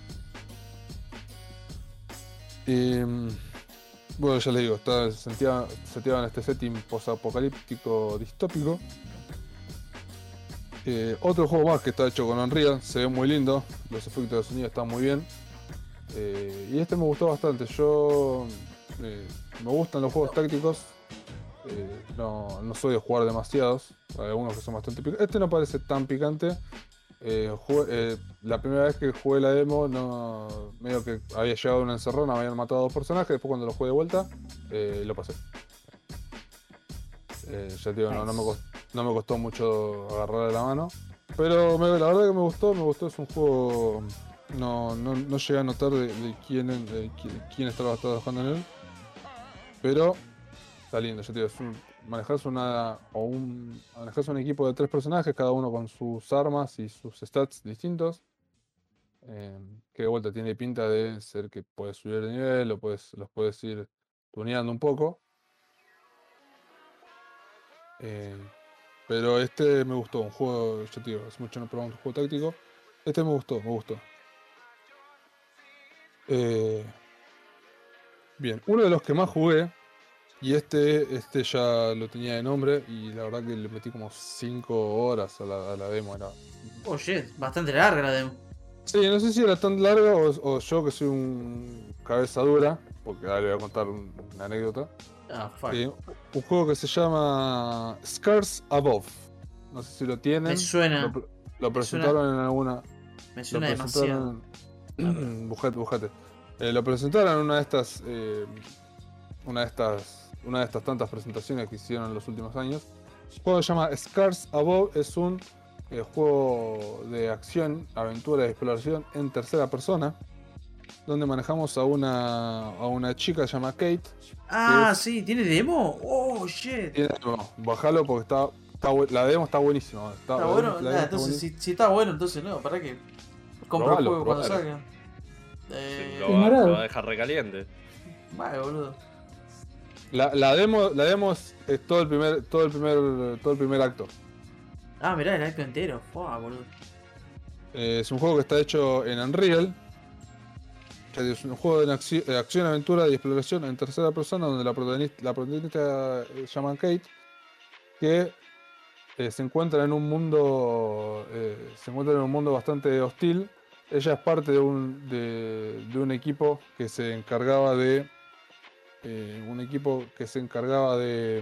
Y bueno, ya les digo, está seteado en este setting post-apocalíptico distópico. Eh, otro juego más que está hecho con Unreal, se ve muy lindo, los efectos de sonido están muy bien. Eh, y este me gustó bastante. Yo eh, me gustan los juegos tácticos. Eh, no, no soy de jugar demasiados. Hay algunos que son bastante picantes. Este no parece tan picante. Eh, jugué, eh, la primera vez que jugué la demo, no, medio que había llegado a una encerrona, me habían matado a dos personajes. Después, cuando lo jugué de vuelta, eh, lo pasé. Eh, ya te digo, no, no, me costó, no me costó mucho agarrarle la mano. Pero me, la verdad que me gustó. Me gustó, es un juego. No, no, no llegué a notar de, de, quién, de quién estaba trabajando en él. Pero está lindo, ya te digo, es un, manejarse una o un manejarse un equipo de tres personajes, cada uno con sus armas y sus stats distintos. Eh, que de vuelta tiene pinta de ser que puedes subir de nivel o puedes, los puedes ir tuneando un poco. Eh, pero este me gustó, un juego, ya te digo, hace mucho no probamos un juego táctico. Este me gustó, me gustó. Eh, bien, uno de los que más jugué, y este, este ya lo tenía de nombre, y la verdad que le metí como cinco horas a la, a la demo. Era... Oh shit, bastante larga la demo. Sí, no sé si era tan larga o, o yo que soy un cabeza dura, porque ahora le voy a contar un, una anécdota. Ah, fuck. Eh, un juego que se llama Scars Above. No sé si lo tienen. Me suena. Lo, lo presentaron suena, en alguna. Me suena demasiado. Bujate, bujate. Eh, lo presentaron en una de estas. Eh, una de estas. Una de estas tantas presentaciones que hicieron en los últimos años. El juego se llama Scars Above. Es un eh, juego de acción, aventura y exploración en tercera persona. Donde manejamos a una. a una chica llamada Kate. Ah, es, sí, ¿tiene demo? Oh shit. Tiene demo. Bajalo porque está. Está, la demo está buenísima. Está, Está la bueno, demo, la nah, demo entonces está si, si está bueno, entonces no, ¿para qué? Compro Probalo, el juego cuando probalo. salga. Eh, Lo, va, lo va a dejar recaliente. Vale, boludo. La, la demo, la demo es, es todo el primer, todo el primer, todo el primer acto. Ah, mirá, el acto entero. Fua, boludo. Eh, es un juego que está hecho en Unreal. Es un juego de acción, de acción, aventura y exploración en tercera persona, donde la protagonista, la protagonista eh, se llama Kate, que eh, se encuentra en un mundo, eh, se encuentra en un mundo bastante hostil. Ella es parte de un, de, de un equipo que se encargaba de, eh, un equipo que se encargaba de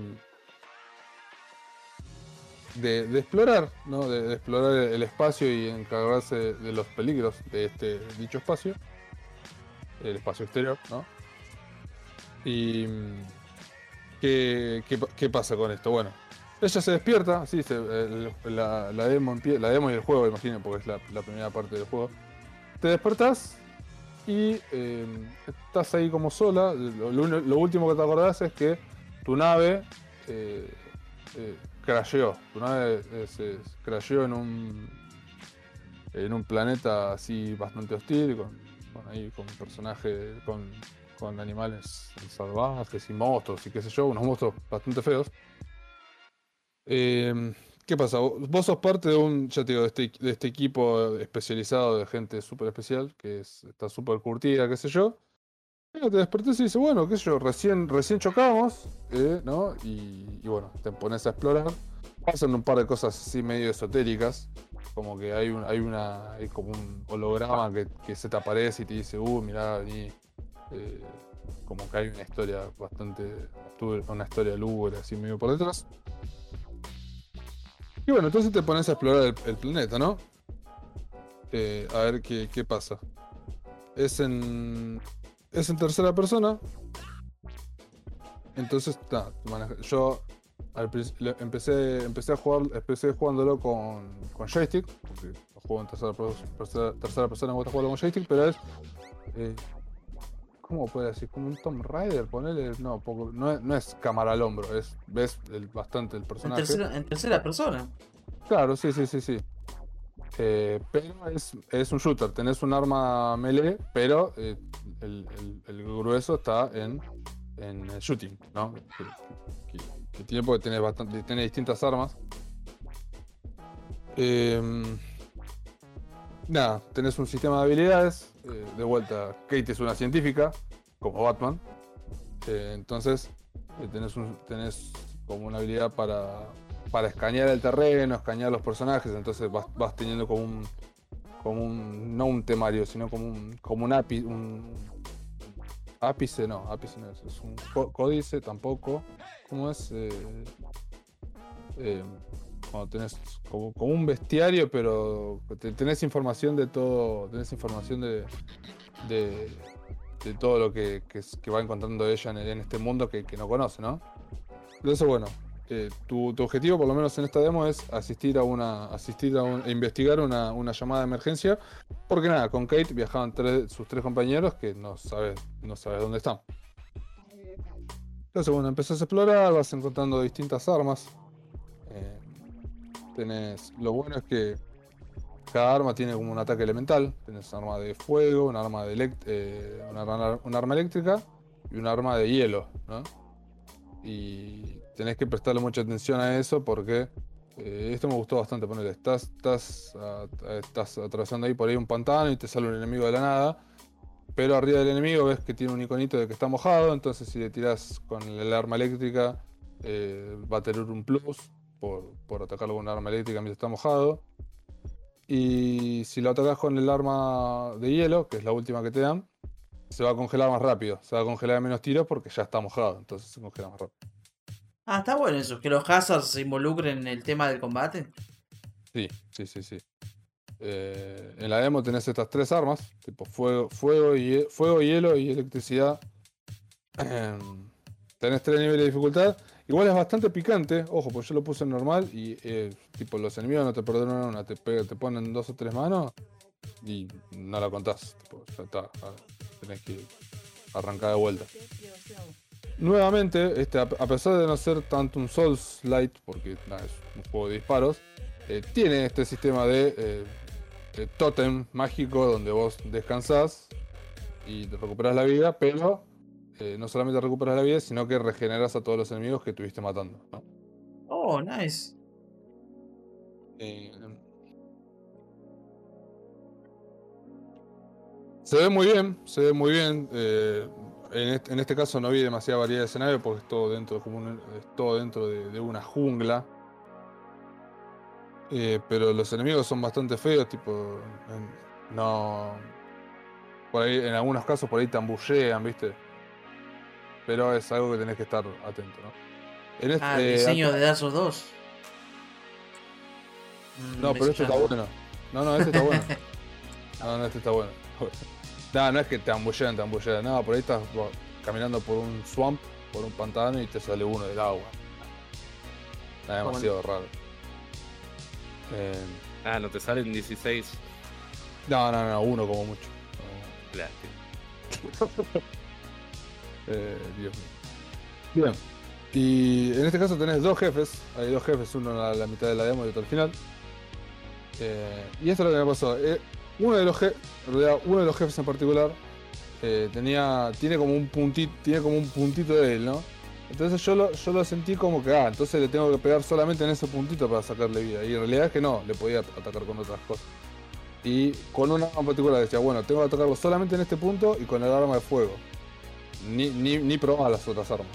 De, de explorar, ¿no? De, de explorar el espacio y encargarse de los peligros de este dicho espacio, el espacio exterior, ¿no? Y ¿qué, qué, qué pasa con esto? Bueno, ella se despierta, sí, se, el, la, la, demo empie, la demo y el juego, imaginen, porque es la, la primera parte del juego. Te despertás y eh, estás ahí como sola. Lo, lo, lo último que te acordás es que tu nave eh, eh, crasheó. Tu nave eh, se crasheó en un en un planeta así bastante hostil, con, con ahí con personajes, con, con animales salvajes y monstruos y qué sé yo, unos monstruos bastante feos. Eh, ¿Qué pasa? Vos sos parte de un, ya te digo, de este, de este equipo especializado de gente súper especial, que es, está súper curtida, qué sé yo. Y te despertás y dices, bueno, qué sé yo, recién, recién chocamos, eh, ¿no? Y, y bueno, te pones a explorar. Pasan un par de cosas así medio esotéricas, como que hay, un, hay una hay como un holograma que, que se te aparece y te dice, uh, mirá, vení. Eh, como que hay una historia bastante, una historia lúgubre así medio por detrás. Y bueno, entonces te pones a explorar el, el planeta, ¿no? Eh, a ver qué, qué pasa. Es en, es en tercera persona. Entonces, nah, yo al, empecé, empecé a jugar, empecé jugándolo con, con joystick, porque lo juego en tercera, tercera, tercera persona, me gusta jugarlo con joystick, pero es, eh, ¿cómo puede decir? Como un Tomb Raider, ponele, no, poco, no, es, no es cámara al hombro, es, ves el, bastante el personaje. En tercera, en tercera persona. Claro, sí, sí, sí, sí. Eh, pero es, es un shooter, tenés un arma melee, pero eh, el, el- el grueso está en, en el shooting, ¿no? Que, que- que tiene porque tenés, bastante, tenés distintas armas. Eh, nada, tenés un sistema de habilidades. eh, de vuelta, Kate es una científica, como Batman. Eh, entonces, eh, tenés, un, tenés como una habilidad para, para escanear el terreno, escanear los personajes. Entonces vas, vas teniendo como un, como un, no un temario, sino como un, como un ápice, un ápice, no, ápice no es, es un có- códice tampoco. ¿Cómo es? Eh, eh, cuando tenés como, como un bestiario, pero te- tenés información de todo, tenés información de, de, de todo lo que, que, es- que va encontrando ella en, en este mundo que, que no conoce, ¿no? Entonces, bueno, eh, tu, tu objetivo, por lo menos en esta demo, es asistir a una, asistir a un, a investigar una, una llamada de emergencia, porque nada, con Kate viajaban tres- sus tres compañeros que no sabes, no sabes dónde están. Entonces, bueno, empezás a explorar, vas encontrando distintas armas. eh, tenés, lo bueno es que cada arma tiene como un ataque elemental. Tenés arma de fuego, un arma de elect- eh, una, arma- un arma eléctrica y un arma de hielo, ¿no? Y tenés que prestarle mucha atención a eso porque eh, esto me gustó bastante. Ponerle, estás, estás, ah, estás atravesando ahí por ahí un pantano y te sale un enemigo de la nada. Pero arriba del enemigo ves que tiene un iconito de que está mojado. Entonces, si le tirás con el arma eléctrica, eh, va a tener un plus por, por atacarlo con un arma eléctrica mientras está mojado. Y si lo atacás con el arma de hielo, que es la última que te dan, se va a congelar más rápido. Se va a congelar en menos tiros porque ya está mojado. Entonces se congela más rápido. Ah, está bueno eso, que los hazards se involucren en el tema del combate. Sí, sí, sí, sí. Eh, en la demo tenés estas tres armas, tipo fuego, fuego, y, fuego, hielo y electricidad. Em, tenés tres niveles de dificultad. Igual es bastante picante, ojo, pues yo lo puse en normal y eh, tipo los enemigos no te perdonan una, te, pe- te ponen dos o tres manos y no la contás. Tipo, ya está, ah, tenés que arrancar de vuelta. Nuevamente, este, a a pesar de no ser tanto un Souls Light, porque nada, es un juego de disparos, eh, tiene este sistema de, eh, de tótem mágico donde vos descansás y te recuperas la vida, pero eh, no solamente recuperas la vida, sino que regeneras a todos los enemigos que estuviste matando, ¿no? Oh, nice. Eh, se ve muy bien, se ve muy bien. eh, en, este, en este caso no vi demasiada variedad de escenarios porque es todo dentro, como un- es todo dentro de, de una jungla. Eh, pero los enemigos son bastante feos, tipo, en- no, por ahí, en algunos casos por ahí tambullean, ¿viste? Pero es algo que tenés que estar atento, ¿no? En este, Ah, eh, diseño acá- de Dark Souls dos. Mm, no, pero eso este ya está no. bueno. No, no, este está bueno. No, no, este está bueno. No, no es que te ambullean, te ambullean. No, por ahí estás bo- caminando por un swamp, por un pantano y te sale uno del agua. Está Como demasiado raro. Eh, Ah, no te salen dieciséis. no, no, no, uno como mucho. No. Lástima. Eh, Dios mío. Bien. Y en este caso tenés dos jefes. Hay dos jefes, uno a la mitad de la demo y otro al final. Eh, y esto es lo que me pasó. Eh, uno de los jefes, en realidad, uno de los jefes en particular, eh, tenía, tiene como un puntito, tiene como un puntito de él, ¿no? Entonces yo lo, yo lo sentí como que, ah, entonces le tengo que pegar solamente en ese puntito para sacarle vida. Y en realidad es que no, le podía atacar con otras cosas. Y con un arma en particular decía, bueno, tengo que atacarlo solamente en este punto y con el arma de fuego. Ni, ni, ni probaba las otras armas.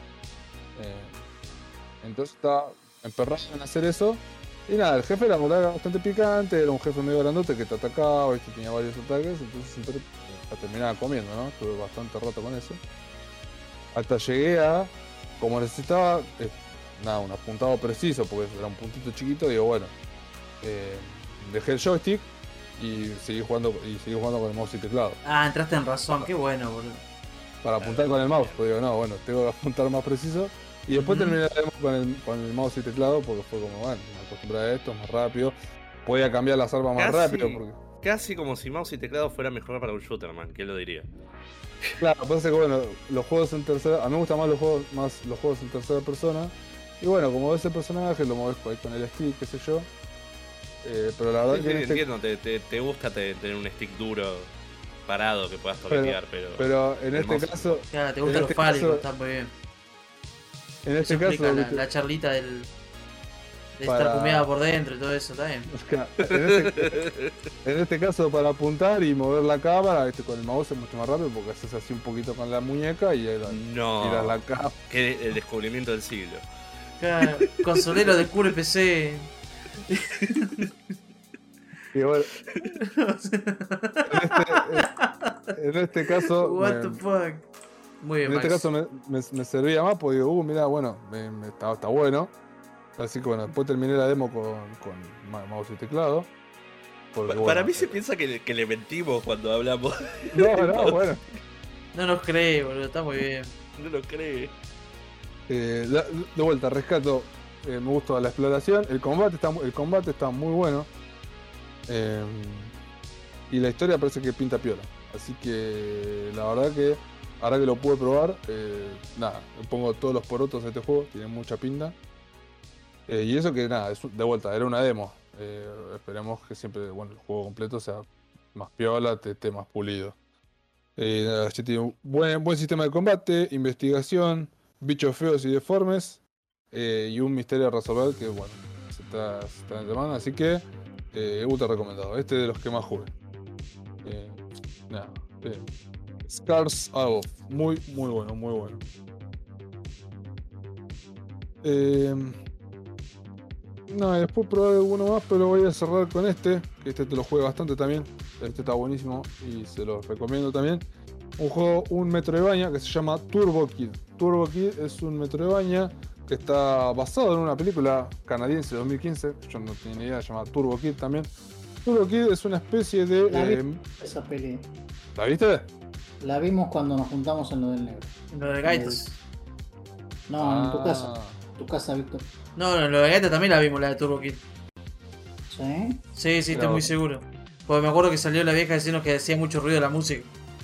Eh, entonces estaba emperrado en hacer eso. Y nada, el jefe la verdad era bastante picante, era un jefe medio grandote que te atacaba, ¿viste? Tenía varios ataques, entonces siempre la terminaba comiendo, ¿no? Estuve bastante rato con eso. Hasta llegué a, como necesitaba, eh, nada, un apuntado preciso, porque era un puntito chiquito, digo, bueno, eh, dejé el joystick y seguí jugando, y seguí jugando con el mouse y teclado. Ah, entraste en razón, qué bueno, boludo. Para apuntar con el mouse, pues digo, no, bueno, tengo que apuntar más preciso. Y después Ujú. terminé la demo con el, con el mouse y teclado porque fue como, bueno, me acostumbré a esto, más rápido. Podía cambiar las armas más Casi- rápido porque... Casi como si mouse y teclado fuera mejor para un shooter, man. ¿Quién lo diría? Claro, pasa que bueno, los juegos en tercera... A mí me gustan más los juegos, más los juegos en tercera persona. Y bueno, como ves el personaje, lo mueves ahí con el stick, qué sé yo. Eh, pero la verdad Sí, que sí, en este, entiendo, te, te, te gusta te- tener un stick duro parado que puedas toquetear, pero. pero en este hermoso. caso, Claro, te en gustan los este fálicos, caso- está muy bien. en Eso este explica caso, la, viste, la charlita del. De Para- estar humeada por dentro y todo eso, está bien. en este, en este caso para apuntar y mover la cámara, viste, con el mouse es mucho más rápido porque haces así un poquito con la muñeca y ahí la- No. tiras la cámara. Que el descubrimiento del siglo. Claro, consolero descubre P C. Y bueno, en este, en este caso, What me- the fuck. Muy bien, en este Max. caso me, me- me servía más porque digo, uh, mira, bueno, me, me- está, está bueno. Así que bueno, después terminé la demo con, con ma- mouse y teclado. Porque, Pa- bueno, Para mí se eh, piensa que, que le mentimos cuando hablamos. No, no, bueno. No nos cree, boludo, está muy bien. No lo cree. Eh, la- de vuelta, rescato. eh, me gusta la exploración. El combate está, mu- el combate está muy bueno. Eh, y la historia parece que pinta piola. Así que la verdad que ahora que lo pude probar, eh, nada, le pongo todos los porotos a este juego. Tiene mucha pinta. Eh, y eso que nada, es, un- de vuelta, era una demo. Eh, esperemos que siempre, bueno, el juego completo sea más piola, te- esté más pulido. Eh, nada, ya tiene un buen, buen sistema de combate, investigación, bichos feos y deformes, eh, y un misterio a resolver que, bueno, se está, se está en semana, así que eh, ultra recomendado. Este de los que más jugué. Eh, nada, eh, Scars Off, muy, muy bueno, muy bueno. Eh, no, y después probar alguno más, pero voy a cerrar con este, que este te lo juego bastante también. Este está buenísimo y se lo recomiendo también. Un juego, un Metroidvania que se llama Turbo Kid. Turbo Kid es un Metroidvania que está basado en una película canadiense de dos mil quince. Yo no tenía ni idea, se llama Turbo Kid también. Turbo Kid es una especie de... La vi- eh, Esa peli. ¿La viste? La vimos cuando nos juntamos en lo del negro. Lo de Gaitas. No, en tu Ah, casa. Tu casa, Víctor. No, no, lo de Gaitas también la vimos, la de Turbo Kid. ¿Sí? Sí, sí, estoy Pero- muy seguro. Porque me acuerdo que salió la vieja diciendo que hacía mucho ruido la música.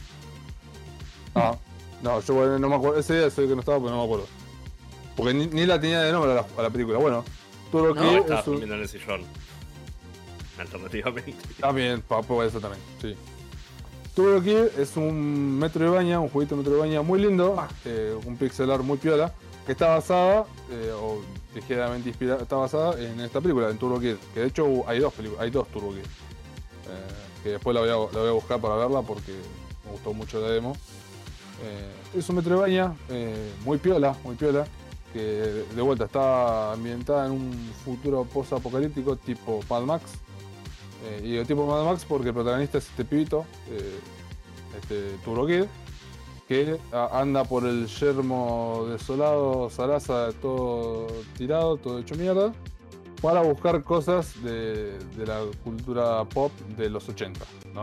Ah, no, yo bueno, no me acuerdo. Ese día sé que no estaba, pero no me acuerdo. Porque ni, ni la tenía de nombre a la, a la película. Bueno, Turbo No, Kid Estaba es un... durmiendo en el sillón. Alternativamente. También, para eso también, sí. Turbo Kid es un Metroidvania, un jueguito Metroidvania muy lindo, eh, un pixel art muy piola, que está basada, eh, o ligeramente inspirada, está basada en esta película, en Turbo Kid. Que de hecho hay dos películas, hay dos Turbo Kid. Eh, que después la voy, a, la voy a buscar para verla porque me gustó mucho la demo. Eh, es un Metroidvania eh, muy piola, muy piola, que de, de vuelta está ambientada en un futuro post-apocalíptico tipo Mad Max. Eh, y digo tipo Mad Max porque el protagonista es este pibito, eh, este Turbo Kid, que a- anda por el yermo desolado, zaraza, todo tirado, todo hecho mierda, para buscar cosas de, de la cultura pop de los ochenta, ¿no?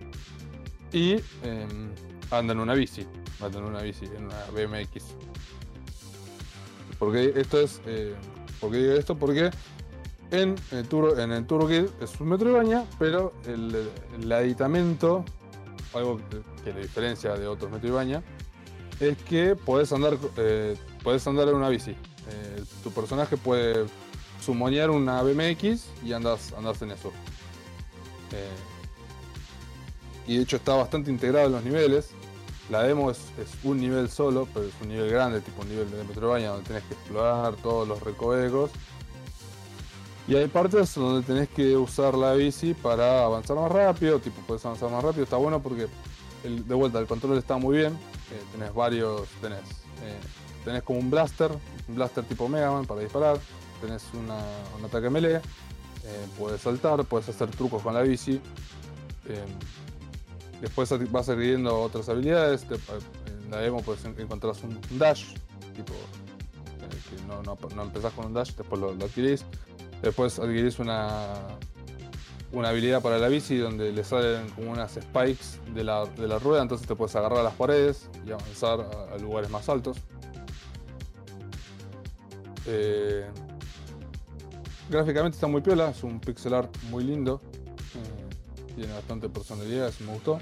Y eh, anda en una bici, anda en una bici, en una B M X. Porque esto es, eh, ¿por qué digo esto? Porque en el Turbo, en el Turbo Kid es un Metroidvania, pero el, el aditamento, algo que, que le diferencia de otros Metroidvania, es que podés andar, eh, podés andar en una bici. Eh, tu personaje puede sumonear una B M X y andas, andas en eso. Eh, y de hecho está bastante integrado en los niveles. La demo es, es un nivel solo, pero es un nivel grande, tipo un nivel de Metroidvania, donde tenés que explorar todos los recovecos. Y hay partes donde tenés que usar la bici para avanzar más rápido, tipo puedes avanzar más rápido, está bueno porque el- de vuelta el control está muy bien, eh, tenés varios, tenés, eh, tenés como un blaster, un blaster tipo Mega Man para disparar, tenés una, un ataque melee, eh, puedes saltar, puedes hacer trucos con la bici, eh, después ad- vas adquiriendo otras habilidades, te- en la demo puedes en- encontrás un, un dash, tipo, eh, que no, no, no empezás con un dash, después lo, lo adquirís. Después adquirís una, una habilidad para la bici donde le salen como unas spikes de la, de la rueda, entonces te puedes agarrar a las paredes y avanzar a, a lugares más altos. Eh, gráficamente está muy piola, es un pixel art muy lindo, eh, tiene bastante personalidad, eso me gustó.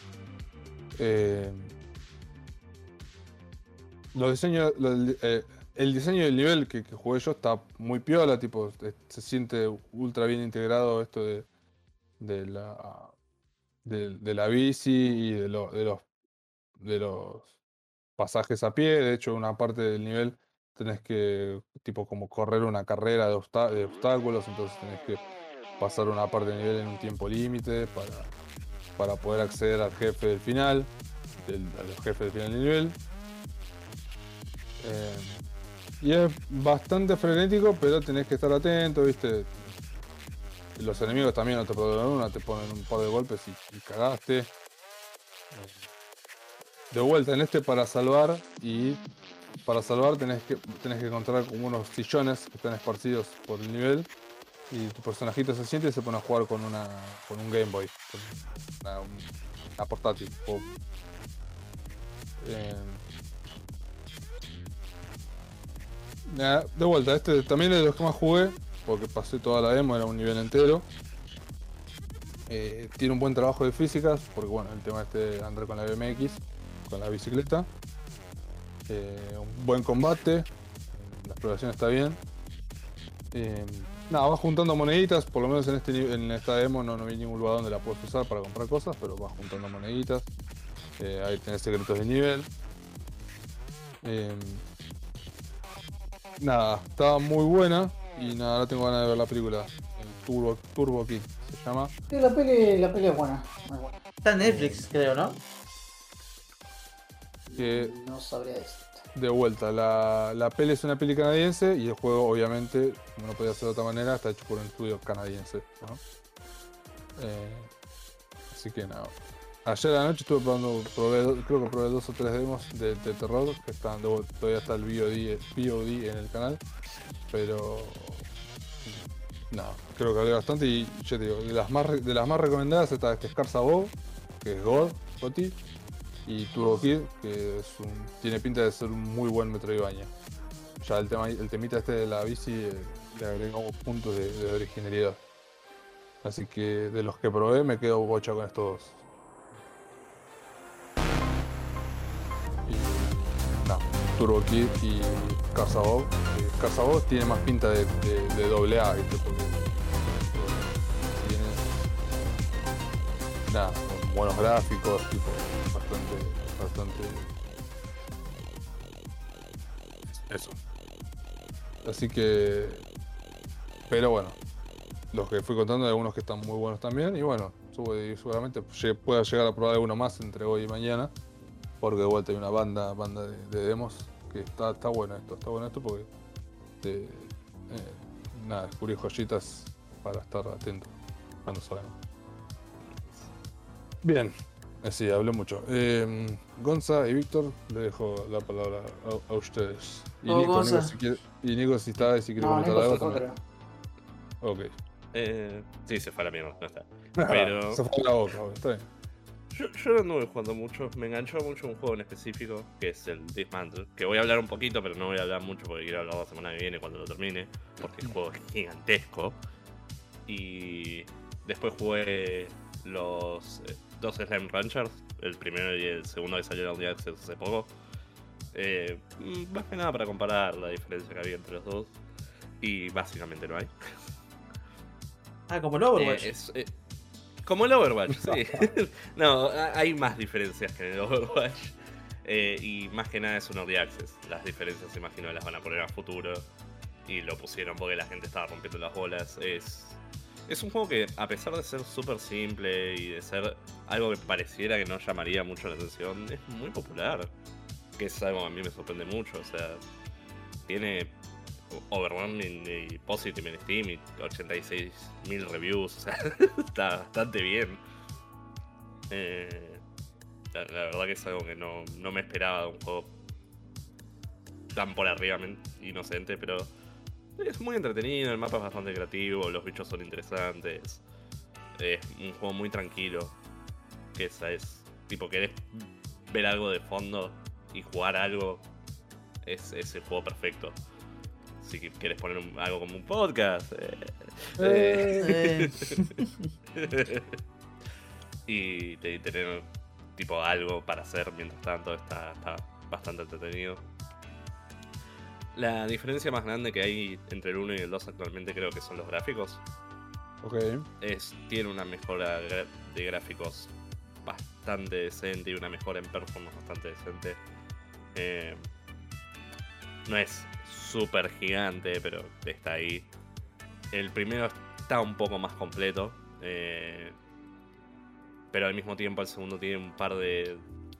Eh, los diseños, los- eh, el diseño del nivel que, que jugué yo está muy piola, tipo, eh, se siente ultra bien integrado esto de, de la de, de la bici y de, lo- de los de los pasajes a pie. De hecho, una parte del nivel tenés que, tipo, como correr una carrera de, obsta- de obstáculos, entonces tenés que pasar una parte del nivel en un tiempo límite para, para poder acceder al jefe del final, del, a los jefes del final del nivel. Eh, y es bastante frenético, pero tenés que estar atento, ¿viste? Los enemigos también no te ponen una, te ponen un par de golpes y, y cagaste. De vuelta en este para salvar y para salvar tenés que, tenés que encontrar como unos sillones que están esparcidos por el nivel y tu personajito se siente y se pone a jugar con una con un Game Boy, con una, un- una portátil. O, eh, nada, de vuelta, este también es de los que más jugué porque pasé toda la demo, era un nivel entero. Eh, tiene un buen trabajo de físicas porque bueno, el tema este de andar con la B M X, con la bicicleta. Eh, un buen combate, la exploración está bien. Eh, nada, vas juntando moneditas, por lo menos en este ni- en esta demo no, no vi ningún lugar donde la puedes usar para comprar cosas, pero vas juntando moneditas. Eh, ahí tenés secretos de nivel. Eh, nada, está muy buena y nada, ahora tengo ganas de ver la película. El Turbo, Turbo Kid se llama. Sí, la peli, la peli es buena, muy buena. Está en Netflix, creo, ¿no? Que No sabría decirte. de vuelta, la, la peli es una peli canadiense y el juego obviamente, como no podía ser de otra manera, está hecho por un estudio canadiense, ¿no? Eh, así que nada. Ayer a la noche estuve probando, probé, creo que probé dos o tres demos de, de terror, que están, de- todavía está el V O D, V O D en el canal, pero nada, creo que hablé bastante y yo te digo, de las más, re- de las más recomendadas está este Scarza Bow, que es God, Gotti, y Turbo Kid, que es un, tiene pinta de ser un muy buen Metroidvania. Ya el tema, el temita este de la bici eh, le agregamos puntos de, de originalidad. Así que de los que probé me quedo bocha con estos dos. Y nada, Turbo Kid y Carzabog. Carzabog tiene más pinta de, de, de doble A, ¿viste? Porque eh, tiene nada, con buenos gráficos, tipo, bastante, bastante eso. Así que, pero bueno, los que fui contando hay algunos que están muy buenos también y bueno, sube- seguramente lle- pueda llegar a probar alguno más entre hoy y mañana, porque de vuelta hay una banda, banda de, de demos que está, está bueno esto, está bueno esto porque te, eh, nada, descubrí joyitas para estar atento cuando salgan. Bien, eh, sí, hablé mucho. Eh, Gonza y Víctor, le dejo la palabra a, a ustedes. Y Oh, Nico, Nico, Gonza. si quiere, y Nico si está y si quiere No, comentar Nico algo se fue, también. creo. Ok. Eh, sí, se fue a la mierda, no está. Pero... Pero Se fue la boca, está bien. yo, yo no anduve jugando mucho, me enganchó mucho un juego en específico, que es el Dismantle, que voy a hablar un poquito, pero no voy a hablar mucho porque quiero hablar la semana que viene cuando lo termine, porque el juego es gigantesco. Y después jugué los eh, dos Slime Ranchers, el primero y el segundo que salieron de Access hace poco. Eh, mm, más que nada para comparar la diferencia que había entre los dos. Y básicamente no hay. Ah, como el Overwatch. Eh, es, eh, como el Overwatch, sí. No, ha- hay más diferencias que en el Overwatch. Eh, y más que nada es un Early Access. Las diferencias, imagino, las van a poner a futuro. Y lo pusieron porque la gente estaba rompiendo las bolas. Es, es un juego que, a pesar de ser súper simple y de ser algo que pareciera que no llamaría mucho la atención, es muy popular. Que es algo que a mí me sorprende mucho. O sea, tiene overwhelming y positive en Steam y ochenta y seis mil reviews. O sea, está bastante bien. Eh, la, la verdad que es algo que no, no me esperaba de un juego tan por arriba inocente, pero es muy entretenido, el mapa es bastante creativo, los bichos son interesantes. Es un juego muy tranquilo. Que esa es, tipo, querés ver algo de fondo y jugar algo, es, es el juego perfecto. Si querés poner un- algo como un podcast. eh, eh, Eh, y te- tener tipo algo para hacer mientras tanto está, está bastante entretenido. La diferencia más grande que hay entre el uno y el dos actualmente creo que son los gráficos. Ok. Es, tiene una mejora gra- de gráficos bastante decente y una mejora en performance bastante decente. Eh, no es súper gigante, pero está ahí. El primero está un poco más completo. Eh, pero al mismo tiempo el segundo tiene un par de,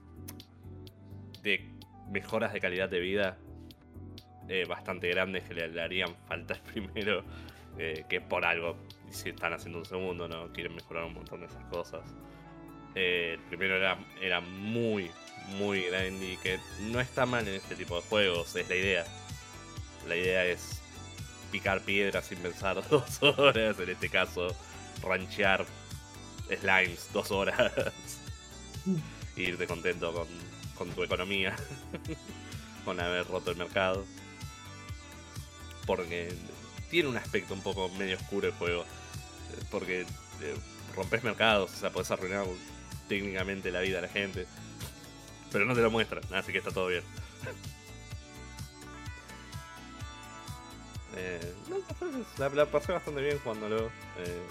de mejoras de calidad de vida eh, bastante grandes que le, le harían falta al primero. Eh, que por algo, si están haciendo un segundo, no quieren mejorar un montón de esas cosas. Eh, el primero era, era muy, muy grande y que no está mal en este tipo de juegos, es la idea. La idea es picar piedras sin pensar dos horas, en este caso, ranchear slimes dos horas. E irte contento con, con tu economía, con haber roto el mercado. Porque tiene un aspecto un poco medio oscuro el juego. Porque eh, rompes mercados, o sea, podés arruinar técnicamente la vida de la gente. Pero no te lo muestran, así que está todo bien. eh, no, la, la pasé bastante bien jugándolo. Eh,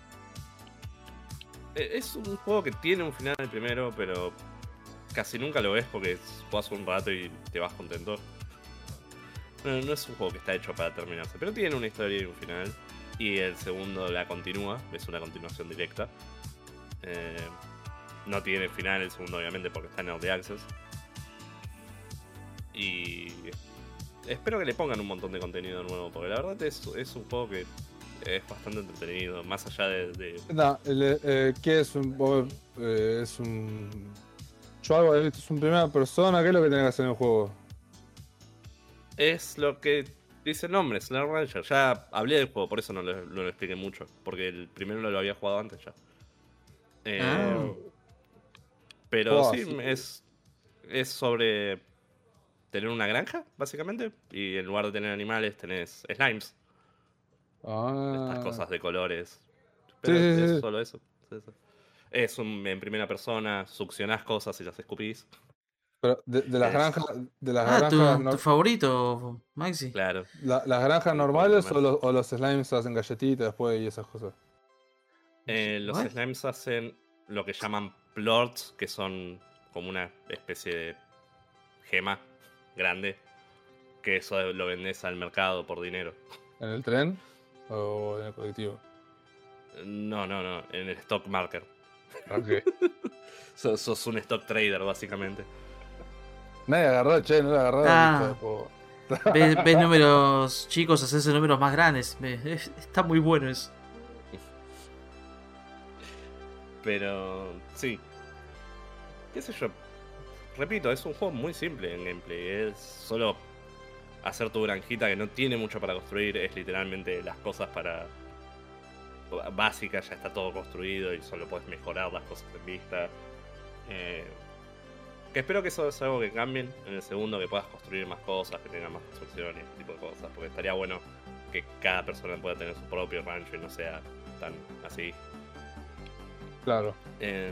es un juego que tiene un final el primero, pero casi nunca lo ves porque jugás un rato y te vas contento. No, no es un juego que está hecho para terminarse, pero tiene una historia y un final. Y el segundo la continúa, es una continuación directa. Eh, no tiene final el segundo, obviamente, porque está en Early Access. Y espero que le pongan un montón de contenido nuevo, porque la verdad es, es un juego que es bastante entretenido, más allá de... de... No, el, eh, ¿qué es un... vos, eh, es un... Yo hago, esto es un primera persona, ¿qué es lo que tenés que hacer en el juego? Es lo que dice el nombre, Slime Rancher. Ya hablé del juego, por eso no lo, no lo expliqué mucho, porque el primero lo había jugado antes ya. Eh, Ah. Pero Oh, sí, sí. es, es sobre tener una granja, básicamente, y en lugar de tener animales tenés slimes, Ah. estas cosas de colores. Pero Sí, sí, es sí. solo eso. Es, eso. Es un, en primera persona, succionás cosas y las escupís. Pero de, de las Es- granjas, de las Ah, tu, granjas, tu nor- favorito, Maxi. Claro. la- las granjas Sí, normales por o los, o los slimes hacen galletitas después y esas cosas. Eh, los What? slimes hacen lo que llaman plorts, que son como una especie de gema grande, que eso lo vendes al mercado por dinero. ¿En el tren o en el colectivo? No, no, no, en el stock market. Ok. Sos, sos un stock trader, básicamente. Nadie agarró, che, no la agarró. Ah. hijo de po- Ves, ves números chicos, hacerse números más grandes. Ve- es- Está muy bueno eso. Pero sí. ¿Qué sé yo? Repito, es un juego muy simple en gameplay. Es solo hacer tu granjita que no tiene mucho para construir. Es literalmente las cosas para... básicas, ya está todo construido y solo puedes mejorar las cosas en vista. Eh, que espero que eso es algo que cambien en el segundo, que puedas construir más cosas, que tengas más construcción y este tipo de cosas. Porque estaría bueno que cada persona pueda tener su propio rancho y no sea tan así. Claro. Eh,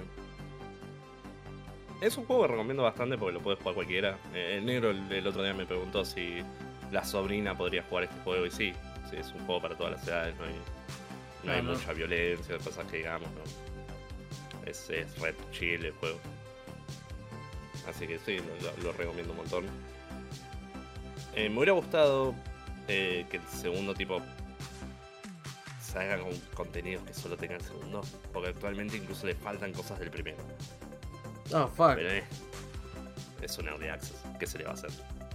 es un juego que recomiendo bastante porque lo puede jugar cualquiera. Eh, el negro el, el otro día me preguntó si la sobrina podría jugar este juego y sí, sí es un juego para todas las edades, no hay, no hay Ah, no. mucha violencia, cosas que digamos, ¿no? Es, es red chill el juego. Así que sí, lo, lo- lo recomiendo un montón. Eh, me hubiera gustado eh, que el segundo tipo se haga con contenidos que solo tenga el segundo, porque actualmente incluso le faltan cosas del primero. Oh, fuck. Pero eh, es un early access, ¿qué se le va a hacer?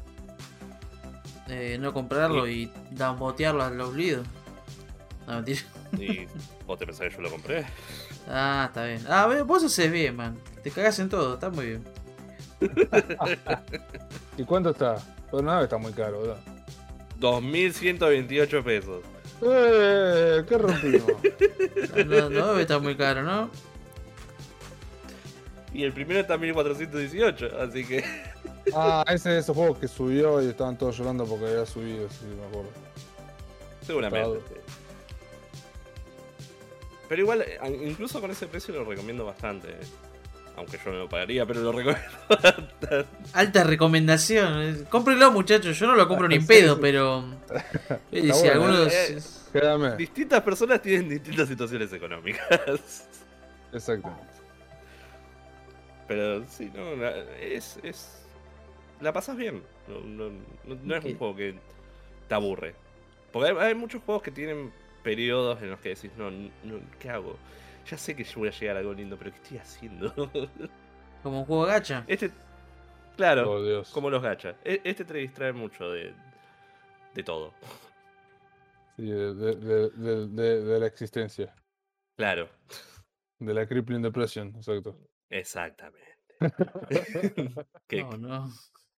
Eh, no comprarlo y downvotearlo a los Blidos. No, mentira. Y vos te pensás que yo lo compré. Ah, está bien. Ah, ve, vos haces bien, man. Te cagás en todo, está muy bien. ¿Y cuánto está? Pues nada, está muy caro, ¿verdad? dos mil ciento veintiocho pesos. ¡Eh! ¿Qué rompimos? No, no, no debe estar muy caro, ¿no? Y el primero está mil cuatrocientos dieciocho, así que... Ah, ese de esos juegos que subió y estaban todos llorando porque había subido, sí, me acuerdo. Seguramente. sí. Pero igual, eh, incluso con ese precio lo recomiendo bastante. eh. Aunque yo no lo pagaría, pero lo recomiendo. Alta recomendación. Cómprenlo, muchachos. Yo no lo compro ni en pedo, pero. Eh, si bueno, algunos. eh, Créame. Distintas personas tienen distintas situaciones económicas. Exactamente. Pero sí, no, la- es, es... La pasas bien. No, no, no, no es un Ok. juego que te aburre. Porque hay, hay muchos juegos que tienen periodos en los que decís, no, no, ¿qué hago? Ya sé que yo voy a llegar a algo lindo, pero ¿qué estoy haciendo? Como un juego gacha. Este, claro, Oh, Dios. como los gachas. E- Este te distrae mucho de, de todo. Sí, de, de, de, de- de- de la existencia. Claro, De la crippling depression, exacto. exactamente. Que- No, no.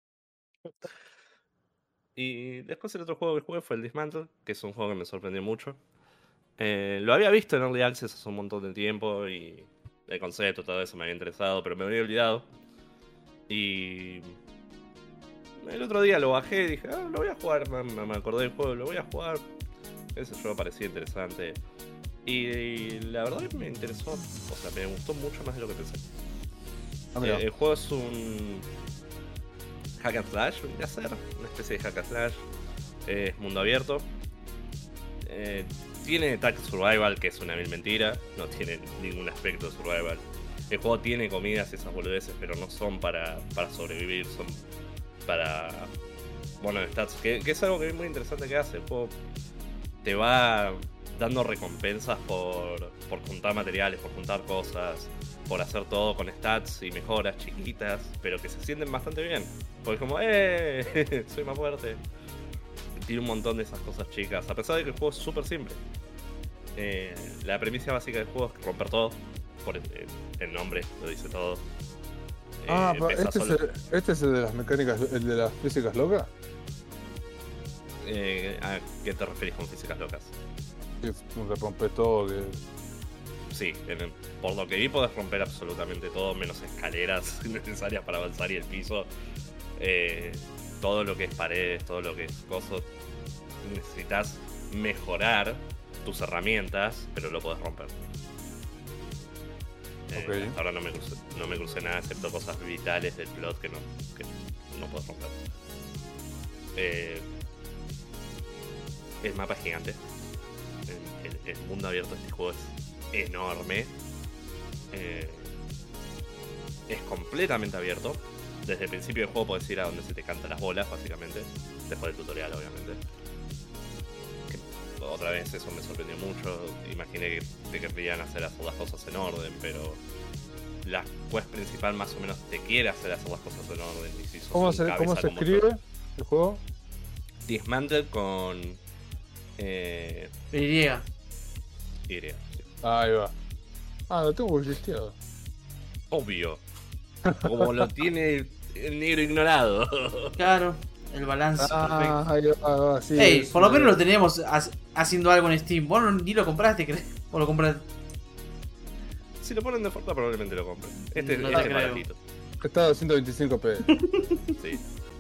Y después el otro juego que jugué fue el Dismantle, que es un juego que me sorprendió mucho. Eh, lo había visto en Early Access hace un montón de tiempo y el concepto, todo eso me había interesado, pero me había olvidado. Y el otro día lo bajé y dije, ah, lo voy a jugar, me, me acordé del juego, lo voy a jugar. Ese juego parecía interesante. Y la verdad que me interesó, o sea, me gustó mucho más de lo que pensé. Ah, mira. Eh, el juego es un hack and slash, vendría a ser, una especie de hack and slash. Eh, es mundo abierto. Eh, tiene Tag Survival, que es una vil mentira. No tiene ningún aspecto de survival. El juego tiene comidas y esas boludeces, pero no son para, para sobrevivir, son para bueno, stats. Que, que es algo que es muy interesante que hace. El juego te va dando recompensas por, por juntar materiales, por juntar cosas, por hacer todo con stats y mejoras chiquitas, pero que se sienten bastante bien. Porque es como, ¡eh! Soy más fuerte. Tiene un montón de esas cosas chicas, a pesar de que el juego es súper simple. Eh, la premisa básica del juego es romper todo. Por el, el nombre lo dice todo. Ah, Eh, pa- pesa este, es solo- el, este es el de las mecánicas, el de las físicas locas. eh, ¿A qué te referís con físicas locas? Que rompes todo, que Sí, en el- por lo que vi podés romper absolutamente todo, menos escaleras necesarias para avanzar y el piso. Eh, todo lo que es paredes, todo lo que es cosas. Necesitas mejorar tus herramientas, pero lo podés romper. Eh, Ok. hasta ahora no me, crucé, no me crucé nada excepto cosas vitales del plot que no, que no puedes romper. Eh, el mapa es gigante. El, el- el mundo abierto de este juego es enorme. Eh, es completamente abierto. Desde el principio del juego podés ir a donde se te cantan las bolas, básicamente. Después del tutorial, obviamente. Que, otra vez, eso me sorprendió mucho. Imaginé que te querrían hacer hacer las cosas en orden, pero la quest principal más o menos te quiere hacer hacer las cosas en orden. Y si sos ¿Cómo un se, cabeza cómo se como escribe yo- el juego? Dismantle con eh, Y. Y. sí. Ahí va. Ah, lo tengo listeado. Obvio. Como lo tiene el negro ignorado. Claro, el balance Ah, ahí va, ahí va, sí. perfecto. Ey, es- por lo menos lo teníamos ha- haciendo algo en Steam. Vos no- ni lo compraste, ¿crees? O lo compraste. Si lo ponen de oferta probablemente lo compren. Este, No este te es creo. baratito. Está a doscientos veinticinco p. Sí.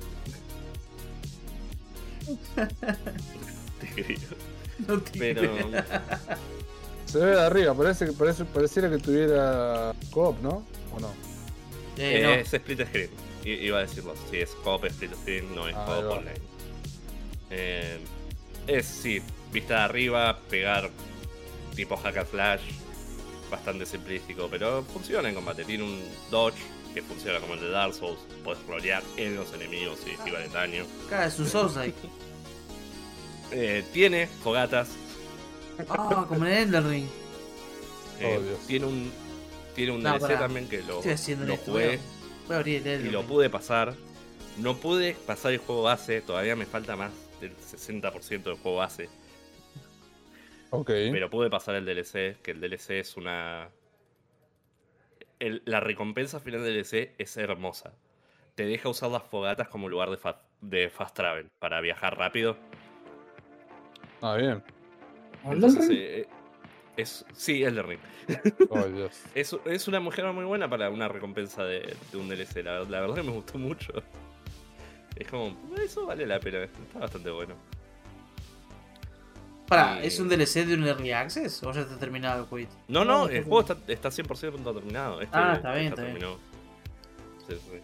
Te creo. No te Pero creo. Se ve de arriba, parece que parece, pareciera que tuviera co-op, ¿no? ¿O no? Eh, eh, no. es split screen. I- iba a decirlo. Si es co-op split screen, no es Ah, ahí co-op va. online. Eh, es, sí, vista de arriba, pegar tipo hack and slash, bastante simplístico, pero funciona en combate. Tiene un dodge que funciona como el de Dark Souls. Puedes rolear en los enemigos y esquivar el daño. Cada de sus Souls-like. Eh, tiene fogatas. Ah, como en el Elden Ring. eh, Oh, Dios. tiene un tiene un No, D L C pará. también que lo, Estoy haciendo lo esto. jugué Voy a, voy a abrir el Elden y lo Ring. pude pasar. No pude pasar el juego base, todavía me falta más del sesenta por ciento del juego base. Ok. Pero pude pasar el D L C, que el D L C es una... el- la recompensa final del D L C es hermosa. Te deja usar las fogatas como lugar de, fa- de fast travel, para viajar rápido. Ah, bien. Entonces, eh, es, sí, el de Ring. Oh, Dios. Es, es una mujer muy buena para una recompensa de, de un D L C. La, la verdad que me gustó mucho. Es como, eso vale la pena. Está bastante bueno. Pará, Y- ¿es un D L C de un Early Access o ya está terminado el jueguito? No, No, no, está el juego está, está cien por ciento terminado. Este Ah, está bien, ya está bien. terminó. Sí, sí.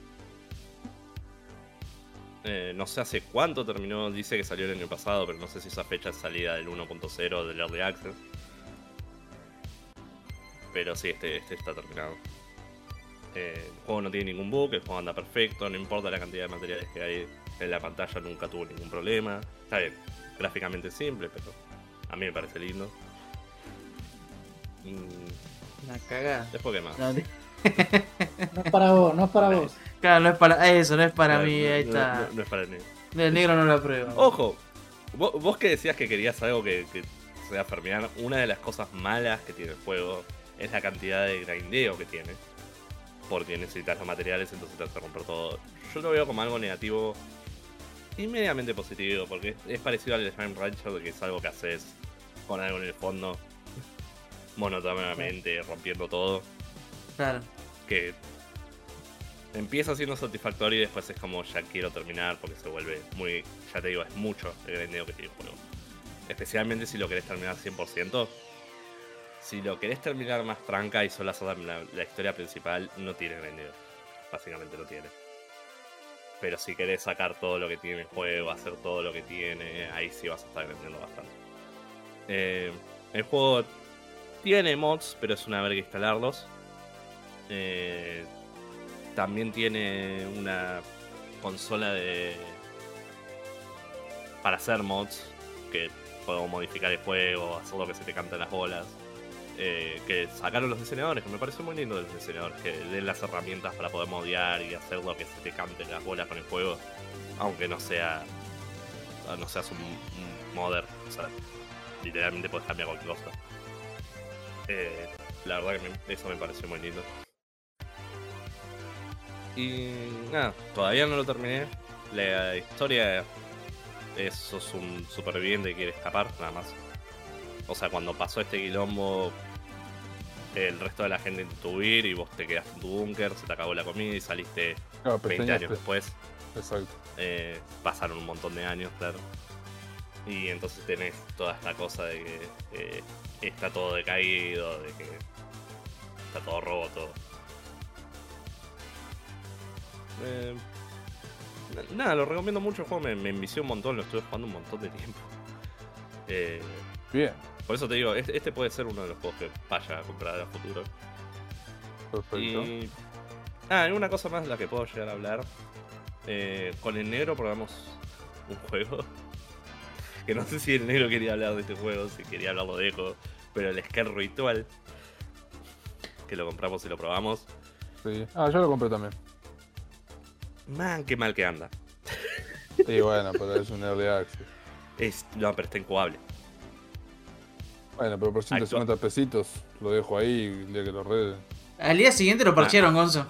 Eh, no sé hace cuánto terminó, dice que salió el año pasado, pero no sé si esa fecha es salida del uno punto cero del Early Access. Pero sí, este, este está terminado. Eh, el juego no tiene ningún bug, el juego anda perfecto, no importa la cantidad de materiales que hay en la pantalla, nunca tuvo ningún problema. Está bien, gráficamente simple, pero a mí me parece lindo. Mm, Una cagada. después, ¿qué más? No, di- No es para vos, no es para Nice. vos. claro, no es para eso, no es para No, mí, no, ahí no, está. no- no es para el negro. El negro no lo aprueba. Ojo, vos, vos que decías que querías algo que, que sea farmear, una de las cosas malas que tiene el juego es la cantidad de grindeo que tiene. Porque necesitas los materiales, entonces te hace romper todo. Yo lo veo como algo negativo y mediamente positivo, porque es parecido al Slime Rancher, que es algo que haces con algo en el fondo, monótonamente, rompiendo todo. Claro. Que empieza siendo satisfactorio y después es como ya quiero terminar porque se vuelve muy, ya te digo, es mucho el grindeo que tiene el juego. Especialmente si lo querés terminar cien por ciento. Si lo querés terminar más tranca y solo hacer la, la historia principal, no tiene grindeo. Básicamente no tiene. Pero si querés sacar todo lo que tiene el juego, hacer todo lo que tiene, ahí sí vas a estar grindeando bastante. Eh, el juego tiene mods, pero es una verga instalarlos. Eh, también tiene una consola de para hacer mods, que puedo modificar el juego, hacer lo que se te canta en las bolas. Eh, que sacaron los diseñadores, que me pareció muy lindo de los diseñadores, que den las herramientas para poder modear y hacer lo que se te cante en las bolas con el juego, aunque no sea no seas un, un modder, o sea, literalmente puedes cambiar cualquier cosa. Eh, la verdad que me- eso me pareció muy lindo. Y nada, todavía no lo terminé. La historia es sos un superviviente que quiere escapar, nada más. O sea, cuando pasó este quilombo, el resto de la gente intentó huir y vos te quedaste en tu búnker, se te acabó la comida y saliste Claro, veinte pestañas, años después. Exacto. Eh, pasaron un montón de años, claro. Y entonces tenés toda esta cosa de que eh, está todo decaído, de que está todo roto. Eh, na- nada, lo recomiendo mucho el juego, me, me envició un montón, lo estuve jugando un montón de tiempo. Eh, Bien, por eso te digo, este, este puede ser uno de los juegos que vaya a comprar a futuro. perfecto. Y. Ah, y una cosa más de la que puedo llegar a hablar. Eh, con el negro probamos un juego. Que no sé si el negro quería hablar de este juego, si quería hablarlo de Echo. Pero el Scare Ritual. Que lo compramos y lo probamos. Sí. Ah, yo lo compré también. Man, qué mal que anda. Sí, bueno, pero es un early access. Es, no, pero está injugable. Bueno, pero por ciento cincuenta pesitos lo dejo ahí el día que lo reden. Al día siguiente lo parchearon, Gonzo.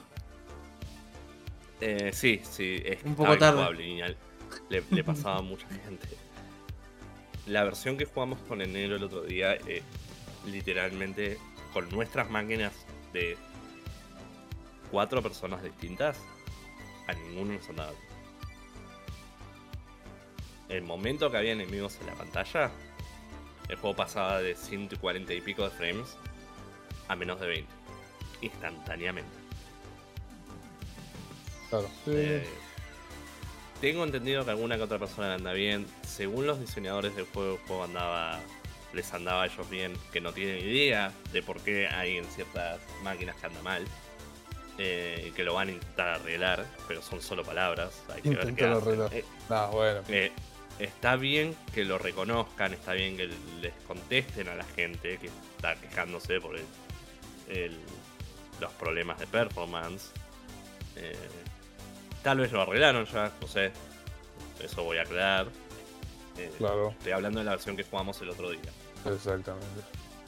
Eh, sí, sí, es Un poco tarde. injugable y al- le, le pasaba a mucha gente. La versión que jugamos con el negro el otro día, eh, literalmente con nuestras máquinas de cuatro personas distintas, a ninguno nos andaba bien. El momento que había enemigos en la pantalla, el juego pasaba de ciento cuarenta y pico de frames a menos de veinte, instantáneamente. Claro. Sí. Eh, tengo entendido que alguna que otra persona le anda bien. Según los diseñadores del juego, el juego andaba, les andaba a ellos bien, que no tienen idea de por qué hay en ciertas máquinas que anda mal. Eh, y que lo van a intentar arreglar, pero son solo palabras. Hay que ver qué Intentar hacen. arreglar. Eh, Nah, bueno. eh, está bien que lo reconozcan, está bien que les contesten a la gente que está quejándose por el, el- los problemas de performance. Eh, tal vez lo arreglaron ya, no sé. Eso voy a aclarar. Eh, Claro, Estoy hablando de la versión que jugamos el otro día. exactamente.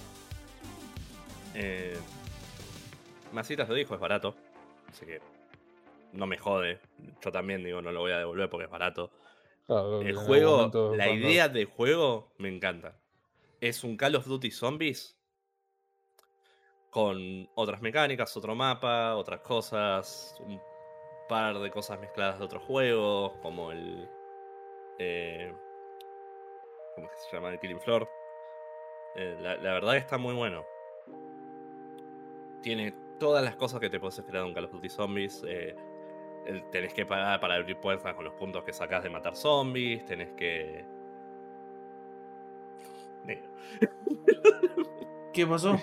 Eh, Masitas lo dijo, es barato. Así que no me jode. Yo también digo, no lo voy a devolver porque es barato. Claro, El en algún juego, momento la cuando- idea del juego me encanta. Es un Call of Duty Zombies con otras mecánicas, otro mapa, otras cosas, un par de cosas mezcladas de otros juegos, como el... eh, ¿cómo es que se llama? El Killing Floor. Eh, la, la verdad que está muy bueno. Tiene todas las cosas que te puedes esperar de un Call of Duty Zombies. Eh, el- tenés que pagar para abrir puertas con los puntos que sacás de matar zombies. Tenés que... Negro. ¿Qué pasó?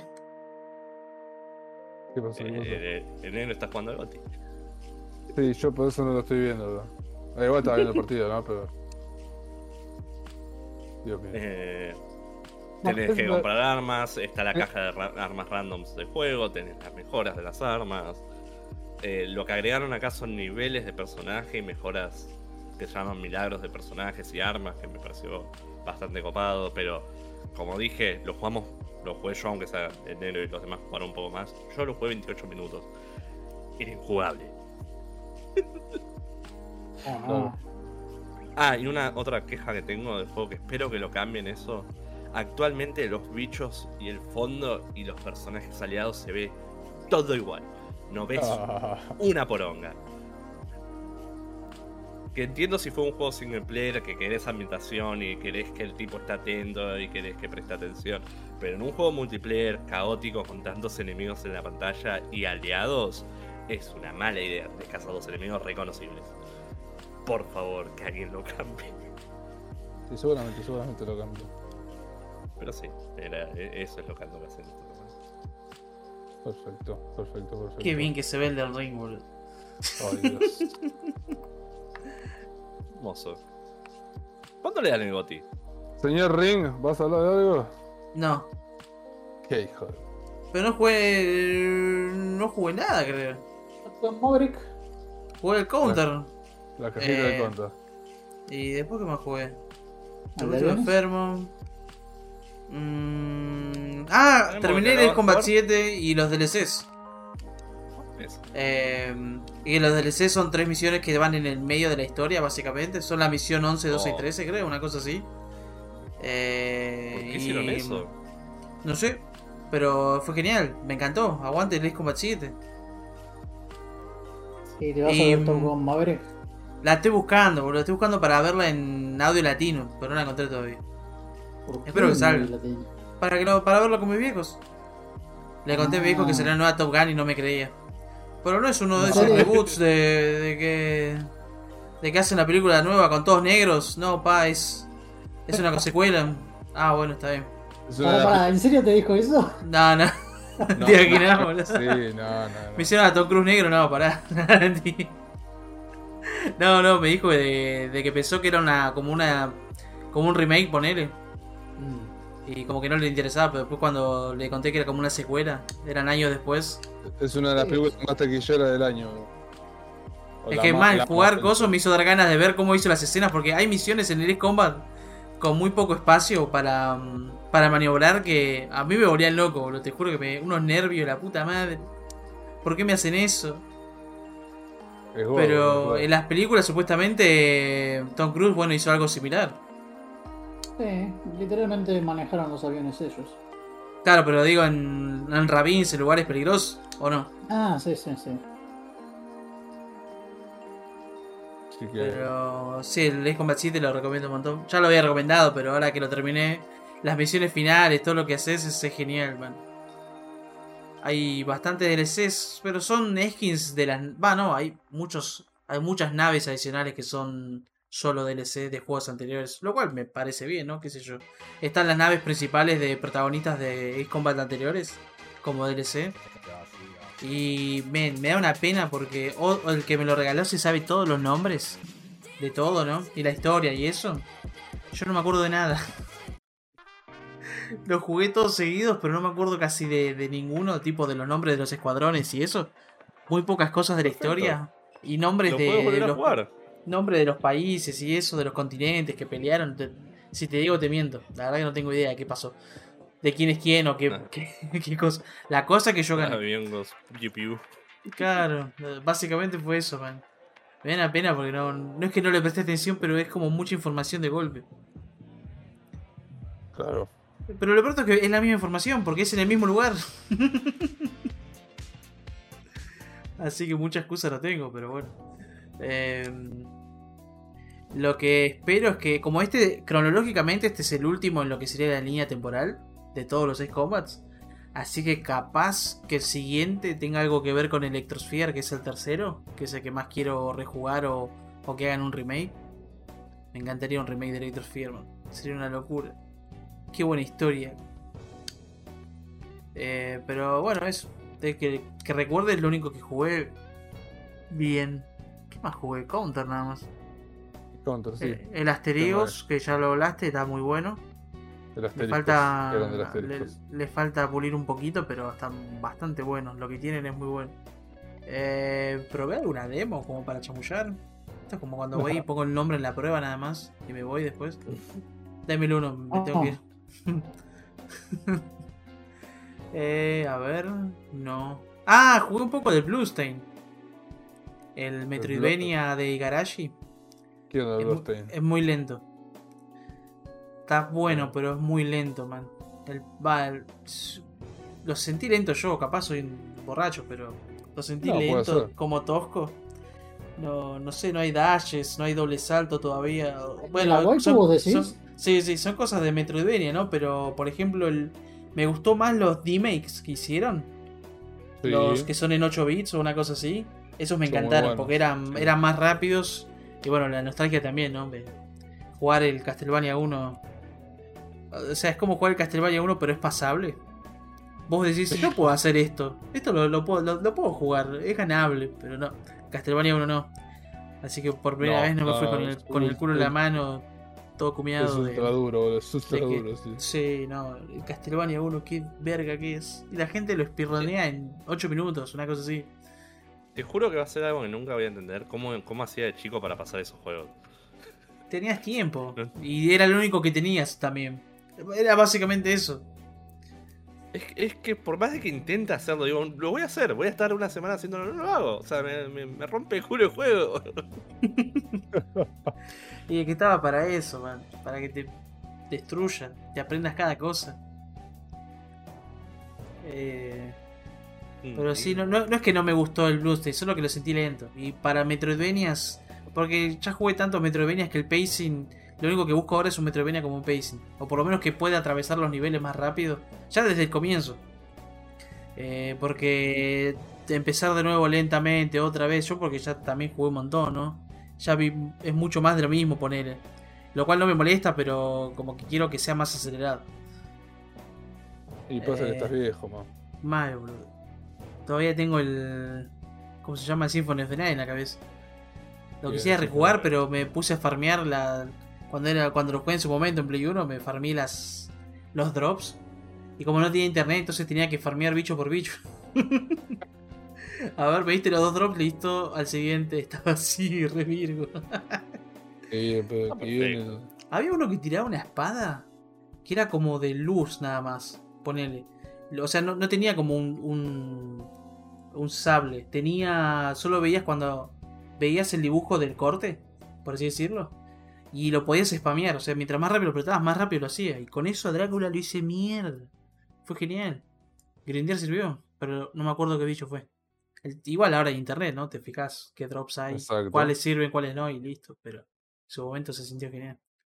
¿Qué pasó? ¿Qué pasó? Eh, el negro está jugando al G O T Y. Sí, yo por eso no lo estoy viendo, bro. Eh, igual estaba viendo el partido, ¿no? Pero. Dios mío. Eh, No, tenés es que una- comprar armas, está la Eh. caja de ra- armas randoms del juego, tenés las mejoras de las armas. Eh, lo que agregaron acá son niveles de personaje y mejoras que se llaman milagros de personajes y armas, que me pareció bastante copado, pero como dije, lo jugamos, lo jugué yo, aunque sea enero y los demás jugaron un poco más. Yo lo jugué veintiocho minutos. Era injugable. Oh, no. Claro. Ah, y una otra queja que tengo del juego, que espero que lo cambien eso. Actualmente los bichos y el fondo y los personajes aliados se ve todo igual. No ves Ah, una poronga. Que entiendo si fue un juego single player, que querés ambientación y querés que el tipo esté atento y querés que preste atención. Pero en un juego multiplayer caótico con tantos enemigos en la pantalla y aliados, es una mala idea descazar dos enemigos reconocibles. Por favor, que alguien lo cambie. sí, seguramente, seguramente lo cambio. Pero sí, era, e- eso es lo que ando haciendo. Perfecto, perfecto, perfecto. Qué bien que se ve el del ring, boludo. Ay, Dios. Hermoso. ¿Cuánto le dan el G O T Y? Señor Ring, ¿vas a hablar de algo? No. Qué hijo de... Pero no jugué. No jugué nada, creo. Top Gun Maverick. Jugué el counter. La cajita Eh, de conta. Y después, ¿qué más jugué? ¿El Estuve de aviones? enfermo. Mm, Ah, Tenemos terminé que el Combat grabar. siete y los D L Cs. Eso. Eh, y los D L C son tres misiones que van en el medio de la historia, básicamente. Son la misión once, doce y Oh. trece, creo, una cosa así. Eh, ¿Por qué y- hicieron eso? No sé, pero fue genial, me encantó. Aguante el Ace Combat siete. ¿Y te vas Y, a ver Top mm, Gun Maverick? La estoy buscando, boludo. Estoy buscando para verla en audio latino, pero no la encontré todavía. ¿Por qué espero que en salga. latino? Para, que lo, para verlo con mis viejos. Le conté a mi viejo que Ah. sería la nueva Top Gun y no me creía. Pero no es uno de ¿En esos serio? reboots de, de que. de que hacen la película nueva con todos negros. No, pa, es. Es una secuela. Ah, bueno, está bien. Es una Pará, de las pará, ¿en serio te dijo eso? No, no. No, Te imaginas, boludo. Sí, no, no, no. Me hicieron a Tom Cruise negro, no, pará. No, no, me dijo de, de que pensó que era una. como una. como un remake, ponele. Mm. Y como que no le interesaba, pero después cuando le conté que era como una secuela, eran años después. Es una de las Sí. películas más taquilleras del año. O Es la que más- más la jugar más- cosas me hizo dar ganas de ver cómo hizo las escenas, porque hay misiones en el Ace Combat con muy poco espacio para, mm, para maniobrar que a mí me volvían loco, boludo. Te juro que me. unos nervios, la puta madre. ¿Por qué me hacen eso? es gordo, es Pero gordo. en las películas supuestamente Tom Cruise, bueno, hizo algo similar. Sí, literalmente manejaron los aviones ellos. Claro, pero digo en, en ravines, en lugares peligrosos, ¿o no? Ah, sí, sí, sí. Así que... Pero sí, el Ace Combat siete lo recomiendo un montón. Ya lo había recomendado, pero ahora que lo terminé, las misiones finales, todo lo que haces es, es genial, man. Hay bastantes D L Cs, pero son skins de las... Va, no, hay muchos, hay muchas naves adicionales que son solo D L C de juegos anteriores, lo cual me parece bien, ¿no? Qué sé yo. Están las naves principales de protagonistas de Ace Combat anteriores, como D L C. Y men, me da una pena porque o- o el que me lo regaló se sabe todos los nombres de todo, ¿no? Y la historia y eso. Yo no me acuerdo de nada. Los jugué todos seguidos, pero no me acuerdo casi de, de ninguno, tipo de los nombres de los escuadrones y eso. Muy pocas cosas de la Perfecto. historia. Y nombres Lo de, puedo volver de a los jugar. nombres de los países y eso, de los continentes que pelearon. Te- si te digo, te miento. La verdad que no tengo idea de qué pasó. De quién es quién o qué, Ah. qué, qué cosa. La cosa que yo gané. Aviones G P U. Claro, básicamente fue eso, man. Me da una pena porque no, no es que no le presté atención, pero es como mucha información de golpe. Claro. Pero lo peor es que es la misma información, porque es en el mismo lugar. Así que mucha excusa no tengo, pero bueno. Eh, Lo que espero es que, como este, cronológicamente, este es el último en lo que sería la línea temporal de todos los Ace Combats. Así que capaz que el siguiente tenga algo que ver con Electrosphere, que es el tercero, que es el que más quiero rejugar o, o que hagan un remake. Me encantaría un remake de Electrosphere, man. Sería una locura. Qué buena historia. Eh, pero bueno, eso. De que, que recuerdes lo único que jugué bien. ¿Qué más jugué? Counter nada más. Counter, sí. El, el Asterios, que ya lo hablaste, está muy bueno. El Le asteriscos, falta, eran del le, asteriscos. le falta pulir un poquito, pero están bastante buenos. Lo que tienen es muy bueno. Eh, probé alguna demo como para chamullar. Esto es como cuando voy y pongo el nombre en la prueba nada más y me voy después. Dame el uno, me tengo que ir. eh, a ver, no. Ah, jugué un poco de Bluestain. El Metroidvania de Igarashi. ¿Qué onda, Es, mu- Bluestain? es muy lento. Está bueno, pero es muy lento, man. El, va, el- s- lo sentí lento yo, capaz soy un borracho, pero lo sentí No, puede lento, ser. como tosco. No, no sé, no hay dashes, no hay doble salto todavía. ¿La Bueno, waifu son, vos decís? son- sí, sí, son cosas de Metroidvania, ¿no? Pero, por ejemplo, el, me gustó más los D-Makes que hicieron. Sí. Los que son en ocho bits o una cosa así. Esos me Son muy encantaron buenos, porque eran, sí. eran más rápidos. Y bueno, la nostalgia también, ¿no? De jugar el Castlevania uno. O sea, es como jugar el Castlevania uno, pero es pasable. Vos decís, yo puedo hacer esto. Esto lo, lo puedo, lo, lo puedo jugar, es ganable, pero no. Castlevania uno no. Así que por primera No, vez no me fui no, con el, es con el culo en la ultra- mano, todo Es cumiado. de- ultra duro, boludo. Es ultra de que- duro, sí. Sí, no, el Castlevania uno, qué verga que es. Y la gente lo espirronea en ocho minutos, una cosa así. Te juro que va a ser algo que nunca voy a entender. ¿Cómo, cómo hacía de chico para pasar esos juegos? Tenías tiempo. ¿No? Y era lo único que tenías también. Era básicamente eso. Es, es que por más de que intente hacerlo, digo, lo voy a hacer. Voy a estar una semana haciéndolo, no lo hago. O sea, me, me, me rompe el culo el juego. Y que estaba para eso, man. Para que te destruya. Te aprendas cada cosa. Eh, pero sí, no, no, no es que no me gustó el Bluestain, solo que lo sentí lento. Y para Metroidvanias, porque ya jugué tantos Metroidvanias que el pacing, lo único que busco ahora es un Metroidvania como un pacing. O por lo menos que pueda atravesar los niveles más rápido. Ya desde el comienzo. Eh, porque empezar de nuevo lentamente otra vez, yo porque ya también jugué un montón, ¿no? Ya vi, es mucho más de lo mismo poner. Lo cual no me molesta, pero como que quiero que sea más acelerado. Y pasa que Eh. estás viejo, man. Mal, boludo. Todavía tengo el... ¿Cómo se llama? El Symphony of the Night en la cabeza. Lo Bien, quisiera sí, rejugar, claro. pero me puse a farmear la... Cuando era cuando lo jugué en su momento en Play uno, me farmeé las... los drops. Y como no tenía internet, entonces tenía que farmear bicho por bicho. A ver, me diste los dos drops, listo. Al siguiente estaba así, re virgo. Qué bien, pero qué bien el- Había uno que tiraba una espada que era como de luz nada más. Ponele. O sea, no, no tenía como un, un. un sable. Tenía. Solo veías cuando. Veías el dibujo del corte, por así decirlo. Y lo podías spamear. O sea, mientras más rápido lo apretabas, más rápido lo hacía. Y con eso a Drácula lo hice mierda. Fue genial. Grindear sirvió. Pero no me acuerdo qué bicho fue. El- igual ahora hay internet, ¿no? Te fijas qué drops hay. Exacto. Cuáles sirven, cuáles no. Y listo. Pero en su momento se sintió genial.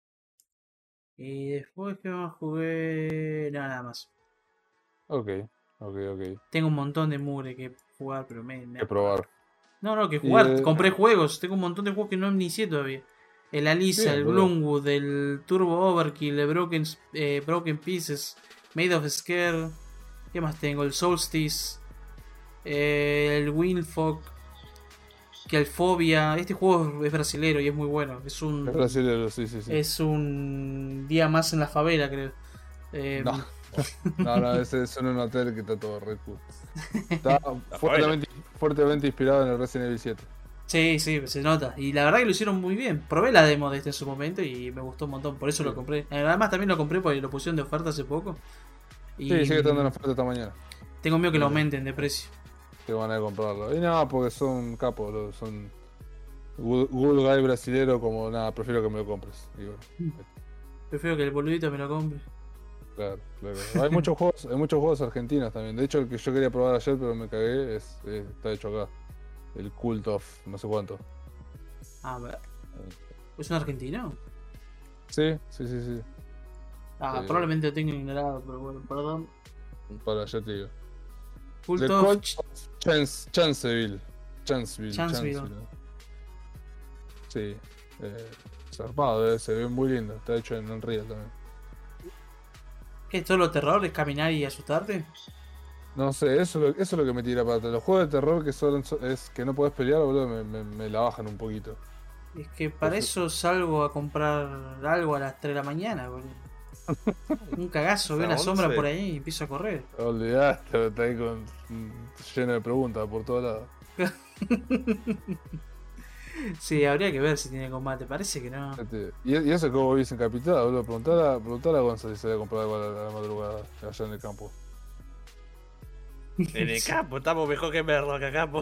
Y después que más jugué. No, nada más. Ok, ok, ok. Tengo un montón de mugre que jugar, pero me. me- Que probar. No, no, que jugar. Y, eh, Compré juegos. Tengo un montón de juegos que no inicié todavía. El Alisa, Bien, el boludo. Gloomwood, el Turbo Overkill, el Broken, eh, Broken Pieces, Made of Scare. ¿Qué más tengo? El Solstice, eh, el Windfog, que el Phobia. Este juego es brasilero y es muy bueno. Es un. Es brasileño, sí, sí, sí. Es un día más en la favela, creo. Eh, No. No, no, ese es en un hotel que está todo re cool. Está fuertemente, fuertemente inspirado en el Resident Evil siete. Sí, sí, se nota. Y la verdad que lo hicieron muy bien. Probé la demo de este en su momento y me gustó un montón. Por eso Sí. lo compré. Además también lo compré porque lo pusieron de oferta hace poco. Y Sí, sigue estando en oferta esta mañana. tengo miedo que lo Sí. aumenten de precio. Tengo ganas de comprarlo. Y nada, porque son capos, boludo, son Google Google Guy brasilero, como nada, prefiero que me lo compres. Y bueno, Prefiero que el boludito me lo compre. claro, claro. Hay muchos juegos, hay muchos juegos argentinos también. De hecho, el que yo quería probar ayer, pero me cagué, es, es- está hecho acá. El Cult of no sé cuánto. A ver. ¿Es un argentino? Sí, sí, sí, sí. Ah, Eh. probablemente lo tengo ignorado, pero bueno, perdón. Para, ya te digo. Cult The of Cult Ch- of Chance, Chanceville. Chanceville. Chanceville. Chanceville. Sí. Eh, zarpado, eh, se ve muy lindo. Está hecho en Unreal también. ¿Qué es solo terror? ¿Es caminar y asustarte? No sé, eso, es lo- eso es lo que me tira para atrás. Los juegos de terror que solo es que no podés pelear, boludo, me, me, me la bajan un poquito. Es que para eso salgo a comprar algo a las tres de la mañana, boludo. Un cagazo, veo O sea, una sombra once. por ahí y empiezo a correr. Olvidaste, está ahí con, mm, lleno de preguntas por todos lados. Sí, habría que ver si tiene combate, parece que no. Este, y, y eso que vos vivís en Capital, boludo. Preguntale a, preguntale a Gonzalo si se había comprado algo a la, a la madrugada, allá en el campo. En el campo, estamos mejor que Merlock, campo.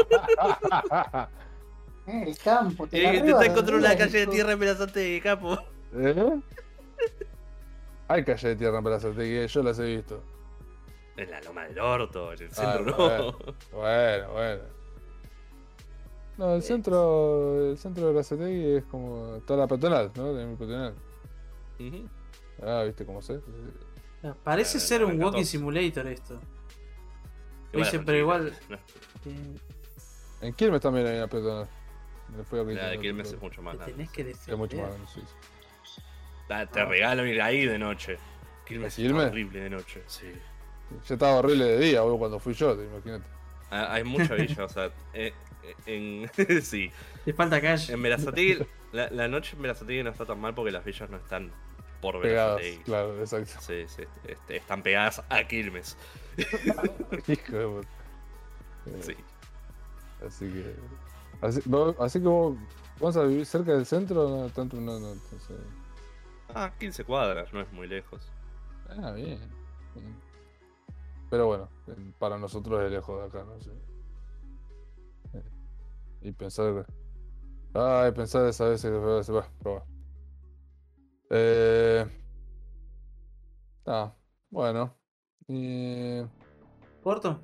Eh, el campo, te Eh, la te arriba está de encontrando una arriba, calle de hijo. tierra en Belazategui, capo. ¿Eh? Hay calle de tierra en Berazategui, yo las he visto. En la loma del orto, en el Ah, centro no. bueno. Bueno, bueno. No, el centro, el centro de Berazategui es como toda la peatonal, ¿no? De mi peatonal. Ujú. Ah, ¿viste cómo sé? Parece Ah, ser un noventa y walking dos. simulator esto. Igual Dice, es pero muy igual. chiquita. No, eh, En Quilmes también hay una peatonal. Me fui a la de Quilmes, Quilmes es pero- mucho más te grande. tenés que Es mucho más defender. grande, sí. Ah, Te regalan ir ahí de noche. Quilmes ¿A Quilmes? es horrible de noche, sí. Ya estaba horrible de día, boludo, cuando fui yo, te imagínate. Ah, hay mucha villa, o sea, eh, eh, en. sí. Te falta calle. En Berazategui, la, la noche en Berazategui no está tan mal porque las villas no están por Pegadas, Berazategui. claro, exacto. Sí, sí, este, están pegadas a Quilmes. Hijo de puta. Eh, Sí. Así que. Así, vos- así que vos vas a vivir cerca del centro, no tanto, no, no, entonces. Ah, quince cuadras, no es muy lejos. Ah, bien. bien. Pero bueno, eh, para nosotros es lejos de acá, no sé. Eh, Y pensar. Ay, pensar esa vez que se va, pero bueno. Eh. Ah, bueno. Y. ¿Corto?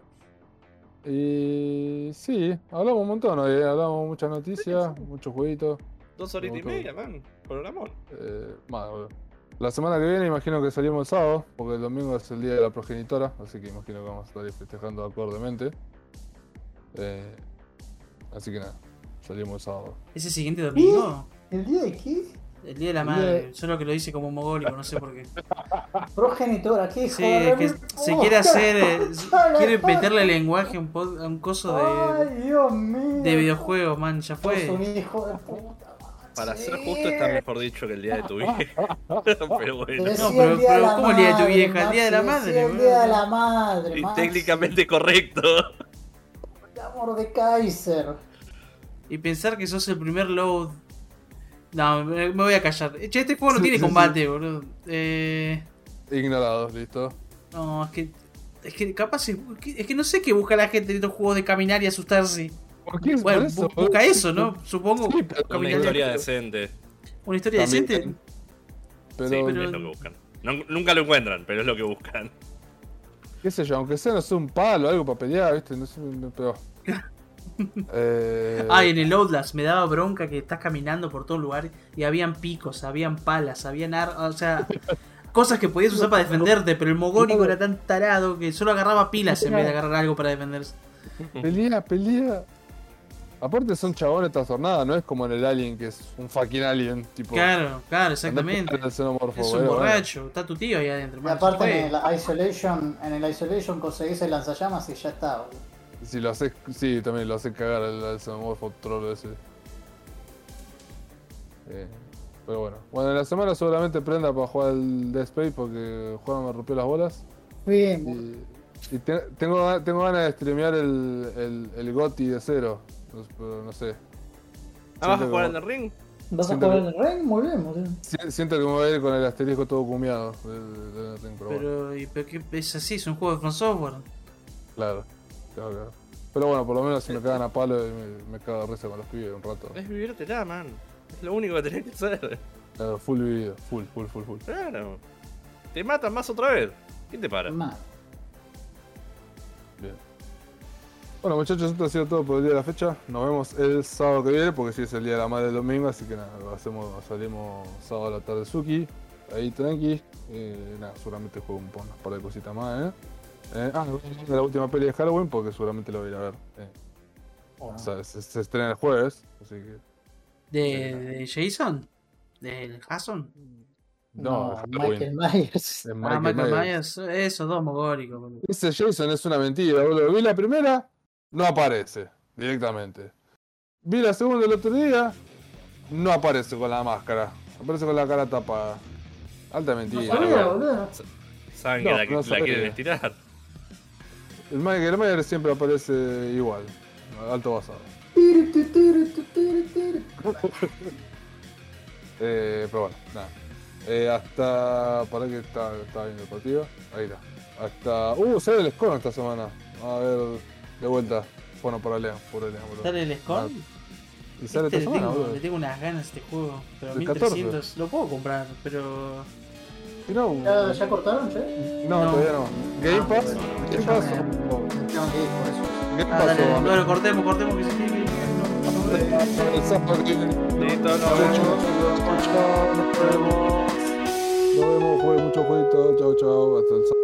Y sí, hablamos un montón hoy, eh, hablamos muchas noticias, muchos jueguitos. Dos horitas y Como todo. media, man. Por el amor. Eh, más, boludo. La semana que viene imagino que salimos el sábado, porque el domingo es el día de la progenitora, así que imagino que vamos a estar ahí festejando acordemente. Eh, así que nada, salimos el sábado. ¿Ese siguiente domingo? ¿El día de qué? El día de la El día madre. de- Solo que lo dice como mogólico, no sé por qué. Progenitora, ¿qué hijo Sí, de es que remil- se Oh, quiere hacer. eh, Ay, quiere ay, meterle ay. lenguaje a un, pod- a un coso de, Ay, Dios mío. de videojuegos, man. Ya Sos fue. un hijo de puta. Para sí. ser justo está mejor dicho que el día de tu vieja. Pero bueno. Pero No, sí, pero- el día de pero la ¿cómo el día de tu madre, vieja? El día de la Maxi, madre, sí, el boludo. día de la madre, Y Maxi. técnicamente correcto. El amor de Kaiser. Y pensar que sos el primer load. No, me me voy a callar. Che, este juego no Sí, tiene sí, combate, boludo. Eh. Ignorados, listo. No, es que. Es que capaz. Es, es que no sé qué busca la gente en estos juegos de caminar y asustarse. ¿Por qué? Bueno, Por eso, bu- busca boludo. eso, ¿no? Supongo. Sí, pero- Una caminar y- historia decente. Una historia También, decente. Pero, Sí, pero- es lo que buscan. No- nunca lo encuentran, pero es lo que buscan. qué sé yo, aunque sea, no sé, un palo, algo para pelear, ¿viste? No sé, me- pero... eh, Ah, y en el Outlast me daba bronca que estás caminando por todo lugar y habían picos, habían palas, habían ar... O sea, cosas que podías usar para defenderte, pero el mogónico era tan tarado que solo agarraba pilas en vez de agarrar algo para defenderse. Pelea, pelea. Aparte son chabones trastornados, no es como en el Alien, que es un fucking alien, tipo... Claro, claro, andá exactamente. pegando al xenomorfo, Es un boludo, bueno. borracho, está tu tío ahí adentro. Y man, aparte ya en fue. el Isolation, en el Isolation conseguís el lanzallamas y ya está, boludo. Si lo haces, sí, también lo haces cagar al, al xenomorfo trolo ese. Eh, pero bueno. Bueno, en la semana seguramente prenda para jugar al Dead Space porque Juan me rompió las bolas. Bien, Y, y te- tengo, tengo ganas de streamear el, el, el GOTY de cero. No, pero no sé. Ah, ¿vas a Siento jugar en como- el ring? ¿vas a siento jugar que- en el ring? Muy bien, boludo. si- Siento que me voy a ir con el asterisco todo cumiado del, del ring, pero bueno. Pero, y, pero ¿qué es así? Es un juego de From Software. Claro, claro, claro. Pero bueno, por lo menos si me cagan a palo y me, me cago de risa con los pibes un rato. Es vivírtela, man. Es lo único que tenés que hacer. Claro, full vivido, full, full, full, full. Claro. Te matan más otra vez. ¿Quién te para? Mal. Bien. Bueno, muchachos, esto ha sido todo por el día de la fecha. Nos vemos el sábado que viene, porque sí es el día de la madre del domingo, así que nada, lo hacemos, salimos sábado a la tarde Suki, ahí tranqui. Eh, nada, seguramente juego un, un par de cositas más, ¿eh? eh ah, la última peli de Halloween, porque seguramente lo voy a ir a ver. Eh. Bueno. O sea, se, se estrena el jueves, así que. ¿De, de Jason? ¿Del Jason? No, No, Halloween. Michael Myers. Es Ah, Michael Michael Myers. Myers, esos dos mogóricos, boludo. Ese Jason es una mentira, boludo. Vi la primera, no aparece directamente. Vi la segunda el otro día, no aparece con la máscara. Aparece con la cara tapada. Alta No mentira. sabía, boludo. boludo. Saben No, que la, no la sabía. quieren estirar. El Michael Myers siempre aparece igual. Alto basado. Eh, pero bueno, nada. Eh, hasta. ¿Para qué está, está viendo el partido? Ahí está. Hasta. Uh, sale el Scorn esta semana. A ver, de vuelta. Bueno, para Lean, por Lean, boludo. ¿Sale el Scorn? Y sale Este esta le, semana, tengo, boludo. le tengo unas ganas a este juego, pero ¿El mil trescientos lo puedo comprar, pero Y no, ¿Ya, ya cortaron, ya? no, No. todavía no. Game Ah, Pass, bueno. Game Ya Pass me- o- me tengo que ir por eso. Game ah, Pass dale, o- bueno, cortemos, cortemos que se tiene que ir. El sábado que viene. Listo, nos Chau, vemos. chau, chau, nos vemos. Nos vemos, juegue mucho jueguito. Chau, chau. Hasta el sábado.